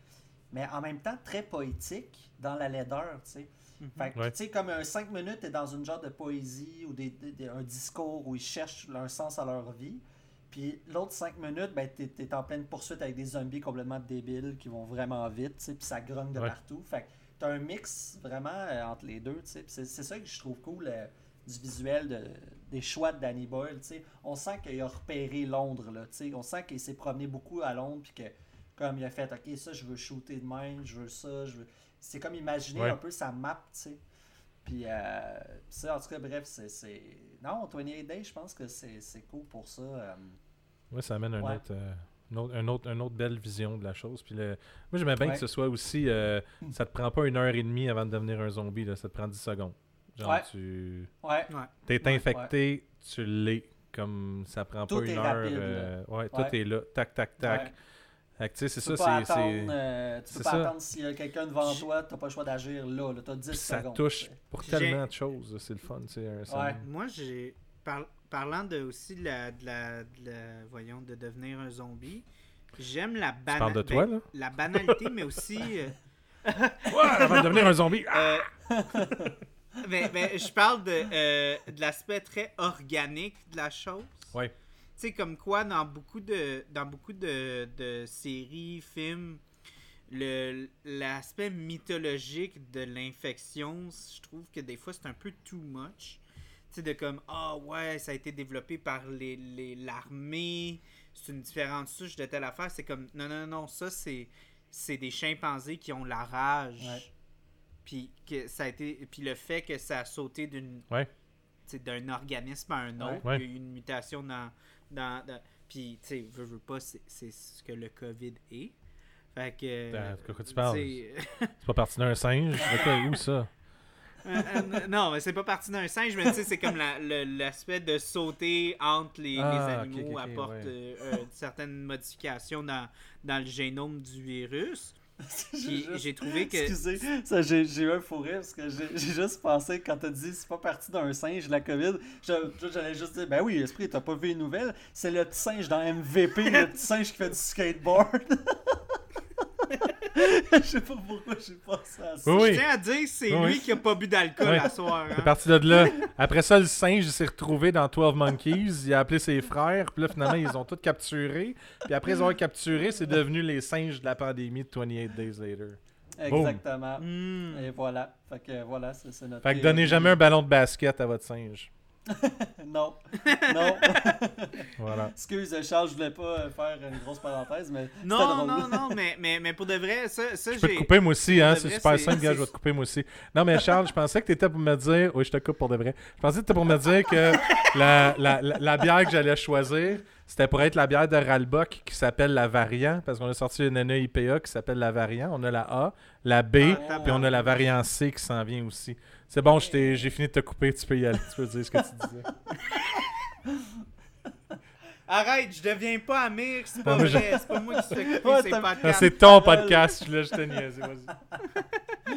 S3: mais en même temps très poétique dans la laideur, tu sais.
S2: Mhm.
S3: Fait que,
S1: Ouais.
S3: tu sais, comme un cinq minutes, t'es dans une genre de poésie ou des, des- des- un discours où ils cherchent un sens à leur vie. Puis l'autre cinq minutes, ben, t'es, t'es en pleine poursuite avec des zombies complètement débiles qui vont vraiment vite, tu sais, puis ça grogne de
S1: Ouais.
S3: partout. Fait que t'as un mix vraiment euh, entre les deux, tu sais. Puis c'est, c'est ça que je trouve cool euh, du visuel, de, des choix de Danny Boyle, tu sais. On sent qu'il a repéré Londres, là, tu sais. On sent qu'il s'est promené beaucoup à Londres, puis que, comme il a fait, ok, ça, je veux shooter de même, je veux ça, je veux. C'est comme imaginer
S1: Ouais.
S3: un peu sa map, tu sais. Puis, euh, ça, en tout cas, bref, c'est. c'est... Non, vingt-huit Days, je pense que c'est, c'est cool pour ça. euh.
S1: Ouais, ça amène un
S3: Ouais.
S1: autre, euh, une autre, un autre, une autre belle vision de la chose. Puis le... Moi, j'aimais bien
S3: Ouais.
S1: que ce soit aussi. euh, ça te prend pas une heure et demie avant de devenir un zombie, là, ça te prend dix secondes. Genre,
S3: Ouais.
S1: tu.
S3: Ouais.
S2: Ouais.
S1: T'es
S2: Ouais.
S1: infecté, tu l'es. Comme ça prend
S3: Tout
S1: pas
S3: est
S1: une heure.
S3: rapide,
S1: euh, ouais, tout
S3: Ouais.
S1: est là. Tac, tac, tac.
S3: Ouais.
S1: Fait que, tu sais, c'est
S3: Tu peux
S1: ça,
S3: pas
S1: c'est.
S3: attendre,
S1: c'est-
S3: euh, tu
S1: c'est
S3: peux pas
S1: ça.
S3: attendre s'il y a quelqu'un devant
S1: J-
S3: toi, t'as pas le choix d'agir là, là t'as dix
S1: Puis ça
S3: secondes.
S1: touche
S3: tu sais.
S1: pour
S2: J'ai-
S1: tellement de choses. C'est le fun, tu sais. un- ça-
S3: Ouais.
S2: Moi, j'ai. par- Parlant de aussi de la, de la, de la- voyons, de devenir un zombie, j'aime la
S1: Tu parles de
S2: banalité.
S1: toi, là?
S2: La banalité, mais aussi. euh,
S1: Ouais, avant de devenir un zombie. Ah!
S2: euh, mais, mais je parle de, euh, de l'aspect très organique de la chose.
S1: Ouais.
S2: Tu sais, comme quoi, dans beaucoup de, dans beaucoup de, de séries, films, le, l'aspect mythologique de l'infection, je trouve que des fois, c'est un peu too much. Tu sais, de comme, ah ouais, ça a été développé par les, les, l'armée, c'est une différente souche de telle affaire. C'est comme, non, non, non, ça, c'est, c'est des chimpanzés qui ont la rage.
S3: Ouais.
S2: Puis que ça a été, puis le fait que ça a sauté d'une,
S1: Ouais.
S2: tu sais, d'un organisme à un autre,
S1: Ouais.
S2: il y a eu une mutation dans, dans, dans- puis tu sais, veux, veux pas, c'est, c'est ce que le COVID est. Fait que,
S1: Euh, de quoi tu parles?
S2: sais,
S1: C'est pas parti d'un singe. C'est quoi, où ça?
S2: Euh, euh, non, mais c'est pas parti d'un singe, mais tu sais, c'est comme la- le- l'aspect de sauter entre les,
S1: Ah,
S2: les
S1: ok,
S2: animaux
S1: ok, ok,
S2: apporte
S1: ouais.
S2: euh, euh, certaines modifications dans, dans le génome du virus. Puis
S3: Juste-
S2: j'ai trouvé que.
S3: Excusez, ça, j'ai, j'ai eu un fou rire parce que j'ai, j'ai juste pensé quand t'as dit c'est pas parti d'un singe la COVID, je- j'allais juste dire ben oui, Esprit, t'as pas vu les nouvelles, c'est le petit singe dans M V P, le petit singe qui fait du skateboard. Je sais pas pourquoi j'ai pensé à ça.
S1: Oui,
S2: Je
S1: oui.
S2: tiens à dire, c'est
S1: Oui,
S2: lui
S1: oui.
S2: qui a pas bu d'alcool
S1: Ouais.
S2: à soir.
S1: C'est
S2: Hein?
S1: parti de là. Après ça, le singe il s'est retrouvé dans douze Monkeys. Il a appelé ses frères. Puis là, finalement, ils ont tous capturé. Puis après ils ont capturé, c'est devenu les singes de la pandémie de vingt-huit Days Later.
S3: Exactement.
S2: Hmm.
S3: Et voilà. Fait que voilà, c'est, c'est notre.
S1: Fait que donnez
S3: théorie.
S1: jamais un ballon de basket à votre singe.
S3: Non. Non.
S1: Voilà.
S3: Excuse, Charles, je voulais pas euh, faire une grosse parenthèse, mais. c'était
S2: Non,
S3: drôle.
S2: non, non, mais, mais, mais pour de vrai, ça, ça
S1: Je peux te
S2: j'ai.
S1: couper moi aussi, hein.
S2: Pour de
S1: C'est
S2: vrai,
S1: super
S2: c'est-
S1: simple, gars.
S2: c'est-
S1: Je vais te couper moi aussi. Non, mais Charles, je pensais que tu étais pour me dire. Oui, je te coupe pour de vrai. Je pensais que tu étais pour me dire que la, la, la, la bière que j'allais choisir, c'était pour être la bière de Ralbock qui s'appelle la Variant. Parce qu'on a sorti une N E I P A qui s'appelle la Variant. On a la A, la B,
S2: Ah,
S1: puis on a la variant C qui s'en vient aussi. C'est bon, je t'ai- j'ai fini de te couper. Tu peux y aller. Tu peux dire ce que tu disais.
S2: Arrête, je deviens pas Amir, c'est pas
S1: Non, mais je-
S2: vrai, c'est pas moi qui se fais couper
S3: Ouais,
S2: ces
S3: t'as-
S1: Non,
S2: podcasts.
S1: c'est ton podcast. Je suis là, je te niaise. Vas-y.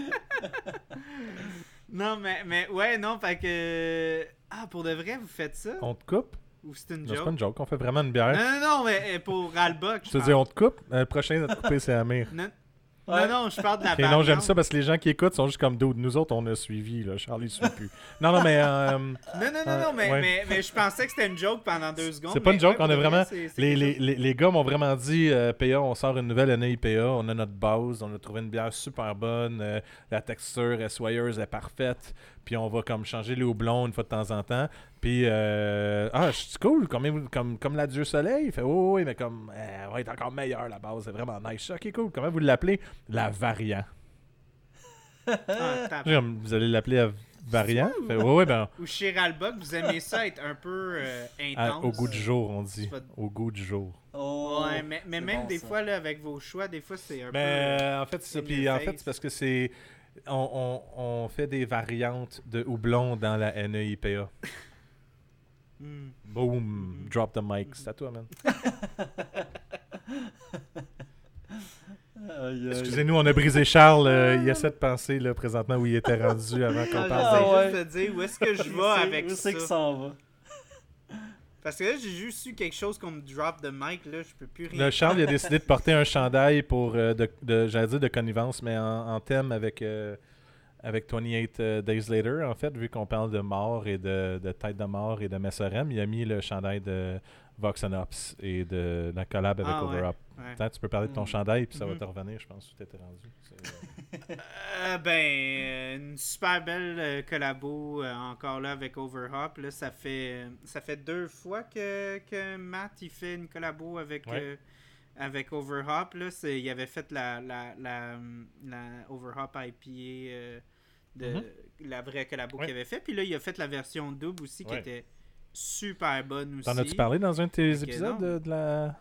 S2: Non, mais, mais ouais, non, fait que. Ah, pour de vrai, vous faites ça?
S1: On te coupe?
S2: Ou c'est une
S1: Non, c'est
S2: joke?
S1: pas une joke. On fait vraiment une bière.
S2: Non, non, non, mais euh, pour Ralbock.
S1: Je te dis, on te coupe. Euh, Le prochain à te couper, c'est Amir.
S2: Non,
S3: Ouais.
S2: non, non, je parle de la
S1: Ok, non,
S2: variante.
S1: j'aime ça parce que les gens qui écoutent sont juste comme d'autres. Nous autres, on a suivi. Là. Charlie ne suit plus. Non, non, mais euh,
S2: Non, non, non,
S1: Euh,
S2: non, mais,
S1: ouais.
S2: mais, mais je pensais que c'était une joke pendant deux secondes.
S1: c'est pas
S2: mais
S1: une joke.
S2: ouais, pour
S1: On a
S2: de vrai,
S1: vraiment.
S2: c'est- c'est
S1: Les,
S2: quelque
S1: les,
S2: chose.
S1: les, les gars m'ont vraiment dit euh, P A, on sort une nouvelle N E I P A. On a notre base. On a trouvé une bière super bonne. euh, la texture est soyeuse, est parfaite. Puis on va comme changer les houblons une fois de temps en temps. Puis, euh, ah, c'est cool. Comme, comme, comme la Dieu Soleil. Il fait, oh, oui, mais comme, euh, elle va être encore meilleure la base. C'est vraiment nice. Ok, cool. Comment vous l'appelez? La Variant.
S2: Ah, tape.
S1: Comme, vous allez l'appeler la Variant? Fait, ouais, ouais, ben.
S2: Ou chez Ralbock, vous aimez ça être un peu euh,
S1: À-
S2: intense.
S1: au goût du jour, on dit.
S2: C'est pas-
S1: Au goût du jour.
S3: Oh,
S2: Ouais, mais, mais
S3: c'est
S2: même
S3: bon,
S2: des
S3: ça.
S2: fois, là, avec vos choix, des fois, c'est un
S1: Mais
S2: peu...
S1: euh, en fait, c'est ça.
S2: in
S1: Puis
S2: your
S1: en
S2: face.
S1: fait, c'est parce que c'est. On, on, on fait des variantes de houblon dans la N E I P A.
S2: Hmm.
S1: Boom! Drop the mic. C'est à toi, man.
S3: Aïe, aïe.
S1: Excusez-nous, on a brisé Charles. euh, il essaie de penser là, présentement où il était rendu avant qu'on
S2: Ah,
S1: parle.
S3: Ah,
S2: J'essaie
S3: ouais.
S2: juste de dire où est-ce que je
S3: Où
S2: vais
S3: c'est-
S2: avec
S3: où
S2: ça.
S3: c'est qu'il s'en va?
S2: Parce que là, j'ai juste eu quelque chose comme drop de mic, là, je peux plus rien.
S1: Le Charles, il a décidé de porter un chandail pour, euh, de, de, j'allais dire de connivence, mais en, en thème avec, euh, avec vingt-huit Days Later, en fait, vu qu'on parle de mort et de, de tête de mort et de Messerem, il a mis le chandail de Vox and Ops et de la collab avec
S2: Ah, ouais.
S1: Over Up.
S2: Ouais.
S1: Peut-être tu peux parler de ton
S3: Mm.
S1: chandail, puis ça va
S2: Mhm.
S1: te revenir, je pense, où tu étais rendu. C'est, euh,
S2: Euh, ben, euh, une super belle euh, collabo euh, encore là avec Overhop. Là, ça fait ça fait deux fois que, que Matt il fait une collabo avec
S1: Ouais.
S2: euh, avec Overhop. Là, c'est, il avait fait la la, la, la Overhop I P A euh, de
S1: Mhm.
S2: la vraie collabo
S1: Ouais.
S2: qu'il avait fait. Puis là, il a fait la version double aussi qui
S1: Ouais.
S2: était super bonne aussi.
S1: T'en as-tu parlé dans un de tes
S2: Ok,
S1: épisodes
S2: non.
S1: de, de la...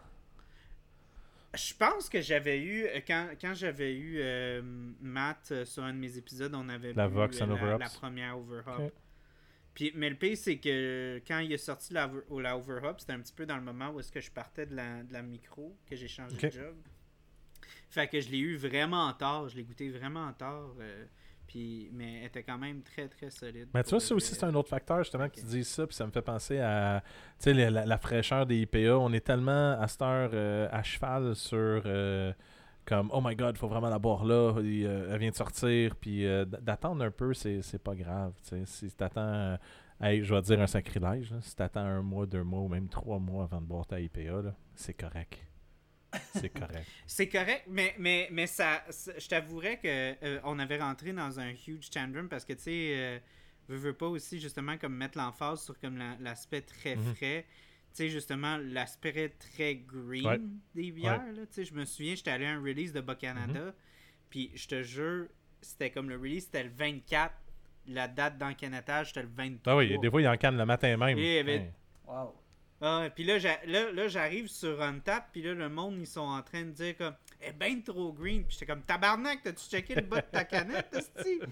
S2: Je pense que j'avais eu, euh, quand, quand j'avais eu euh, Matt euh, sur un de mes épisodes, on avait
S1: La
S2: vu
S1: Vox
S2: euh,
S1: and
S2: la,
S1: Overhops.
S2: la première Overhop.
S1: Ok.
S2: Puis, mais le pire, c'est que quand il a sorti la, la Overhop, c'était un petit peu dans le moment où est-ce que je partais de la, de la micro, que j'ai changé
S1: Ok.
S2: de job. Fait que je l'ai eu vraiment tard, je l'ai goûté vraiment tard. euh, puis, mais elle était quand même très très solide.
S1: Mais tu
S2: pour
S1: vois, ça
S2: le
S1: aussi,
S2: vrai.
S1: c'est un autre facteur, justement,
S2: Ok.
S1: que tu dises ça, puis ça me fait penser à, tu sais, la, la- la fraîcheur des I P A. On est tellement, à cette heure, euh, à cheval sur, euh, comme, oh my God, il faut vraiment la boire là, et, euh, elle vient de sortir, puis euh, d- d'attendre un peu, c'est, c'est pas grave, tu sais. Si t'attends, euh, hey, je vais te dire un sacrilège, là, si t'attends un mois, deux mois, ou même trois mois avant de boire ta I P A, là, c'est correct. C'est correct.
S2: C'est correct, mais, mais, mais ça, ça- je t'avouerais que euh, on avait rentré dans un huge tantrum parce que, tu sais, euh, veux, veux pas aussi, justement, comme mettre l'emphase sur comme la- l'aspect très
S1: Mhm.
S2: frais. Tu sais, justement, l'aspect très green
S1: Ouais.
S2: des bières, là. Tu sais, je me souviens, j'étais allé à un release de Bas-Canada, puis je te jure, c'était comme le release, c'était le vingt-quatre, la date d'encanetage, c'était le vingt-trois.
S1: Ah oui, des fois, il en canne le matin même.
S2: Et il y avait-
S1: Hey.
S3: Wow.
S2: Ah, puis là, j'a- là, là, j'arrive sur Untap, puis là, le monde, ils sont en train de dire comme, elle est ben trop green. Puis j'étais comme, tabarnak, t'as-tu checké le bas de ta canette, esti?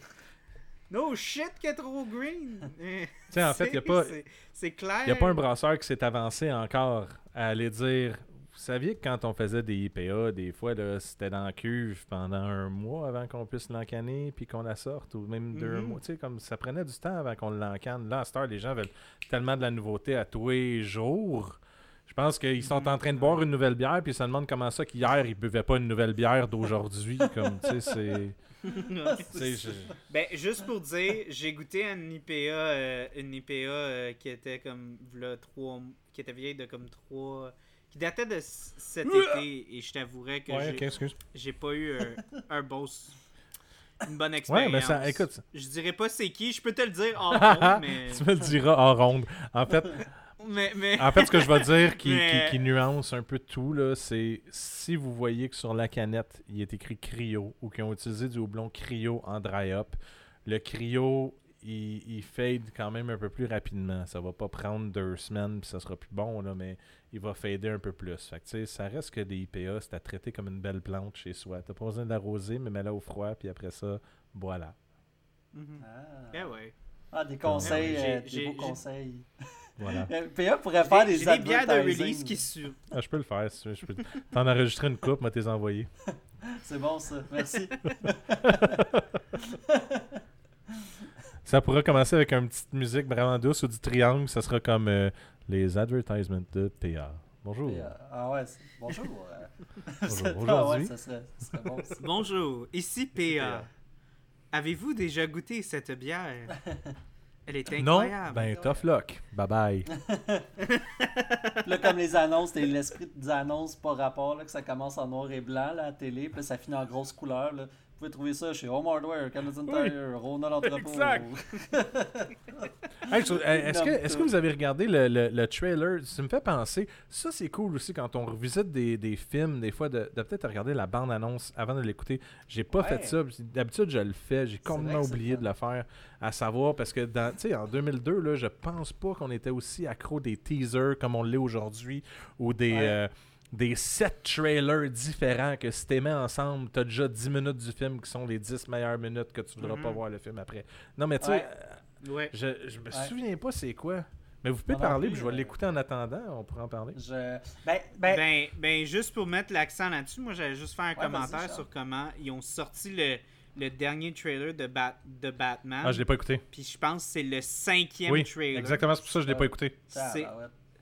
S2: No shit, qu'elle est trop green. Tu
S1: sais, en fait, y a pas-
S2: C'est, c'est clair.
S1: Il n'y a pas un brasseur qui s'est avancé encore à aller dire. Vous saviez que quand on faisait des I P A, des fois, là, c'était dans la cuve pendant un mois avant qu'on puisse l'encanner puis qu'on la sorte, ou même deux
S2: Mhm.
S1: mois. Tu sais, comme ça prenait du temps avant qu'on l'encanne. Là, à cette heure, les gens veulent tellement de la nouveauté à tous les jours. Je pense qu'ils sont
S2: Mhm.
S1: en train de boire une nouvelle bière puis ils se demandent comment ça qu'hier, ils buvaient pas une nouvelle bière d'aujourd'hui. Comme, tu sais, c'est. tu sais, je-
S2: Ben, juste pour dire, j'ai goûté à une I P A, euh, une I P A euh, qui était comme, v'là trois, qui était vieille de comme trois, qui datait de c- cet été, et je t'avouerais que
S1: Ouais,
S2: j'ai,
S1: ok, excuse.
S2: j'ai pas eu un, un beau, s- une bonne expérience.
S1: Ouais, mais ça, écoute,
S2: Je dirais pas c'est qui, je peux te le dire en compte, mais,
S1: tu me le diras en ronde. En fait,
S2: mais, mais,
S1: En fait, ce que je vais dire qui,
S2: Mais-
S1: qui, qui nuance un peu tout, là, c'est si vous voyez que sur la canette, il est écrit cryo ou qu'ils ont utilisé du houblon cryo en dry up, le cryo, il, il fade quand même un peu plus rapidement. Ça va pas prendre deux semaines puis ça sera plus bon, là, mais il va fader un peu plus. Fait que, tu sais, ça reste que des I P A, c'est à traiter comme une belle plante chez soi. T'as pas besoin de l'arroser, mais mets-la au froid, puis après ça, voilà.
S2: Mhm.
S3: Ah.
S2: Ben ouais.
S3: Ah, des conseils,
S2: Ouais, ouais,
S3: euh,
S2: j'ai-
S3: des beaux
S2: j'ai-
S3: conseils.
S1: Voilà.
S3: Euh, P A pourrait faire
S2: J'ai,
S3: des
S2: j'ai des bières de
S3: advertising.
S2: release qui su.
S1: Ah, je peux le faire, si tu veux. Je peux t'en enregistrer une coupe, moi t'es envoyé.
S3: C'est bon ça, merci.
S1: Ça pourra commencer avec une petite musique vraiment douce ou du triangle. Ça sera comme euh, les advertisements de P A. Bonjour.
S3: Et, euh, ah ouais, c'est- bonjour. euh.
S1: Bonjour.
S3: Ah ouais,
S1: Aujourd'hui,
S3: ça serait, ça serait bon. ça.
S2: Bonjour, ici P A.
S3: P A.
S2: Avez-vous déjà goûté cette bière? Elle est
S1: non,
S2: incroyable.
S1: ben tough luck. Bye bye.
S3: Puis là, comme les annonces, t'as l'esprit des annonces pas rapport, là, que ça commence en noir et blanc là, à la télé, puis là, ça finit en grosse couleur. Là. Vous pouvez trouver ça chez Home Hardware, Canadian
S1: Oui.
S3: Tire, Ronald Entrepôt.
S1: Exact. Hey, je- hey, est-ce, que, est-ce que vous avez regardé le, le, le trailer? Ça me fait penser. Ça, c'est cool aussi quand on revisite des, des films, des fois, de, de peut-être regarder la bande-annonce avant de l'écouter. J'ai pas
S3: Ouais.
S1: fait ça. D'habitude, je le fais. J'ai complètement
S3: vrai que c'est
S1: oublié
S3: fun.
S1: de le faire. À savoir, parce que dans, tu sais, en deux mille deux, là, je pense pas qu'on était aussi accro des teasers comme on l'est aujourd'hui ou des.
S3: Ouais.
S1: euh, des sept trailers différents que si t'es mis ensemble, t'as déjà dix minutes du film qui sont les dix meilleures minutes que tu voudras
S2: Mhm.
S1: pas voir le film après. Non, mais tu sais,
S3: Ouais.
S1: euh,
S2: Ouais.
S1: je, je me
S3: Ouais.
S1: souviens pas c'est quoi. Mais vous pouvez
S3: Moi non
S1: parler,
S3: plus,
S1: puis je vais
S3: euh,
S1: l'écouter en attendant. On pourra en parler.
S3: Je... Ben, ben,
S2: Ben, ben, juste pour mettre l'accent là-dessus, moi j'allais juste faire un
S3: Ouais,
S2: commentaire
S3: vas-y, Charles.
S2: sur comment ils ont sorti le, le dernier trailer de, Bat, de Batman.
S1: Ah, je l'ai pas écouté.
S2: Puis je pense que c'est le cinquième
S1: Oui,
S2: trailer.
S1: exactement. C'est pour ça que je l'ai pas écté.
S2: C'est-
S3: tabarouette.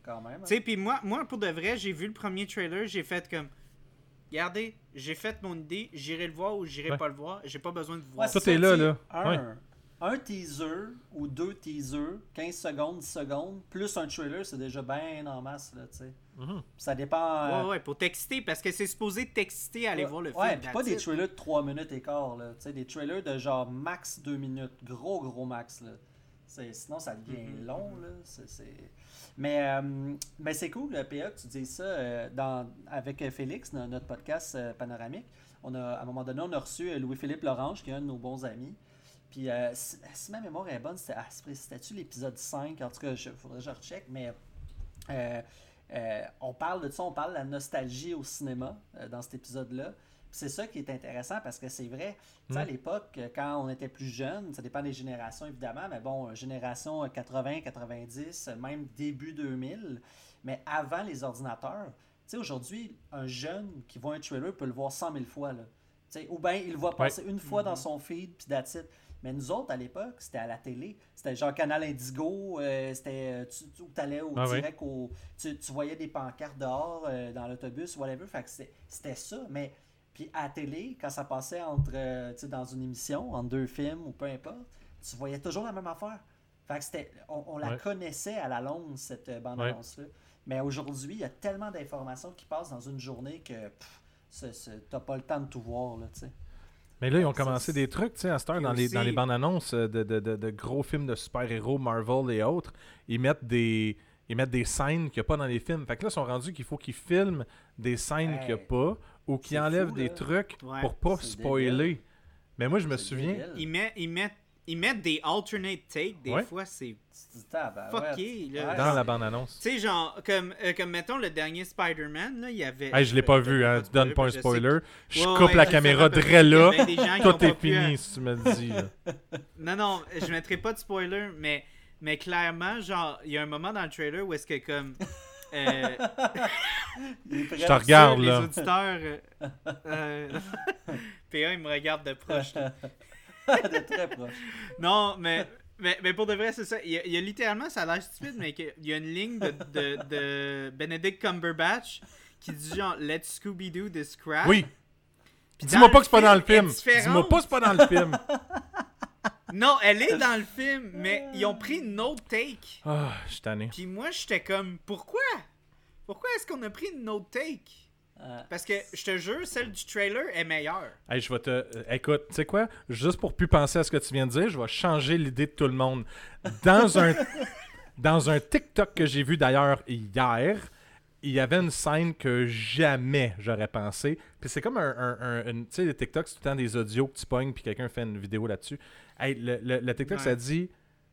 S3: quand même.
S2: Tu sais, puis moi, moi, pour de vrai, j'ai vu le premier trailer, j'ai fait comme... Regardez, j'ai fait mon idée, j'irai le voir ou j'irai
S1: Ouais.
S2: pas le voir. J'ai pas besoin de voir.
S3: Ouais,
S1: Tout
S3: c'est
S1: est
S3: ça,
S1: là,
S3: tu sais,
S1: là.
S3: Un,
S1: Ouais.
S3: un teaser ou deux teasers, quinze secondes, dix secondes, plus un trailer, c'est déjà bien en masse, là, tu sais.
S1: Mhm.
S3: Ça dépend... euh,
S2: Ouais, ouais, pour t'exciter, parce que c'est supposé t'exciter à aller
S3: Ouais,
S2: voir le film.
S3: Ouais, puis pas
S2: that's
S3: des
S2: it.
S3: trailers de trois minutes et quart, là. Tu sais, des trailers de genre max deux minutes. Gros, gros max, là. C'est, sinon, ça devient
S2: Mhm,
S3: long, là. C'est, c'est... Mais, euh, mais c'est cool, le P A, que tu dises ça euh, dans, avec euh, Félix, dans notre podcast euh, panoramique. On a, à un moment donné, on a reçu euh, Louis-Philippe Lorange, qui est un de nos bons amis. Puis, euh, si, si ma mémoire est bonne, c'était, ah, c'était-tu l'épisode cinq? En tout cas, il faudrait que je recheck, mais... Euh, euh, on parle de ça, on parle de la nostalgie au cinéma euh, dans cet épisode-là. Puis c'est ça qui est intéressant parce que c'est vrai, tu sais,
S1: Mm.
S3: à l'époque, quand on était plus jeune, ça dépend des générations évidemment, mais bon, génération quatre-vingts, quatre-vingt-dix, même début deux mille, mais avant les ordinateurs, tu sais, aujourd'hui, un jeune qui voit un trailer peut le voir cent mille fois, là. Tu sais, ou bien il le voit passer une fois dans son feed, puis that's it. Mais nous autres, à l'époque, c'était à la télé. C'était genre Canal Indigo. Euh, c'était, euh, tu tu allais au
S1: Ah oui.
S3: direct. Au, tu, tu voyais des pancartes dehors euh, dans l'autobus, whatever. Fait que c'était, c'était ça. Mais puis à la télé, quand ça passait entre, euh, tu sais, dans une émission, entre deux films ou peu importe, tu voyais toujours la même affaire. Fait que c'était, on, on la
S1: Ouais.
S3: connaissait à la longue, cette euh, bande-annonce-là. Mais aujourd'hui, il y a tellement d'informations qui passent dans une journée que pff, c'est, c'est, t'as pas le temps de tout voir, là, tu sais.
S1: Mais là, ils ont
S3: Ça,
S1: commencé
S3: c'est-
S1: des trucs, tu sais, à cette heure,
S2: Puis
S1: dans les,
S2: aussi-
S1: dans les bandes annonces de, de, de, de gros films de super-héros, Marvel et autres, ils mettent des, ils mettent des scènes qu'il n'y a pas dans les films. Fait que là, ils sont rendus qu'il faut qu'ils filment des scènes
S3: Hey,
S1: qu'il n'y a pas ou qu'ils
S3: c'est
S1: enlèvent
S3: fou,
S1: des
S3: là.
S1: trucs
S2: Ouais.
S1: pour pas
S3: C'est
S1: spoiler.
S3: débile.
S1: Mais moi, je me
S3: C'est
S1: souviens...
S3: débile.
S2: Ils mettent, ils, mettent, ils mettent des alternate takes, des
S1: Ouais.
S2: fois, c'est
S3: Tu dis, tabarouette.
S2: fucké. Là.
S3: Ouais,
S1: Dans
S2: Genre,
S1: la bande-annonce.
S2: Tu sais, genre, comme, euh, comme mettons le dernier Spider-Man, là, il y avait...
S1: Hey, je l'ai pas vu, hein.
S2: de
S1: Tu donnes pas un
S2: je sais
S1: spoiler.
S2: que-
S1: Je
S2: Ouais,
S1: coupe
S2: ouais,
S1: la
S2: je
S1: caméra
S2: sais pas,
S1: drè
S2: parce
S1: là.
S2: qu'il y a bien des gens qui
S1: Tout
S2: ont pas
S1: est
S2: pu,
S1: fini, si tu me le dis. là.
S2: Non, non, je mettrai pas de spoiler, mais, mais clairement, genre, il y a un moment dans le trailer où est-ce que comme... euh,
S3: Il est prêt.
S1: Je te regarde,
S2: les
S1: là.
S2: auditeurs... euh, euh, P A, il me regarde de proche. là.
S3: de très proche.
S2: Non, mais, mais, mais pour de vrai, c'est ça. Il y, a, il y a littéralement, ça a l'air stupide, mais que- il y a une ligne de, de, de Benedict Cumberbatch qui dit genre « Let's Scooby-Doo this crap ».
S1: Oui.
S2: Puis
S1: Dis-moi
S2: dans
S1: pas
S2: le
S1: que c'est pas dans le
S2: film,
S1: film.
S2: elle est différente.
S1: Dis-moi pas que c'est pas dans le film.
S2: Non, elle est dans le film, mais ils ont pris une autre take.
S1: Ah, je suis tanné.
S2: Puis moi, j'étais comme, pourquoi? Pourquoi est-ce qu'on a pris une autre take?
S3: Euh,
S2: Parce que, je te jure, celle du trailer est meilleure.
S1: Hey, je vais te. euh, écoute, tu sais quoi? Juste pour plus penser à ce que tu viens de dire, je vais changer l'idée de tout le monde. Dans un, dans un TikTok que j'ai vu d'ailleurs hier, il y avait une scène que jamais j'aurais pensé. Puis c'est comme un. un, un- une- tu sais, les TikTok, c'est tout le temps des audios que tu pognes, puis quelqu'un fait une vidéo là-dessus. Hey, le, le- le TikTok,
S2: Ouais.
S1: ça dit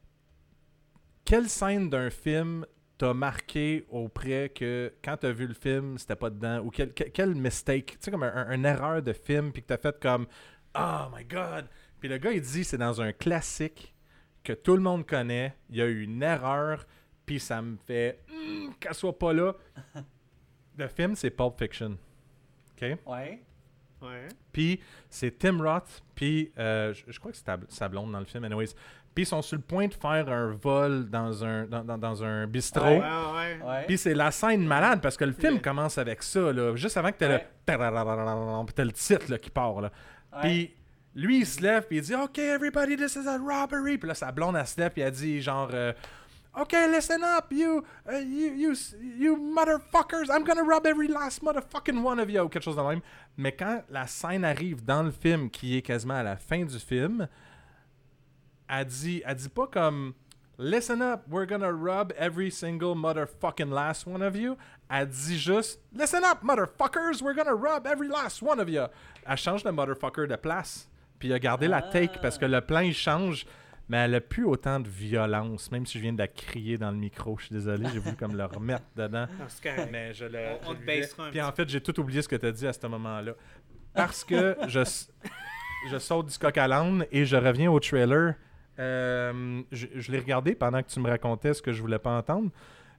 S1: quelle scène d'un film t'a marqué auprès que quand t'as vu le film, c'était pas dedans, ou quel, quel, quel mistake, tu sais, comme un, un- une erreur de film, puis que t'as fait comme oh my god. Puis le gars, il dit c'est dans un classique que tout le monde connaît, il y a eu une erreur, puis ça me fait hmm, qu'elle soit pas là. Le film, c'est Pulp Fiction. OK?
S3: ouais.
S2: Ouais.
S1: Puis c'est Tim Roth, puis euh, je, je crois que c'est ta- sa blonde dans le film, anyways. Puis ils sont sur le point de faire un vol dans un, dans, dans- dans un bistrot.
S2: Ouais,
S3: Ouais.
S2: ouais.
S3: Ouais.
S1: Puis c'est la scène malade parce que le film
S2: Ouais.
S1: commence avec ça, là, juste avant que t'aies
S3: Ouais.
S1: le... Puis t'as le titre là, qui part. Là.
S3: Ouais.
S1: Puis lui, il se lève, puis il dit « OK, everybody, this is a robbery. » Puis là, sa blonde, elle se lève, puis elle dit genre euh, OK, listen up, you, uh, you, you, you motherfuckers, I'm gonna rob every last motherfucking one of you, ou quelque chose de même. Mais quand la scène arrive dans le film, qui est quasiment à la fin du film, elle dit, elle dit pas comme listen up, we're gonna rob every single motherfucking last one of you. Elle dit juste listen up, motherfuckers, we're gonna rob every last one of you. Elle change le motherfucker de place. Puis elle a gardé la take parce que le plan il change. Mais elle a plus autant de violence, même si je viens de la crier dans le micro. Je suis désolé, j'ai voulu comme le remettre dedans.
S2: Non, c'est correct.
S1: Mais je le.
S2: On- on
S1: je
S2: te
S1: le
S2: baissera un
S1: Puis
S2: petit
S1: en fait, j'ai tout oublié ce que tu as dit à ce moment-là. Parce que je, je saute du coq à l'âne et je reviens au trailer. Euh, je je l'ai regardé pendant que tu me racontais ce que je voulais pas entendre.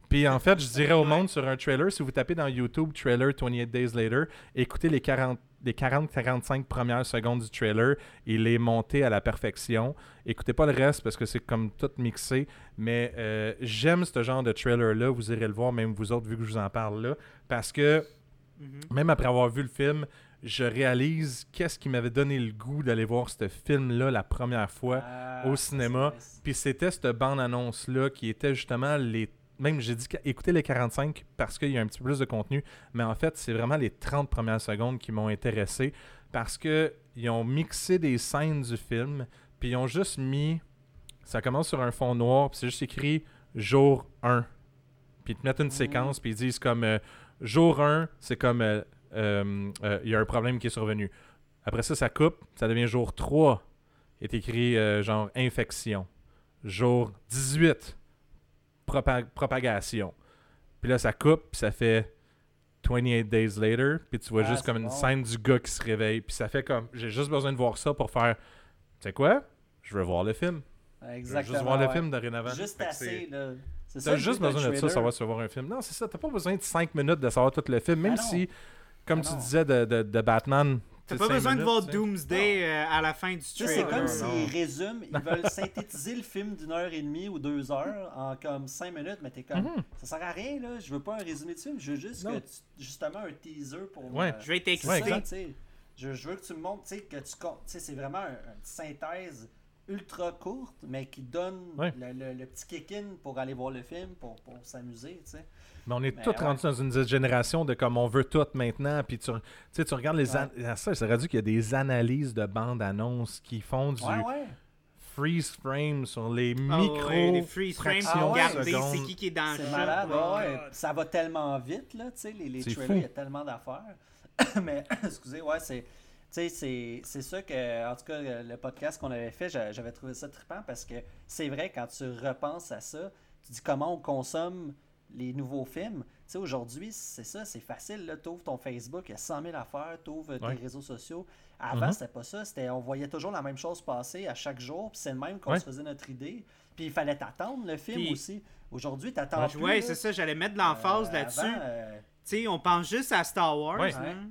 S1: Puis en fait, je dirais au monde sur un trailer, si vous tapez dans YouTube trailer vingt-huit Days Later, écoutez les quarante les quarante à quarante-cinq premières secondes du trailer, il est monté à la perfection. Écoutez pas le reste parce que c'est comme tout mixé, mais euh, j'aime ce genre de trailer-là, vous irez le voir, même vous autres, vu que je vous en parle là, parce que mm-hmm. même après avoir vu le film, je réalise qu'est-ce qui m'avait donné le goût d'aller voir ce film-là la première fois ah, au cinéma. Puis c'était cette bande-annonce-là qui était justement les... Même j'ai dit écoutez les quarante-cinq parce qu'il y a un petit peu plus de contenu, mais en fait, c'est vraiment les trente premières secondes qui m'ont intéressé parce qu'ils ont mixé des scènes du film, puis ils ont juste mis... Ça commence sur un fond noir, puis c'est juste écrit « Jour un ». Puis ils te mettent une mmh. séquence, puis ils disent comme euh, « Jour un », c'est comme... Euh, il euh, euh, y a un problème qui est survenu. Après ça, ça coupe, ça devient jour trois. Il est écrit euh, genre infection. Jour dix-huit, propag- propagation. Puis là, ça coupe, puis ça fait vingt-huit Days Later, puis tu vois ah, juste comme une bon. scène du gars qui se réveille. Puis ça fait comme, j'ai juste besoin de voir ça pour faire, tu sais quoi? Je veux voir le film.
S3: Exactement.
S1: Je veux juste voir
S3: ouais.
S1: le film dorénavant.
S3: Juste assez, là.
S1: C'est t'as ça, juste besoin de ça, savoir si tu vas voir un film. Non, c'est ça, t'as pas besoin de cinq minutes de savoir tout le film, même ah si... Comme ah tu disais de, de, de Batman.
S2: T'as pas besoin minutes, de voir Doomsday euh, à la fin du trailer.
S3: C'est comme s'ils résument, ils veulent synthétiser le film d'une heure et demie ou deux heures en comme cinq minutes, mais t'es comme, mm-hmm. ça sert à rien, là. Je veux pas un résumé de film, je veux juste que tu, justement un teaser pour
S2: ouais.
S3: moi.
S2: Je vais t'exciter.
S3: Ouais, je, je veux que tu me montres, tu sais, que tu comptes. C'est vraiment un, une synthèse ultra courte, mais qui donne ouais. le, le, le petit kick-in pour aller voir le film, pour, pour s'amuser, tu sais.
S1: Mais on est
S3: mais
S1: tous
S3: ouais.
S1: rendus dans une génération de comme on veut tout maintenant. Puis tu, tu regardes les... An- ouais. Ça, c'est rendu qu'il y a des analyses de bandes-annonces qui font du
S3: ouais, ouais.
S1: freeze frame sur les
S2: oh,
S1: micros.
S2: Ouais, les freeze frames pour regarder c'est qui qui est dans
S3: c'est
S2: le jeu.
S3: C'est malade, oh, ouais. Ça va tellement vite, là, tu sais, les, les trailers, il y a tellement d'affaires. Mais, excusez, ouais, c'est... Tu sais, c'est, c'est ça que, en tout cas, le podcast qu'on avait fait, j'avais trouvé ça trippant parce que c'est vrai, quand tu repenses à ça, tu dis comment on consomme les nouveaux films. Tu sais, aujourd'hui, c'est ça, c'est facile. Tu ouvres ton Facebook, il y a cent mille affaires, tu ouvres ouais. tes réseaux sociaux. Avant, mm-hmm. c'était pas ça. C'était, on voyait toujours la même chose passer à chaque jour, puis c'est le même qu'on ouais. se faisait notre idée. Puis il fallait t'attendre le film puis, aussi. Aujourd'hui, t'attends
S2: ouais,
S3: plus.
S2: Oui, c'est ça, j'allais mettre de l'emphase euh, là-dessus.
S3: Euh...
S2: Tu sais, on pense juste à Star Wars.
S1: Ouais.
S2: Hein?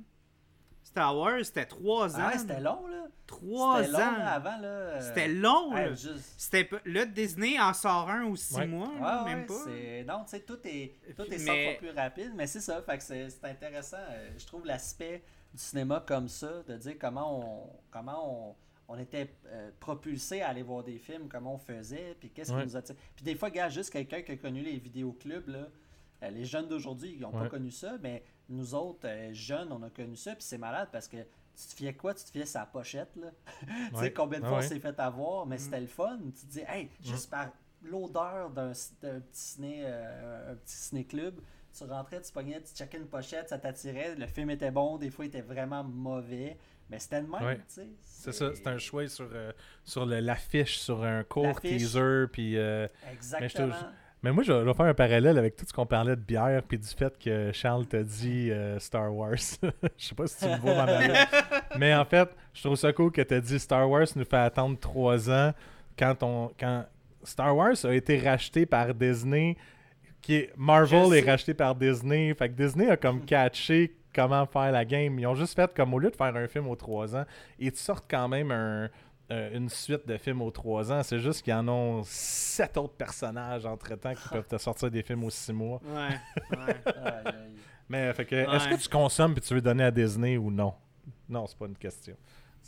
S2: Star Wars, c'était trois ans.
S3: Ah, c'était long, là.
S2: Trois
S3: c'était
S2: ans.
S3: Long, là, avant, là.
S2: C'était long, là.
S3: Ouais, juste...
S2: C'était... Là, Disney en sort un ou six
S1: ouais.
S2: mois,
S3: ouais,
S2: là,
S3: ouais,
S2: même pas.
S3: C'est... Non, tu sais, tout est, tout est
S2: mais...
S3: cent fois plus rapide, mais c'est ça, fait que c'est, c'est intéressant. Je trouve l'aspect du cinéma comme ça, de dire comment on, comment on, on était euh, propulsé à aller voir des films, comment on faisait, puis qu'est-ce ouais. qui nous attire. Puis des fois, gars, juste quelqu'un qui a connu les vidéoclubs, là, euh, les jeunes d'aujourd'hui, ils n'ont ouais. pas connu ça, mais nous autres, euh, jeunes, on a connu ça, puis c'est malade parce que tu te fiais quoi? Tu te fiais sa pochette, là. tu sais, ouais. combien de fois ah ouais. on s'est fait avoir, mais mm. c'était le fun. Tu te dis, hey, juste mm. par l'odeur d'un, d'un petit ciné, euh, un petit ciné-club, tu rentrais, tu pognais, tu checkais une pochette, ça t'attirait, le film était bon, des fois il était vraiment mauvais, mais c'était le même,
S1: ouais.
S3: tu sais.
S1: C'est... c'est ça, c'est un choix sur, euh, sur le, l'affiche, sur un court l'affiche. teaser, puis... Euh,
S3: Exactement.
S1: Mais, mais moi, je vais faire un parallèle avec tout ce qu'on parlait de bière, puis du fait que Charles t'a dit euh, Star Wars. Je sais pas si tu me vois dans ma tête. Mais en fait, je trouve ça cool que t'as dit Star Wars nous fait attendre trois ans quand on... quand Star Wars a été racheté par Disney... Qui est, Marvel est racheté par Disney. Fait que Disney a comme catché comment faire la game. Ils ont juste fait comme au lieu de faire un film aux trois ans, ils te sortent quand même un, euh, une suite de films aux trois ans. C'est juste qu'ils en ont sept autres personnages entre-temps qui peuvent te sortir des films aux six mois.
S2: Ouais, ouais.
S1: Mais fait que, ouais. Est-ce que tu consommes et tu veux donner à Disney ou non? Non, c'est pas une question.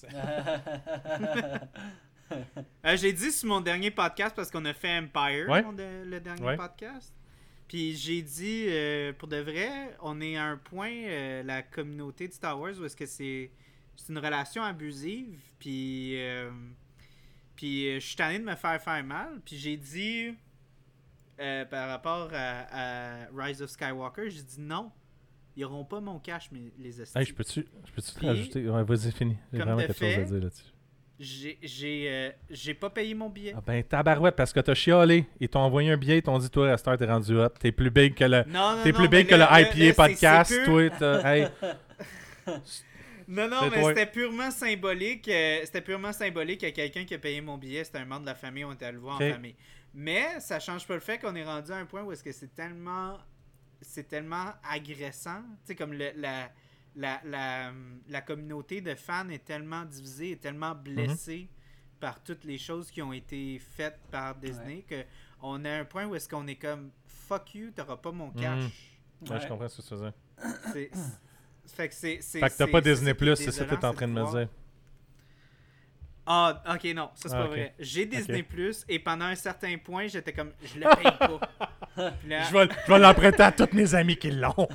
S2: euh, j'ai dit sur mon dernier podcast, parce qu'on a fait Empire,
S1: ouais.
S2: de, le dernier
S1: ouais.
S2: podcast. Puis j'ai dit, euh, pour de vrai, on est à un point, euh, la communauté de Star Wars, où est-ce que c'est, c'est une relation abusive. Puis, euh, puis je suis tanné de me faire faire mal. Puis j'ai dit, euh, par rapport à, à Rise of Skywalker, j'ai dit non, ils n'auront pas mon cash, mais les estis.
S1: Hey, je peux-tu, je peux-tu te rajouter? Ouais, vas-y, fini. J'ai vraiment quelque fait, chose à dire là-dessus.
S2: J'ai, j'ai, euh, j'ai pas payé mon billet.
S1: Ah ben tabarouette, parce que t'as chialé. Ils t'ont envoyé un billet, ils t'ont dit, toi, à cette heure, t'es rendu hot. T'es plus big que le,
S2: non, non,
S1: t'es
S2: non,
S1: plus big que
S2: là,
S1: le I P A
S2: là,
S1: podcast.
S2: c'est, c'est
S1: toi, t'as, hey.
S2: Non, non, c'est mais toi. C'était purement symbolique. Euh, c'était purement symbolique que quelqu'un qui a payé mon billet, c'était un membre de la famille, on était allé le voir okay. en famille. Mais ça change pas le fait qu'on est rendu à un point où est-ce que c'est tellement c'est tellement agressant. Tu sais, comme le, la, la, la, la communauté de fans est tellement divisée, est tellement blessée mm-hmm. par toutes les choses qui ont été faites par Disney ouais. qu'on a un point où est-ce qu'on est comme fuck you, t'auras pas mon cash.
S1: Mm. Ouais, ouais, je comprends ce que tu faisais.
S2: C'est, c'est, fait que c'est... c'est
S1: fait que t'as
S2: c'est,
S1: pas
S2: c'est,
S1: Disney+,
S2: c'est,
S1: c'est ça que t'es en train de me dire.
S2: Ah, ok, non, ça c'est
S1: ah,
S2: pas
S1: okay.
S2: vrai. J'ai Disney+, okay. et pendant un certain point, j'étais comme, je le paye pas. Là...
S1: Je vais, je vais l'emprunter à tous mes amis qui l'ont.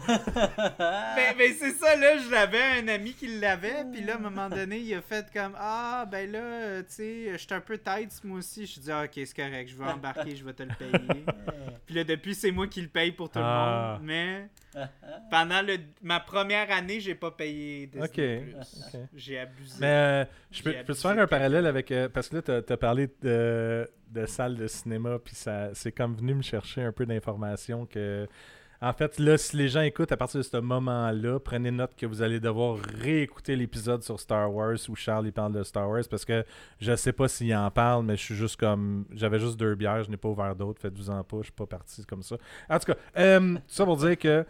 S2: mais, mais c'est ça, là, je l'avais, un ami qui l'avait, puis là, à un moment donné, il a fait comme, ah, ben là, tu sais, je suis un peu tight, moi aussi. Je suis dit, ah, ok, c'est correct, je vais embarquer, je vais te le payer. Puis là, depuis, c'est moi qui le paye pour tout ah. le monde, mais... Pendant le, ma première année, j'ai pas payé Disney+.
S1: Okay. Okay.
S2: J'ai abusé.
S1: Mais euh, je peux, peux te faire un parallèle avec... Euh, parce que là, t'as, t'as parlé de, de salles de cinéma, puis ça, c'est comme venu me chercher un peu d'informations que... En fait, là, si les gens écoutent à partir de ce moment-là, prenez note que vous allez devoir réécouter l'épisode sur Star Wars où Charles il parle de Star Wars, parce que je sais pas s'il en parle, mais je suis juste comme... J'avais juste deux bières, je n'ai pas ouvert d'autres, faites-vous-en pas, je suis pas parti comme ça. En tout cas, euh, tout ça pour dire que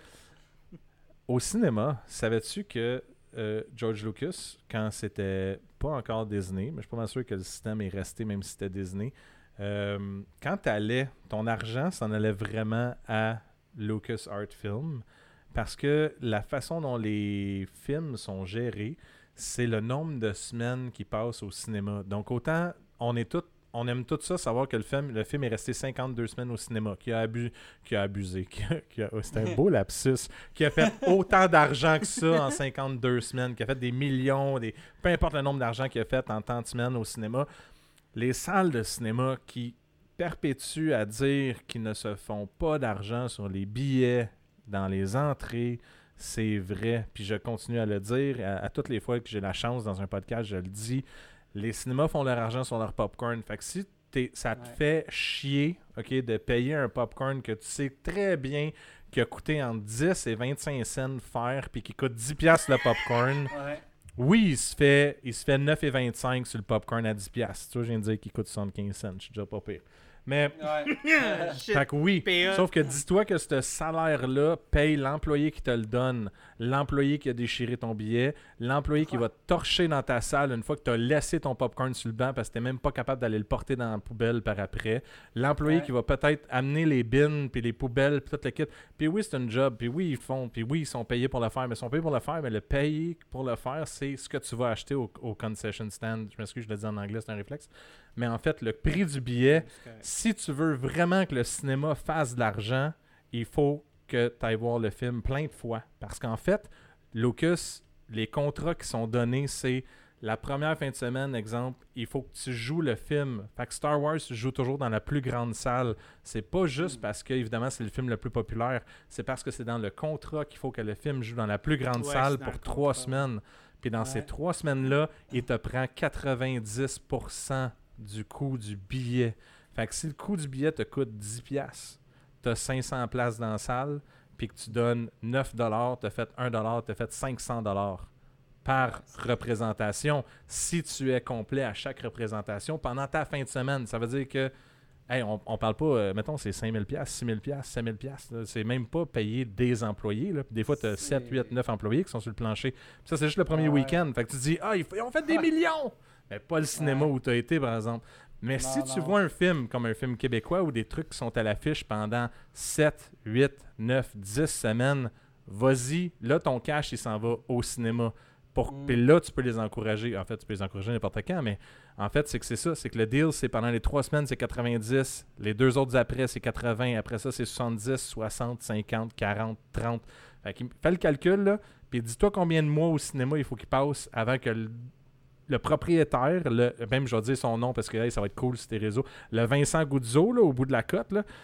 S1: au cinéma, savais-tu que euh, George Lucas, quand c'était pas encore Disney, mais je suis pas mal sûr que le système est resté même si c'était Disney, euh, quand t'allais, ton argent s'en allait vraiment à Lucas Art Film, parce que la façon dont les films sont gérés, c'est le nombre de semaines qui passent au cinéma. Donc autant, on est tous on aime tout ça, savoir que le film, le film est resté cinquante-deux semaines au cinéma, qui a, abu, qui a abusé, qui a, qui a, oh, c'était un beau lapsus, qui a fait autant d'argent que ça en cinquante-deux semaines, qui a fait des millions, des, peu importe le nombre d'argent qu'il a fait en tant de semaines au cinéma. Les salles de cinéma qui perpétuent à dire qu'ils ne se font pas d'argent sur les billets dans les entrées, c'est vrai. Puis je continue à le dire, à, à toutes les fois que j'ai la chance dans un podcast, je le dis. Les cinémas font leur argent sur leur popcorn. Fait que si t'es, ça te ouais. fait chier okay, de payer un popcorn que tu sais très bien qui a coûté entre dix et vingt-cinq cents faire puis qui coûte dix piastres le popcorn,
S3: ouais.
S1: oui, il se fait il se fait neuf et vingt-cinq sur le popcorn à dix piastres. Tu vois, je viens de dire qu'il coûte soixante-quinze cents. Je suis déjà pas pire. Mais,
S3: ouais.
S1: fait que oui,
S2: P A.
S1: Sauf que dis-toi que ce salaire-là paye l'employé qui te le donne, l'employé qui a déchiré ton billet, l'employé qui va te torcher dans ta salle une fois que tu as laissé ton popcorn sur le banc parce que tu n'es même pas capable d'aller le porter dans la poubelle par après, l'employé ouais. qui va peut-être amener les bins, puis les poubelles, puis tout le kit. Puis oui, c'est un job, puis oui, ils font, puis oui, ils sont payés pour le faire, mais ils sont payés pour le faire, mais le payer pour le faire, c'est ce que tu vas acheter au, au concession stand. Je m'excuse, je le dis en anglais, c'est un réflexe. Mais en fait, le prix du billet, si tu veux vraiment que le cinéma fasse de l'argent, il faut que tu ailles voir le film plein de fois. Parce qu'en fait, Lucas, les contrats qui sont donnés, c'est la première fin de semaine, exemple, il faut que tu joues le film. Fait que Star Wars joue toujours dans la plus grande salle. C'est pas juste parce que, évidemment, c'est le film le plus populaire. C'est parce que c'est dans le contrat qu'il faut que le film joue dans la plus grande ouais, salle pour trois semaines. Puis dans ouais. ces trois semaines-là, il te prend quatre-vingt-dix pour cent du coût du billet. Fait que si le coût du billet te coûte dix piastres, tu as cinq cents places dans la salle, puis que tu donnes neuf dollars, tu as fait un dollar, tu as fait cinq cents dollars par représentation. Si tu es complet à chaque représentation pendant ta fin de semaine, ça veut dire que hey, on, on parle pas, euh, mettons, c'est cinq mille piastres, six mille piastres, sept mille piastres. Là, c'est même pas payer des employés. Là. Des fois, tu as sept, huit, neuf employés qui sont sur le plancher. Puis ça, c'est juste le premier ah, week-end. Ouais. Fait que tu te dis, ah, ils ont fait des ouais. millions! Mais pas le cinéma ouais. où tu as été, par exemple. Mais non, si non. tu vois un film comme un film québécois où des trucs qui sont à l'affiche pendant sept, huit, neuf, dix semaines, vas-y, là, ton cash, il s'en va au cinéma. Pour... Mm. Puis là, tu peux les encourager. En fait, tu peux les encourager n'importe quand, mais en fait, c'est que c'est ça. C'est que le deal, c'est pendant les trois semaines, c'est quatre-vingt-dix. Les deux autres après, c'est quatre-vingts. Après ça, c'est soixante-dix, soixante, cinquante, quarante, trente. Fait qu'il... Fais le calcul, là. Puis dis-toi combien de mois au cinéma il faut qu'il passe avant que le, le propriétaire, le... même je vais dire son nom parce que hey, ça va être cool sur tes réseaux, le Vincent Goudzo, là, au bout de la cote, là,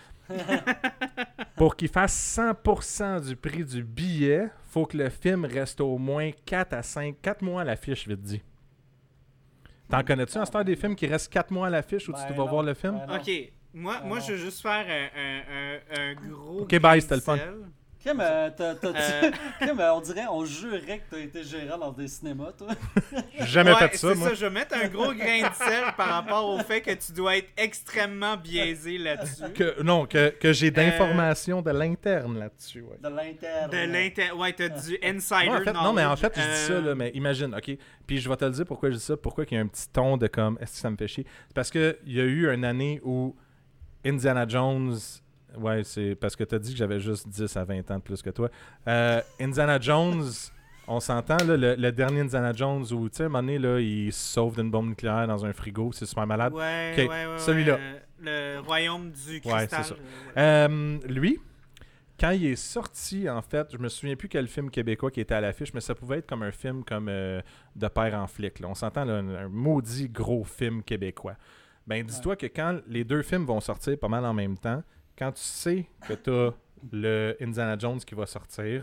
S1: pour qu'il fasse cent pour cent du prix du billet, faut que le film reste au moins quatre à cinq, quatre mois à l'affiche, vite dit. T'en connais-tu en ce temps des films qui restent quatre mois à l'affiche où ben tu vas non, voir le film?
S2: Ben ok, moi, ben moi je veux juste faire un, un, un, un gros...
S1: Ok, bye, c'était le fun.
S3: Kim, euh, t'as, t'as,
S2: Euh,
S3: Kim, euh, on dirait, on jurerait que t'as été gérant dans des cinémas, toi.
S1: J'ai jamais
S2: ouais,
S1: fait ça,
S2: c'est
S1: moi.
S2: ça, je vais mettre un gros grain de sel par rapport au fait que tu dois être extrêmement biaisé là-dessus.
S1: Que, non, que, que j'ai d'informations de l'interne là-dessus. Ouais.
S3: De l'interne.
S2: De l'inter... Ouais, t'as du insider
S1: Ouais, en fait, non, mais en
S2: knowledge.
S1: fait, je dis ça,
S2: Euh,
S1: là, mais imagine, OK? Puis je vais te le dire pourquoi je dis ça, pourquoi il y a un petit ton de comme, est-ce que ça me fait chier? C'est parce qu'il y a eu une année où Indiana Jones... Ouais, c'est parce que tu as dit que j'avais juste dix à vingt ans de plus que toi. Euh, Indiana Jones, on s'entend, là, le, le dernier Indiana Jones où, tu sais, à un moment donné, là, il se sauve d'une bombe nucléaire dans un frigo, c'est super malade.
S2: Ouais,
S1: Ok,
S2: ouais, ouais.
S1: celui-là.
S2: ouais, euh, le royaume du cristal.
S1: Ouais, c'est ça.
S2: euh, ouais.
S1: Euh, lui, quand il est sorti, en fait, je me souviens plus quel film québécois qui était à l'affiche, mais ça pouvait être comme un film comme euh, De père en flic. Là. On s'entend, là, un, un maudit gros film québécois. Ben, dis-toi que quand les deux films vont sortir pas mal en même temps, quand tu sais que tu as le Indiana Jones qui va sortir,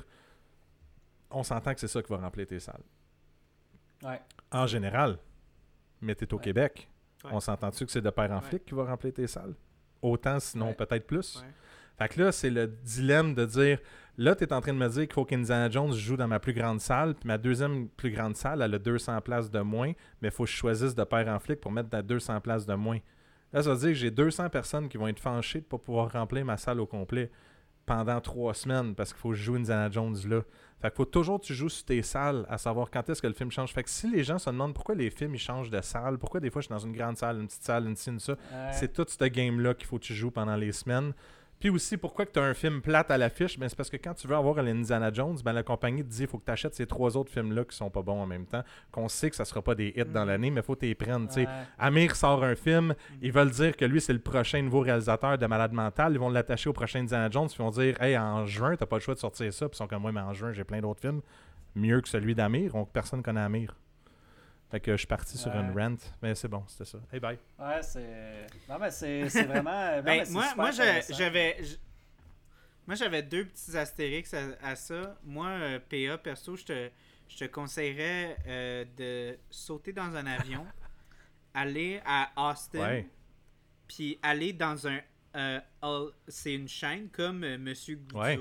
S1: on s'entend que c'est ça qui va remplir tes salles.
S3: Ouais.
S1: En général, mais tu es au
S3: Ouais.
S1: Québec,
S2: Ouais.
S1: on s'entend-tu que c'est De père en
S2: Ouais.
S1: flic qui va remplir tes salles? Autant, sinon
S3: Ouais.
S1: peut-être plus.
S2: Ouais.
S1: Fait que là, c'est le dilemme de dire, là, tu es en train de me dire qu'il faut qu'Indiana Jones joue dans ma plus grande salle, puis ma deuxième plus grande salle, elle a deux cents places de moins, mais il faut que je choisisse De père en flic pour mettre dans deux cents places de moins. Là, ça veut dire que j'ai deux cents personnes qui vont être fâchées de ne pas pouvoir remplir ma salle au complet pendant trois semaines parce qu'il faut que je joue Indiana Jones là. Fait qu'il faut toujours que tu joues sur tes salles à savoir quand est-ce que le film change. Fait que si les gens se demandent pourquoi les films ils changent de salle, pourquoi des fois je suis dans une grande salle, une petite salle, une ci, une ça,
S3: Ouais.
S1: c'est tout ce game-là qu'il faut que tu joues pendant les semaines. Puis aussi, pourquoi tu as un film plate à l'affiche? Ben, c'est parce que quand tu veux avoir l'Indiana Jones, ben, la compagnie te dit qu'il faut que tu achètes ces trois autres films-là qui sont pas bons en même temps, qu'on sait que ça sera pas des hits dans
S2: Mm.
S1: l'année, mais il faut que tu les prennes. tu sais.
S3: Ouais.
S1: Amir sort un film, ils veulent dire que lui, c'est le prochain nouveau réalisateur de Malade Mental. Ils vont l'attacher au prochain Indiana Jones, puis ils vont dire « Hey, en juin, t'as pas le choix de sortir ça. » Puis ils sont comme « Ouais, mais en juin, j'ai plein d'autres films mieux que celui d'Amir. » Donc, personne connaît Amir. Fait que je suis parti sur
S3: Ouais.
S1: une rant, mais c'est bon, c'était ça. Hey, bye.
S3: Ouais, c'est. Non, mais c'est, c'est vraiment. non,
S2: Ben,
S3: mais c'est
S2: moi,
S3: super
S2: moi, j'ai-
S3: intéressant.
S2: j'avais. j'- Moi, j'avais deux petits astérix à, à ça. Moi, euh, P A, perso, je te, je te conseillerais euh, de sauter dans un avion, aller à Austin,
S1: Ouais.
S2: puis aller dans un. euh, Al- c'est une chaîne comme euh, Monsieur Guzzo.
S1: Ouais.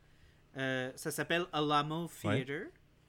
S2: Euh, ça s'appelle Alamo Theater.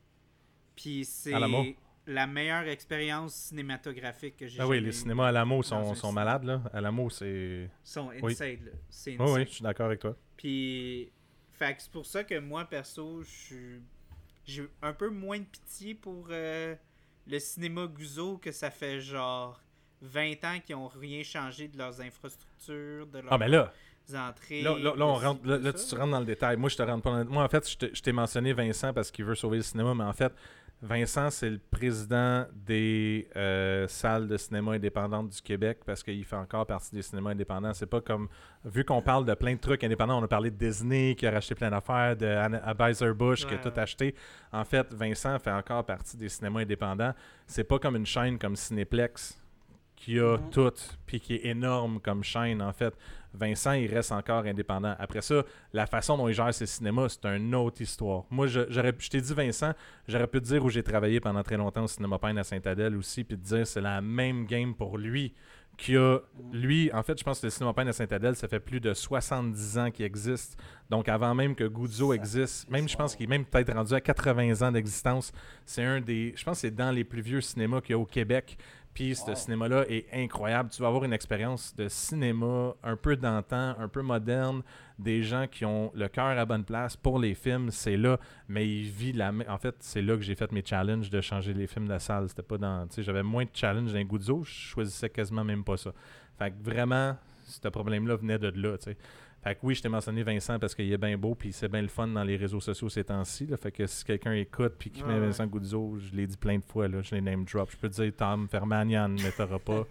S2: Puis c'est
S1: Alamo.
S2: la meilleure expérience cinématographique que j'ai
S1: Ah oui,
S2: jamais
S1: les
S2: eue.
S1: cinémas Alamo
S2: dans
S1: sont,
S2: un
S1: sont
S2: cinéma.
S1: malades, là. Alamo, c'est...
S2: Ils sont
S1: Oui.
S2: insane, là. C'est
S1: Oui,
S2: insane.
S1: oui, je suis d'accord avec toi.
S2: Puis, fait que c'est pour ça que moi, perso, je suis- j'ai un peu moins de pitié pour euh, le cinéma Guzzo, que ça fait genre vingt ans qu'ils ont rien changé de leurs infrastructures, de leurs
S1: Ah, mais là,
S2: entrées.
S1: là, là, là, on
S2: de ci,
S1: rentre, là,
S2: de
S1: là,
S2: ça.
S1: tu rentres dans le détail. Moi, je te rentre pas dans le... Moi, en fait, je te- je t'ai mentionné Vincent parce qu'il veut sauver le cinéma, mais en fait, Vincent, c'est le président des euh, salles de cinéma indépendantes du Québec parce qu'il fait encore partie des cinémas indépendants. C'est pas comme... Vu qu'on parle de plein de trucs indépendants, on a parlé de Disney qui a racheté plein d'affaires, de Anheuser-Busch qui a
S2: Ouais,
S1: tout
S2: ouais.
S1: acheté. En fait, Vincent fait encore partie des cinémas indépendants. C'est pas comme une chaîne comme Cinéplex qui a
S3: Mhm.
S1: tout, puis qui est énorme comme chaîne, en fait. Vincent, il reste encore indépendant. Après ça, la façon dont il gère ses cinémas, c'est une autre histoire. Moi, je, j'aurais, je t'ai dit, Vincent, j'aurais pu te dire où j'ai travaillé pendant très longtemps au Cinéma Payne à Sainte-Adèle aussi, puis te dire c'est la même game pour lui. Qui a, lui, en fait, je pense que le Cinéma Payne à Sainte-Adèle, ça fait plus de soixante-dix ans qu'il existe. Donc, avant même que Guzzo
S3: Ça-
S1: existe, même je pense
S3: wow.
S1: qu'il est même peut-être rendu à quatre-vingts ans d'existence. C'est un des, je pense que c'est dans les plus vieux cinémas qu'il y a au Québec. Puis ce
S3: Wow.
S1: cinéma-là est incroyable. Tu vas avoir une expérience de cinéma un peu d'antan, un peu moderne, des gens qui ont le cœur à bonne place pour les films, c'est là. Mais il vit la même... En fait, c'est là que j'ai fait mes challenges de changer les films de la salle. C'était pas dans... Tu sais, j'avais moins de challenges dans les Guzzo, je choisissais quasiment même pas ça. Fait que vraiment, ce problème-là venait de là, tu sais. Fait que oui, je t'ai mentionné Vincent parce qu'il est bien beau puis c'est bien le fun dans les réseaux sociaux ces temps-ci. Là. Fait que si quelqu'un écoute puis qui
S2: Ouais,
S1: met
S2: ouais.
S1: Vincent Guzzo, je l'ai dit plein de fois, là, je les name drop. Je peux te dire Tom Fermanian, mais t'auras pas.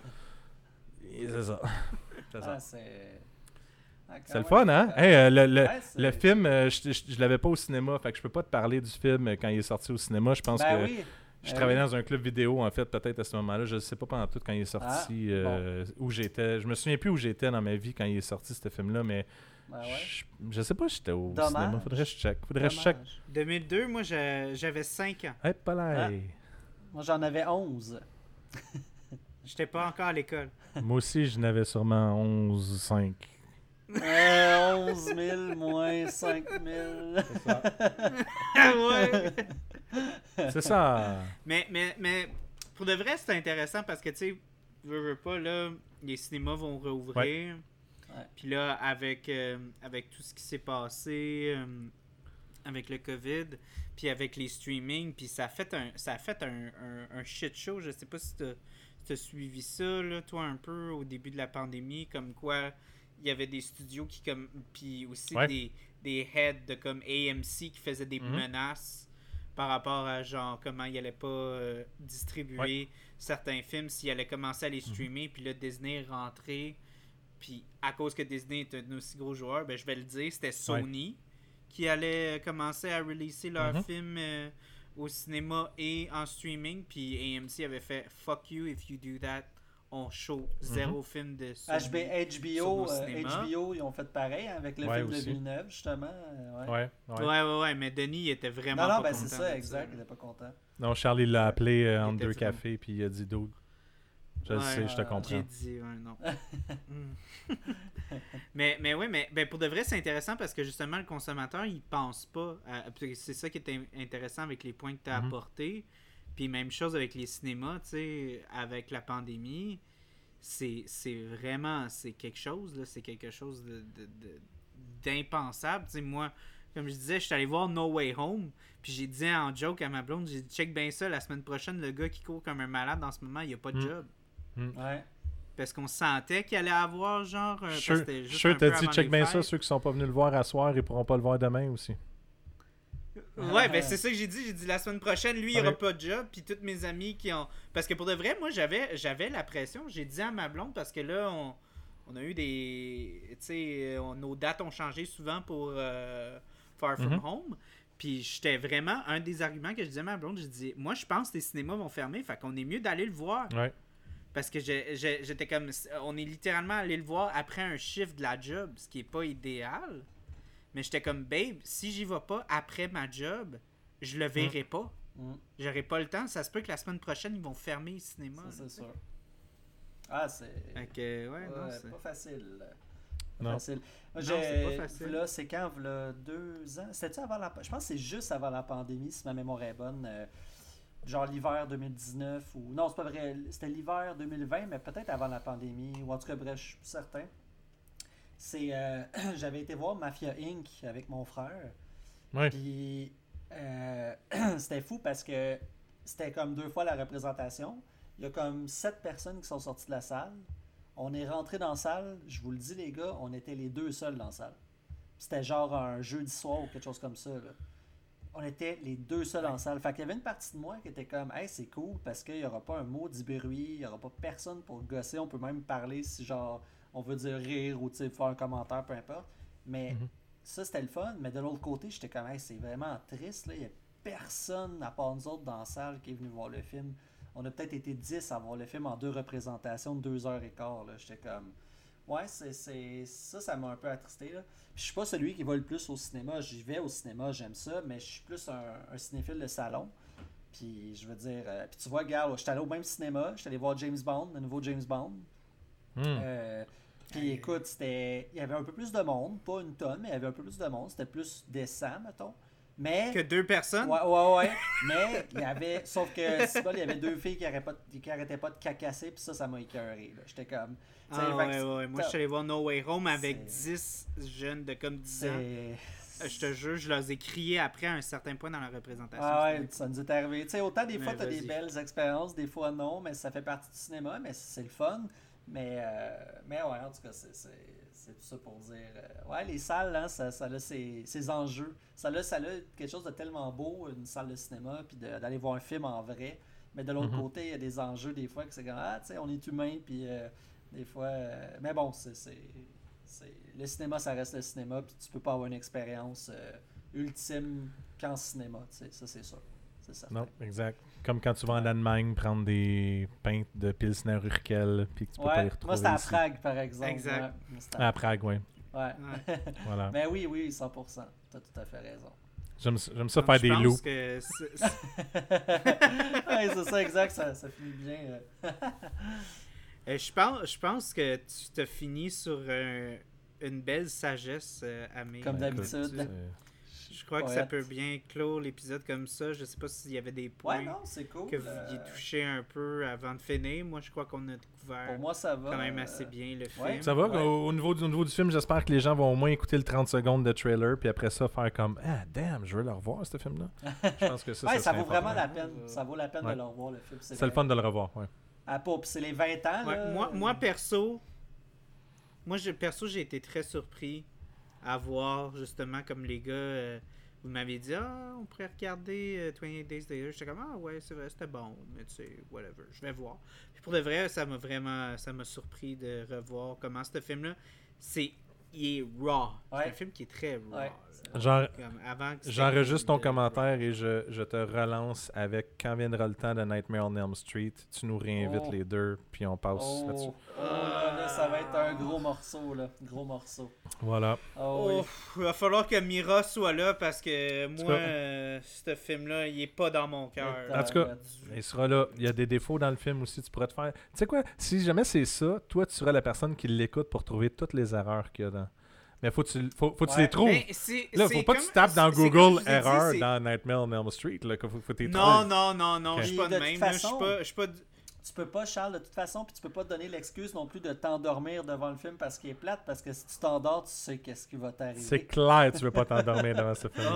S1: Et c'est ça. C'est ça.
S3: Ah, c'est. Ah, quand
S1: C'est le
S3: même.
S1: fun, hein? Hey, euh, le, le,
S3: Ouais, c'est-
S1: le film, euh, je, je, je l'avais pas au cinéma, fait que je peux pas te parler du film euh, quand il est sorti au cinéma. Je pense
S3: Ben
S1: que
S3: oui.
S1: je
S3: Ben
S1: travaillais
S3: oui.
S1: dans un club vidéo, en fait, peut-être à ce moment-là. Je sais pas pendant tout quand il est sorti,
S3: Ah,
S1: euh, où j'étais. Je me souviens plus où j'étais dans ma vie quand il est sorti, ce film-là, mais
S3: Ben ouais.
S1: je, je sais pas si j'étais au
S3: Dommage.
S1: cinéma. Faudrait que je check. Faudrait que je check.
S3: Dommage.
S2: deux mille deux, moi, j'ai- j'avais cinq ans.
S1: Hey, pas là.
S3: Ah. Moi, j'en avais onze.
S2: J'étais pas encore à l'école.
S1: Moi aussi, je n'avais sûrement onze, cinq.
S3: Euh, onze mille moins cinq mille.
S1: C'est ça.
S2: Ouais.
S1: C'est ça.
S2: Mais, mais, mais pour de vrai, c'est intéressant parce que, tu sais, veux, veux pas, là, les cinémas vont rouvrir.
S3: Ouais.
S2: Puis là, avec, euh, avec tout ce qui s'est passé, euh, avec le COVID, puis avec les streamings, puis ça a fait un, ça a fait un, un, un shit show. Je sais pas si t'as, si t'as suivi ça, là, toi, un peu, au début de la pandémie, comme quoi il y avait des studios qui, comme, puis aussi
S1: Ouais.
S2: des, des heads de comme A M C qui faisaient des
S1: Mhm.
S2: menaces par rapport à genre comment ils allaient pas euh, distribuer
S1: Ouais.
S2: certains films s'ils allaient commencer à les streamer, puis là Disney est rentré, puis à cause que Disney est un aussi gros joueur, ben je vais le dire, c'était Sony qui allait commencer à releaser leurs
S1: Mhm.
S2: films euh, au cinéma et en streaming, puis A M C avait fait fuck you if you do that, on show zéro film de Sony.
S3: H B, H B
S2: sur
S3: O,
S2: nos
S3: euh,
S2: cinémas.
S3: H B O, ils ont fait pareil hein, avec le
S1: Ouais,
S3: film
S1: aussi.
S3: de Villeneuve, justement. euh, ouais.
S1: Ouais, ouais.
S2: Ouais, ouais, ouais, mais Denis il était vraiment
S3: Non, non,
S2: pas
S3: ben
S2: content
S3: c'est
S2: de
S3: ça, exact, il
S2: là.
S3: était pas content.
S1: Non, Charlie l'a appelé euh,
S2: Il
S1: entre
S2: était
S1: deux
S2: vraiment-
S1: cafés, puis il a dit dude. Je le
S2: Ouais,
S1: sais, je te
S3: euh,
S1: comprends.
S2: J'ai dit, ouais, non. Mm. mais, mais oui, mais ben, pour de vrai, c'est intéressant parce que justement, le consommateur, il pense pas. à- c'est ça qui est in- intéressant avec les points que tu as
S1: Mhm.
S2: apportés. Puis même chose avec les cinémas, tu sais, avec la pandémie. C'est c'est vraiment, c'est quelque chose, là. C'est quelque chose de, de- de- d'impensable. Tu sais, moi, comme je disais, je suis allé voir No Way Home. Puis j'ai dit en joke à ma blonde, j'ai dit, check bien ça, la semaine prochaine, le gars qui court comme un malade en ce moment, il a pas de
S1: Mm.
S2: job.
S3: Ouais.
S2: Parce qu'on sentait qu'il allait avoir genre. euh, parce que
S1: Sûr,
S2: c'était juste
S1: sûr
S2: un
S1: t'as
S2: peu
S1: dit
S2: avant
S1: check
S2: les
S1: bien ça,
S2: fêtes.
S1: ceux qui sont pas venus le voir à soir, ils pourront pas le voir demain aussi.
S2: Ouais, ben c'est ça que j'ai dit. J'ai dit la semaine prochaine, lui, il
S1: Ouais.
S2: aura pas de job. Puis tous mes amis qui ont. Parce que pour de vrai, moi, j'avais j'avais la pression. J'ai dit à ma blonde, parce que là, on, on a eu des. Tu sais, on- nos dates ont changé souvent pour euh, Far From
S1: Mhm.
S2: Home. Puis j'étais vraiment. Un des arguments que je disais à ma blonde, je dis, moi, je pense que les cinémas vont fermer. Fait qu'on est mieux d'aller le voir.
S1: Ouais.
S2: Parce que j'ai- j'ai- j'étais comme. On est littéralement allé le voir après un chiffre de la job, ce qui est pas idéal. Mais j'étais comme, babe, si j'y vais pas après ma job, je le verrai pas.
S3: Mm.
S2: J'aurai pas le temps. Ça se peut que la semaine prochaine, ils vont fermer les cinémas.
S3: Ça,
S2: là.
S3: c'est sûr. Ah, c'est.
S2: Fait que, ouais, non,
S3: Ouais,
S2: c'est.
S3: pas facile. Pas
S1: Non.
S3: facile. Moi,
S2: Non,
S3: j'ai-
S2: c'est pas facile.
S3: Là, c'est quand, là, deux ans. C'était-tu avant la. Je pense que c'est juste avant la pandémie, si ma mémoire est bonne. euh, genre l'hiver deux mille dix-neuf ou. Non, c'est pas vrai. C'était l'hiver deux mille vingt, mais peut-être avant la pandémie. Ou en tout cas, bref, je suis plus certain. C'est. euh, J'avais été voir Mafia Incorporated avec mon frère.
S1: Ouais.
S3: Puis euh, c'était fou parce que c'était comme deux fois la représentation. Il y a comme sept personnes qui sont sorties de la salle. On est rentré dans la salle, je vous le dis les gars, on était les deux seuls dans la salle. C'était genre un jeudi soir ou quelque chose comme ça. Là. On était les deux seuls en salle. Fait qu'il y avait une partie de moi qui était comme, hey, c'est cool parce qu'il n'y aura pas un mot du bruit, il n'y aura pas personne pour gosser. On peut même parler si genre on veut dire rire ou tu sais, faire un commentaire, peu importe. Mais
S1: Mhm.
S3: ça, c'était le fun. Mais de l'autre côté, j'étais comme, hey, c'est vraiment triste. Là. Il n'y a personne à part nous autres dans la salle qui est venu voir le film. On a peut-être été dix à voir le film en deux représentations de deux heures et quart. Là. J'étais comme, ouais, c'est, c'est... ça, ça m'a un peu attristé. Là. Puis je suis pas celui qui va le plus au cinéma. J'y vais au cinéma, j'aime ça, mais je suis plus un, un cinéphile de salon. Puis je veux dire, euh, puis tu vois, regarde, je suis allé au même cinéma, je suis allé voir James Bond, le nouveau James Bond.
S1: Hmm.
S3: Euh, puis écoute, c'était, il y avait un peu plus de monde, pas une tonne, mais il y avait un peu plus de monde. C'était plus décent, mettons. Mais
S2: Que deux personnes.
S3: ouais, ouais, ouais. Mais il y avait, sauf que c'est pas, il y avait deux filles qui arrêtaient pas, de- qui arrêtaient pas de cacasser, puis ça, ça m'a écœuré. Là. J'étais comme, tu sais,
S2: Ah,
S3: fait
S2: ouais,
S3: que
S2: ouais. Moi, je suis allé voir No Way Home avec dix jeunes de comme dix ans.
S3: c'est,
S2: Euh, Je te jure, je leur ai crié après à un certain point dans la représentation.
S3: ah ouais, ça nous est arrivé. Tu sais, autant des fois,
S2: Mais
S3: t'as des
S2: vas-y.
S3: belles expériences, des fois non, mais ça fait partie du cinéma, mais c'est le fun. Mais, euh, mais ouais, en tout cas, c'est, c'est, c'est tout ça pour dire. euh, ouais, les salles, hein, ça, ça a ses, ses enjeux. Ça a, ça a quelque chose de tellement beau, une salle de cinéma, puis de- d'aller voir un film en vrai. Mais de l'autre
S1: Mhm.
S3: côté, il y a des enjeux des fois que c'est comme, ah, tu sais, on est humain, puis euh, des fois. euh, mais bon, c'est, c'est, c'est. Le cinéma, ça reste le cinéma, puis tu peux pas avoir une expérience euh, ultime qu'en cinéma, tu sais, ça c'est sûr. C'est certain.
S1: Non, exact. Comme quand tu vas en Allemagne prendre des pintes de Pilsner Urquell puis que tu peux pas les
S3: Ouais,
S1: retrouver
S3: moi c'était à
S1: ici.
S3: Prague par exemple.
S2: Exact.
S3: Ouais, moi, c'était
S1: Ah,
S3: à-
S1: à Prague, oui.
S3: ouais.
S1: Voilà.
S3: Mais oui, oui, cent pour cent. T'as tout à fait raison.
S1: J'aime, j'aime ça
S2: Donc,
S1: faire
S2: je
S1: des
S2: pense
S1: loops.
S2: que c'est- c'est-
S3: Ouais, c'est ça, exact, ça, ça finit bien. euh.
S2: Euh, je pense, je pense que tu t'as fini sur un, une belle sagesse euh, à mes.
S3: Comme
S1: Ben,
S3: d'habitude.
S1: écoute,
S2: Je crois que ça peut bien clore l'épisode comme ça. Je sais pas s'il y avait des points
S3: Ouais, non, c'est cool.
S2: que vous
S3: euh,
S2: y touché un peu avant de finir. Moi, je crois qu'on a découvert
S3: Pour moi, ça va.
S2: quand même
S3: euh,
S2: assez bien le film.
S3: ouais.
S1: Ça va,
S3: Ouais.
S1: au, au niveau du, au niveau du film, j'espère que les gens vont au moins écouter le trente secondes de trailer, puis après ça, faire comme « Ah, damn, je veux le revoir, ce film-là. » Je pense que ça,
S3: ouais,
S1: ça,
S3: ça
S1: serait
S3: vaut vraiment
S1: important.
S3: la peine. Ça vaut la peine
S1: Ouais.
S3: de le revoir, le film.
S1: C'est le
S3: vrai.
S1: fun de le revoir, ouais.
S3: Ah, pas, puis c'est les vingt ans,
S2: Ouais,
S3: là.
S2: moi, moi, perso, moi, je, perso, j'ai été très surpris à voir, justement, comme les gars, euh, vous m'avez dit, ah, on pourrait regarder euh, vingt-huit Days Later. J'étais comme, ah ouais, c'est vrai, c'était bon, mais tu sais, whatever, je vais voir. Puis pour de vrai, ça m'a vraiment, ça m'a surpris de revoir comment ce film-là, c'est, il est raw. C'est
S3: Ouais.
S2: un film qui est très raw.
S3: Ouais.
S2: là.
S1: Genre,
S2: Comme avant que c'était
S1: J'enregistre ton
S2: de-
S1: commentaire et je, je te relance avec quand viendra le temps de Nightmare on Elm Street. Tu nous réinvites
S3: Oh.
S1: les deux, puis on passe là-dessus.
S3: Oh, oh là, là, ça va être un gros morceau, là. Gros morceau.
S1: Voilà.
S3: Oh, oui.
S2: Oh, il va falloir que Mira soit là parce que
S1: tout
S2: moi,
S1: cas-
S2: euh, ce film-là, il est pas dans mon cœur.
S1: En tout cas, il sera là. Il y a des défauts dans le film aussi. Tu pourrais te faire. Tu sais quoi? Si jamais c'est ça, toi, tu seras la personne qui l'écoute pour trouver toutes les erreurs qu'il y a dans. Mais faut que tu, faut, faut que tu
S3: Ouais.
S1: les trouves.
S2: Ben, c'est-
S1: Là,
S2: c'est
S1: faut pas que
S2: comme-
S1: tu tapes dans
S2: c'est- c'est comme je
S1: Google
S2: vous ai dit,
S1: erreur
S2: c'est-
S1: dans Nightmare on Elm Street. Là, qu'il faut, faut que tu les
S2: Non,
S1: trouves.
S2: non, non, non,
S1: Ok.
S2: je suis pas
S3: Puis
S2: de
S3: de
S2: même.
S3: toute
S2: là, Je suis
S3: façon-
S2: pas, je suis pas. de-
S3: Tu peux pas, Charles, de toute façon, puis tu peux pas te donner l'excuse non plus de t'endormir devant le film parce qu'il est plate, parce que si tu t'endors, tu sais qu'est-ce qui va t'arriver.
S1: C'est clair, tu veux pas t'endormir devant ce film.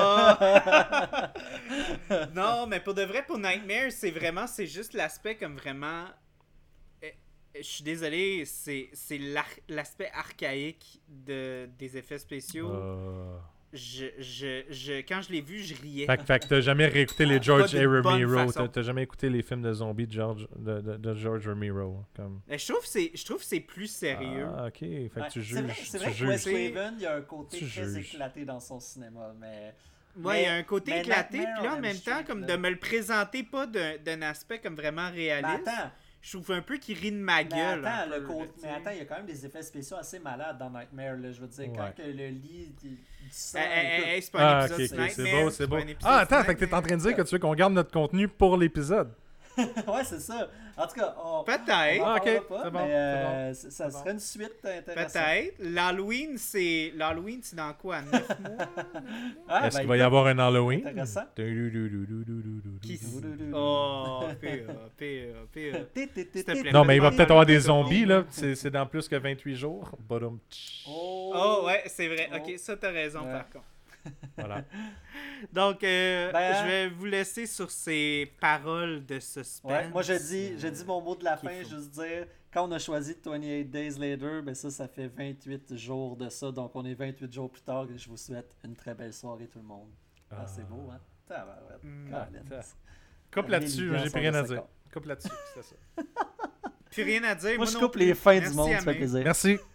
S2: Oh! Non, mais pour de vrai, pour Nightmare, c'est vraiment, c'est juste l'aspect comme vraiment. eh, Je suis désolé, c'est c'est l'ar- l'aspect archaïque de, des effets spéciaux.
S1: Euh.
S2: Je, je, je, quand je l'ai vu, je riais.
S1: Fait, que- fait que t'as jamais réécouté les George
S2: Pas
S1: A.
S2: d'une bonne
S1: Romero.
S2: façon.
S1: T'as t'as jamais écouté les films de zombies de George, de, de, de George Romero. Comme...
S2: Mais je trouve que c'est, je trouve que c'est plus sérieux.
S1: Ah, ok. Fait que
S3: Ouais,
S1: tu
S3: c'est vrai,
S1: juges.
S3: c'est
S1: tu
S3: vrai que
S1: juges.
S3: Wes Craven, il y a un côté
S1: Tu
S3: très
S1: juges.
S3: éclaté dans son cinéma, mais...
S2: Ouais, il y a
S3: mais-
S2: un côté
S3: mais
S2: éclaté,
S3: Nightmare
S2: puis là,
S3: on
S2: en
S3: Elm
S2: même temps,
S3: Street,
S2: comme
S3: là.
S2: de me le présenter pas d'un, d'un aspect comme vraiment
S3: Mais
S2: réaliste.
S3: attends,
S2: Je trouve un peu qu'il rit de ma
S3: mais
S2: gueule. un
S3: attends, le
S2: peu,
S3: côté-
S2: là, tu sais.
S3: mais attends, il y a quand même des effets spéciaux assez malades dans Nightmare, là. Je veux dire, quand
S1: Ouais.
S3: que le lit du sang...
S2: Hey, hey,
S3: écoute,
S2: hey, c'est pas un
S1: Ah,
S2: épisode
S1: ok,
S2: de
S1: ok, c'est
S2: Nightmare,
S1: beau, c'est
S2: pas
S1: beau.
S2: un épisode
S1: Ah,
S2: de
S1: attends, fait que t'es en
S2: Nightmare.
S1: train de dire que tu veux qu'on garde notre contenu pour l'épisode.
S3: ouais, c'est ça. En tout cas, on...
S2: Peut-être.
S3: on en
S1: Ah, ok,
S3: parlera pas,
S1: c'est bon,
S3: mais euh,
S1: c'est
S3: c- ça
S1: C'est
S3: serait une suite intéressante.
S2: Peut-être. L'Halloween, c'est. L'Halloween, c'est dans quoi? neuf mois?
S3: Ah,
S1: Est-ce
S3: ben,
S1: qu'il va y avoir un Halloween?
S3: Intéressant.
S2: Qui
S1: Non,
S2: Oh, P A, P A, P A. S'il te plaît.
S1: mais il va peut-être avoir des
S2: Faites-moi
S1: zombies, là. C'est c'est dans plus que vingt-huit jours. Bottom.
S3: Oh,
S2: Oh, ouais, c'est vrai.
S3: Oh.
S2: Ok, ça, t'as raison,
S3: Ouais.
S2: par contre.
S1: Voilà.
S2: Donc, euh,
S3: Ben,
S2: je vais vous laisser sur ces paroles de suspense.
S3: Ouais, moi je dis, je dis mon mot de la
S2: Qu'il
S3: fin,
S2: faut.
S3: juste dire, quand on a choisi vingt-huit Days Later, ben ça, ça fait vingt-huit jours de ça, donc on est vingt-huit jours plus tard et je vous souhaite une très belle soirée tout le monde. Ah,
S1: Ah.
S3: c'est beau, hein? Tabarouette.
S2: Mm.
S3: Colin.
S1: Ah, Coupe là-dessus,
S3: Les
S1: j'ai
S3: sont
S1: plus rien
S3: de
S1: à
S3: ce
S1: dire.
S3: corps.
S1: Coupe là-dessus, c'est ça.
S2: Plus rien à dire.
S3: Moi, je
S2: non
S3: coupe
S2: plus.
S3: les fins
S2: Merci
S3: du monde,
S2: à
S3: ça fait
S2: mes-
S3: plaisir.
S1: Merci.